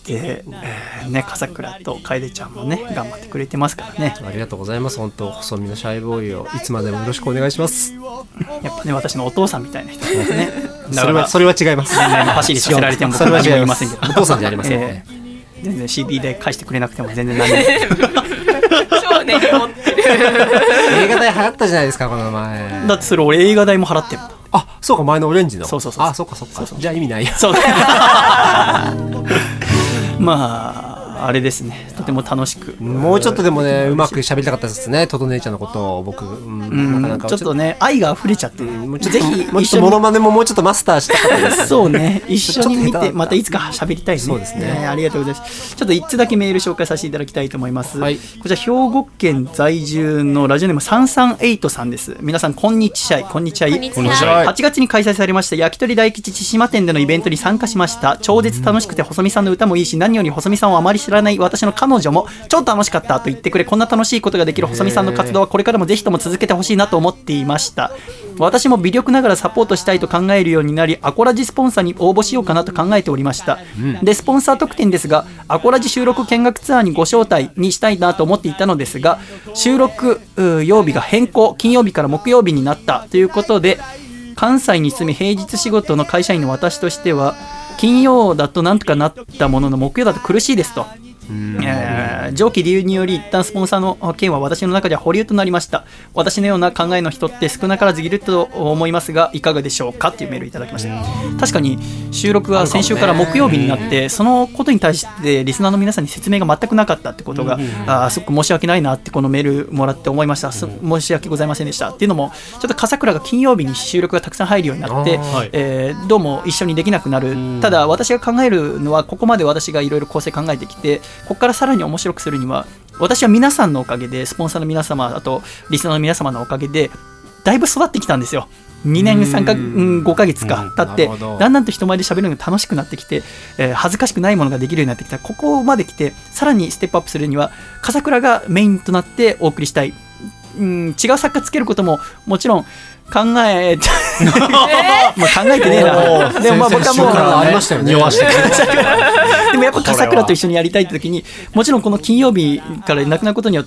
ね、笠倉と楓ちゃんもね、頑張ってくれてますからね。 ありがとうございます。本当、細身のシャイボーイをいつまでもよろしくお願いします。 やっぱね、私のお父さんみたいな人ですね。 それは違います。 全然走りさせられても僕は何も言いませんけど。 お父さんじゃありません。 全然 CD で返してくれなくても全然何も。 そうね、持ってる。 映画代払ったじゃないですか、この前。 だってそれ俺映画代も払ってる。 あ、そうか、前のオレンジの。 そう。 あ、そうか。じゃあ意味ないや。 そう。まああれですね、とても楽しく。 もうちょっとでもね、うまく喋りたかったですね、トド姉ちゃんのことを僕、なかなかちょっとね、愛が溢れちゃって、 ぜひもうちょっとモノマネももうちょっとマスターしたかったです。 そうね、一緒に見てまたいつか喋りたいね。 そうですね。 ありがとうございます。ちょっと1つだけメール紹介させていただきたいと思います。 はい、 こちら兵庫県在住のラジオネーム338さんです。皆さんこんにちは。こんにちは。8月に開催されました焼き鳥大吉千島店でのイベントに参加しました。超絶楽しくて、細見さんの歌もいいし、何より細見さんをあまり知らない私の彼女も超楽しかったと言ってくれ、こんな楽しいことができる細見さんの活動はこれからもぜひとも続けてほしいなと思っていました。私も微力ながらサポートしたいと考えるようになり、アコラジスポンサーに応募しようかなと考えておりました。でスポンサー特典ですが、アコラジ収録見学ツアーにご招待にしたいなと思っていたのですが、収録曜日が変更、金曜日から木曜日になったということで、関西に住み平日仕事の会社員の私としては、金曜だとなんとかなったものの木曜だと苦しいですと。上記理由により一旦スポンサーの件は私の中では保留となりました。私のような考えの人って少なからずいると思いますが、いかがでしょうかっていうメールいただきました。確かに収録は先週から木曜日になって、そのことに対してリスナーの皆さんに説明が全くなかったってことが、すごく申し訳ないなってこのメールもらって思いました。申し訳ございませんでしたっていうのも、ちょっと笠倉が金曜日に収録がたくさん入るようになって、どうも一緒にできなくなる。ただ私が考えるのは、ここまで私がいろいろ構成考えてきて、ここからさらに面白くするには、私は皆さんのおかげで、スポンサーの皆様、あとリスナーの皆様のおかげでだいぶ育ってきたんですよ。2年5ヶ月か経って、だんだんと人前で喋るのが楽しくなってきて、恥ずかしくないものができるようになってきた。ここまで来てさらにステップアップするには、笠倉がメインとなってお送りしたい。違う作家つけることももちろん考えてまあ考えてねえな。でもまあ僕はもうありましたよね。 でもやっぱ笠倉と一緒にやりたいって時に、もちろんこの金曜日からなくなることによって、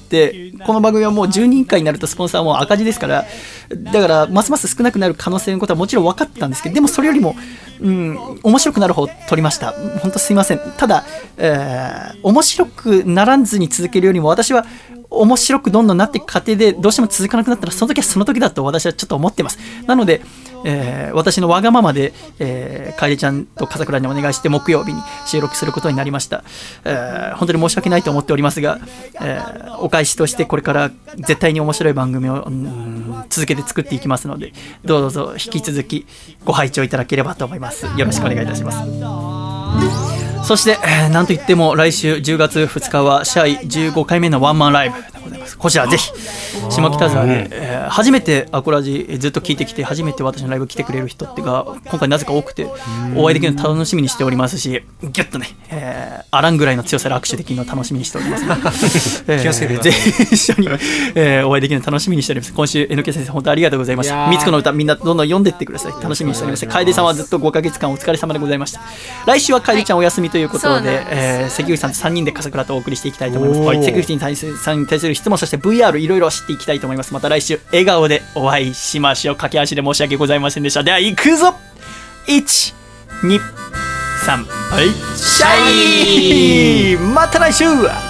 この番組はもう10人以下になるとスポンサーも赤字ですから、だからますます少なくなる可能性のことはもちろん分かってたんですけど、でもそれよりも面白くなる方を取りました。本当すいません。ただ、面白くならずに続けるよりも、私は面白くどんどんなっていく過程でどうしても続かなくなったら、その時はその時だと私はちょっと思ってます。なので私のわがままで、楓ちゃんと笠倉にお願いして木曜日に収録することになりました。本当に申し訳ないと思っておりますが、お返しとしてこれから絶対に面白い番組を、続けて作っていきますので、どうぞ引き続きご拝聴いただければと思います。よろしくお願いいたします。そして、なんといっても来週10月2日はシャイ15回目のワンマンライブでございます。こちらぜひ下北沢で、初めてアコラジずっと聞いてきて初めて私のライブ来てくれる人ってが今回なぜか多くて、お会いできるの楽しみにしておりますし、ギュッとね、あらんぐらいの強さで握手できるのを楽しみにしておりますので、 気をつけてぜひ一緒に、お会いできるのを楽しみにしております。今週 NK 先生本当ありがとうございました。みつこの歌みんなどんどん読んでいってください。楽しみにしております。楓さんはずっと5ヶ月間お疲れ様でございました。来週は楓ちゃんお休みということで、関口さんと3人で笠倉とお送りしていきたいと思います。関口さんに対する質問、そして VR いろいろ知っていきたいと思います。また来週笑顔でお会いしましょう。駆け足で申し訳ございませんでした。では行くぞ。1、2、3、はい、シャイ。また来週。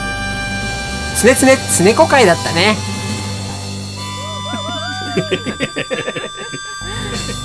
つねこ会だったね。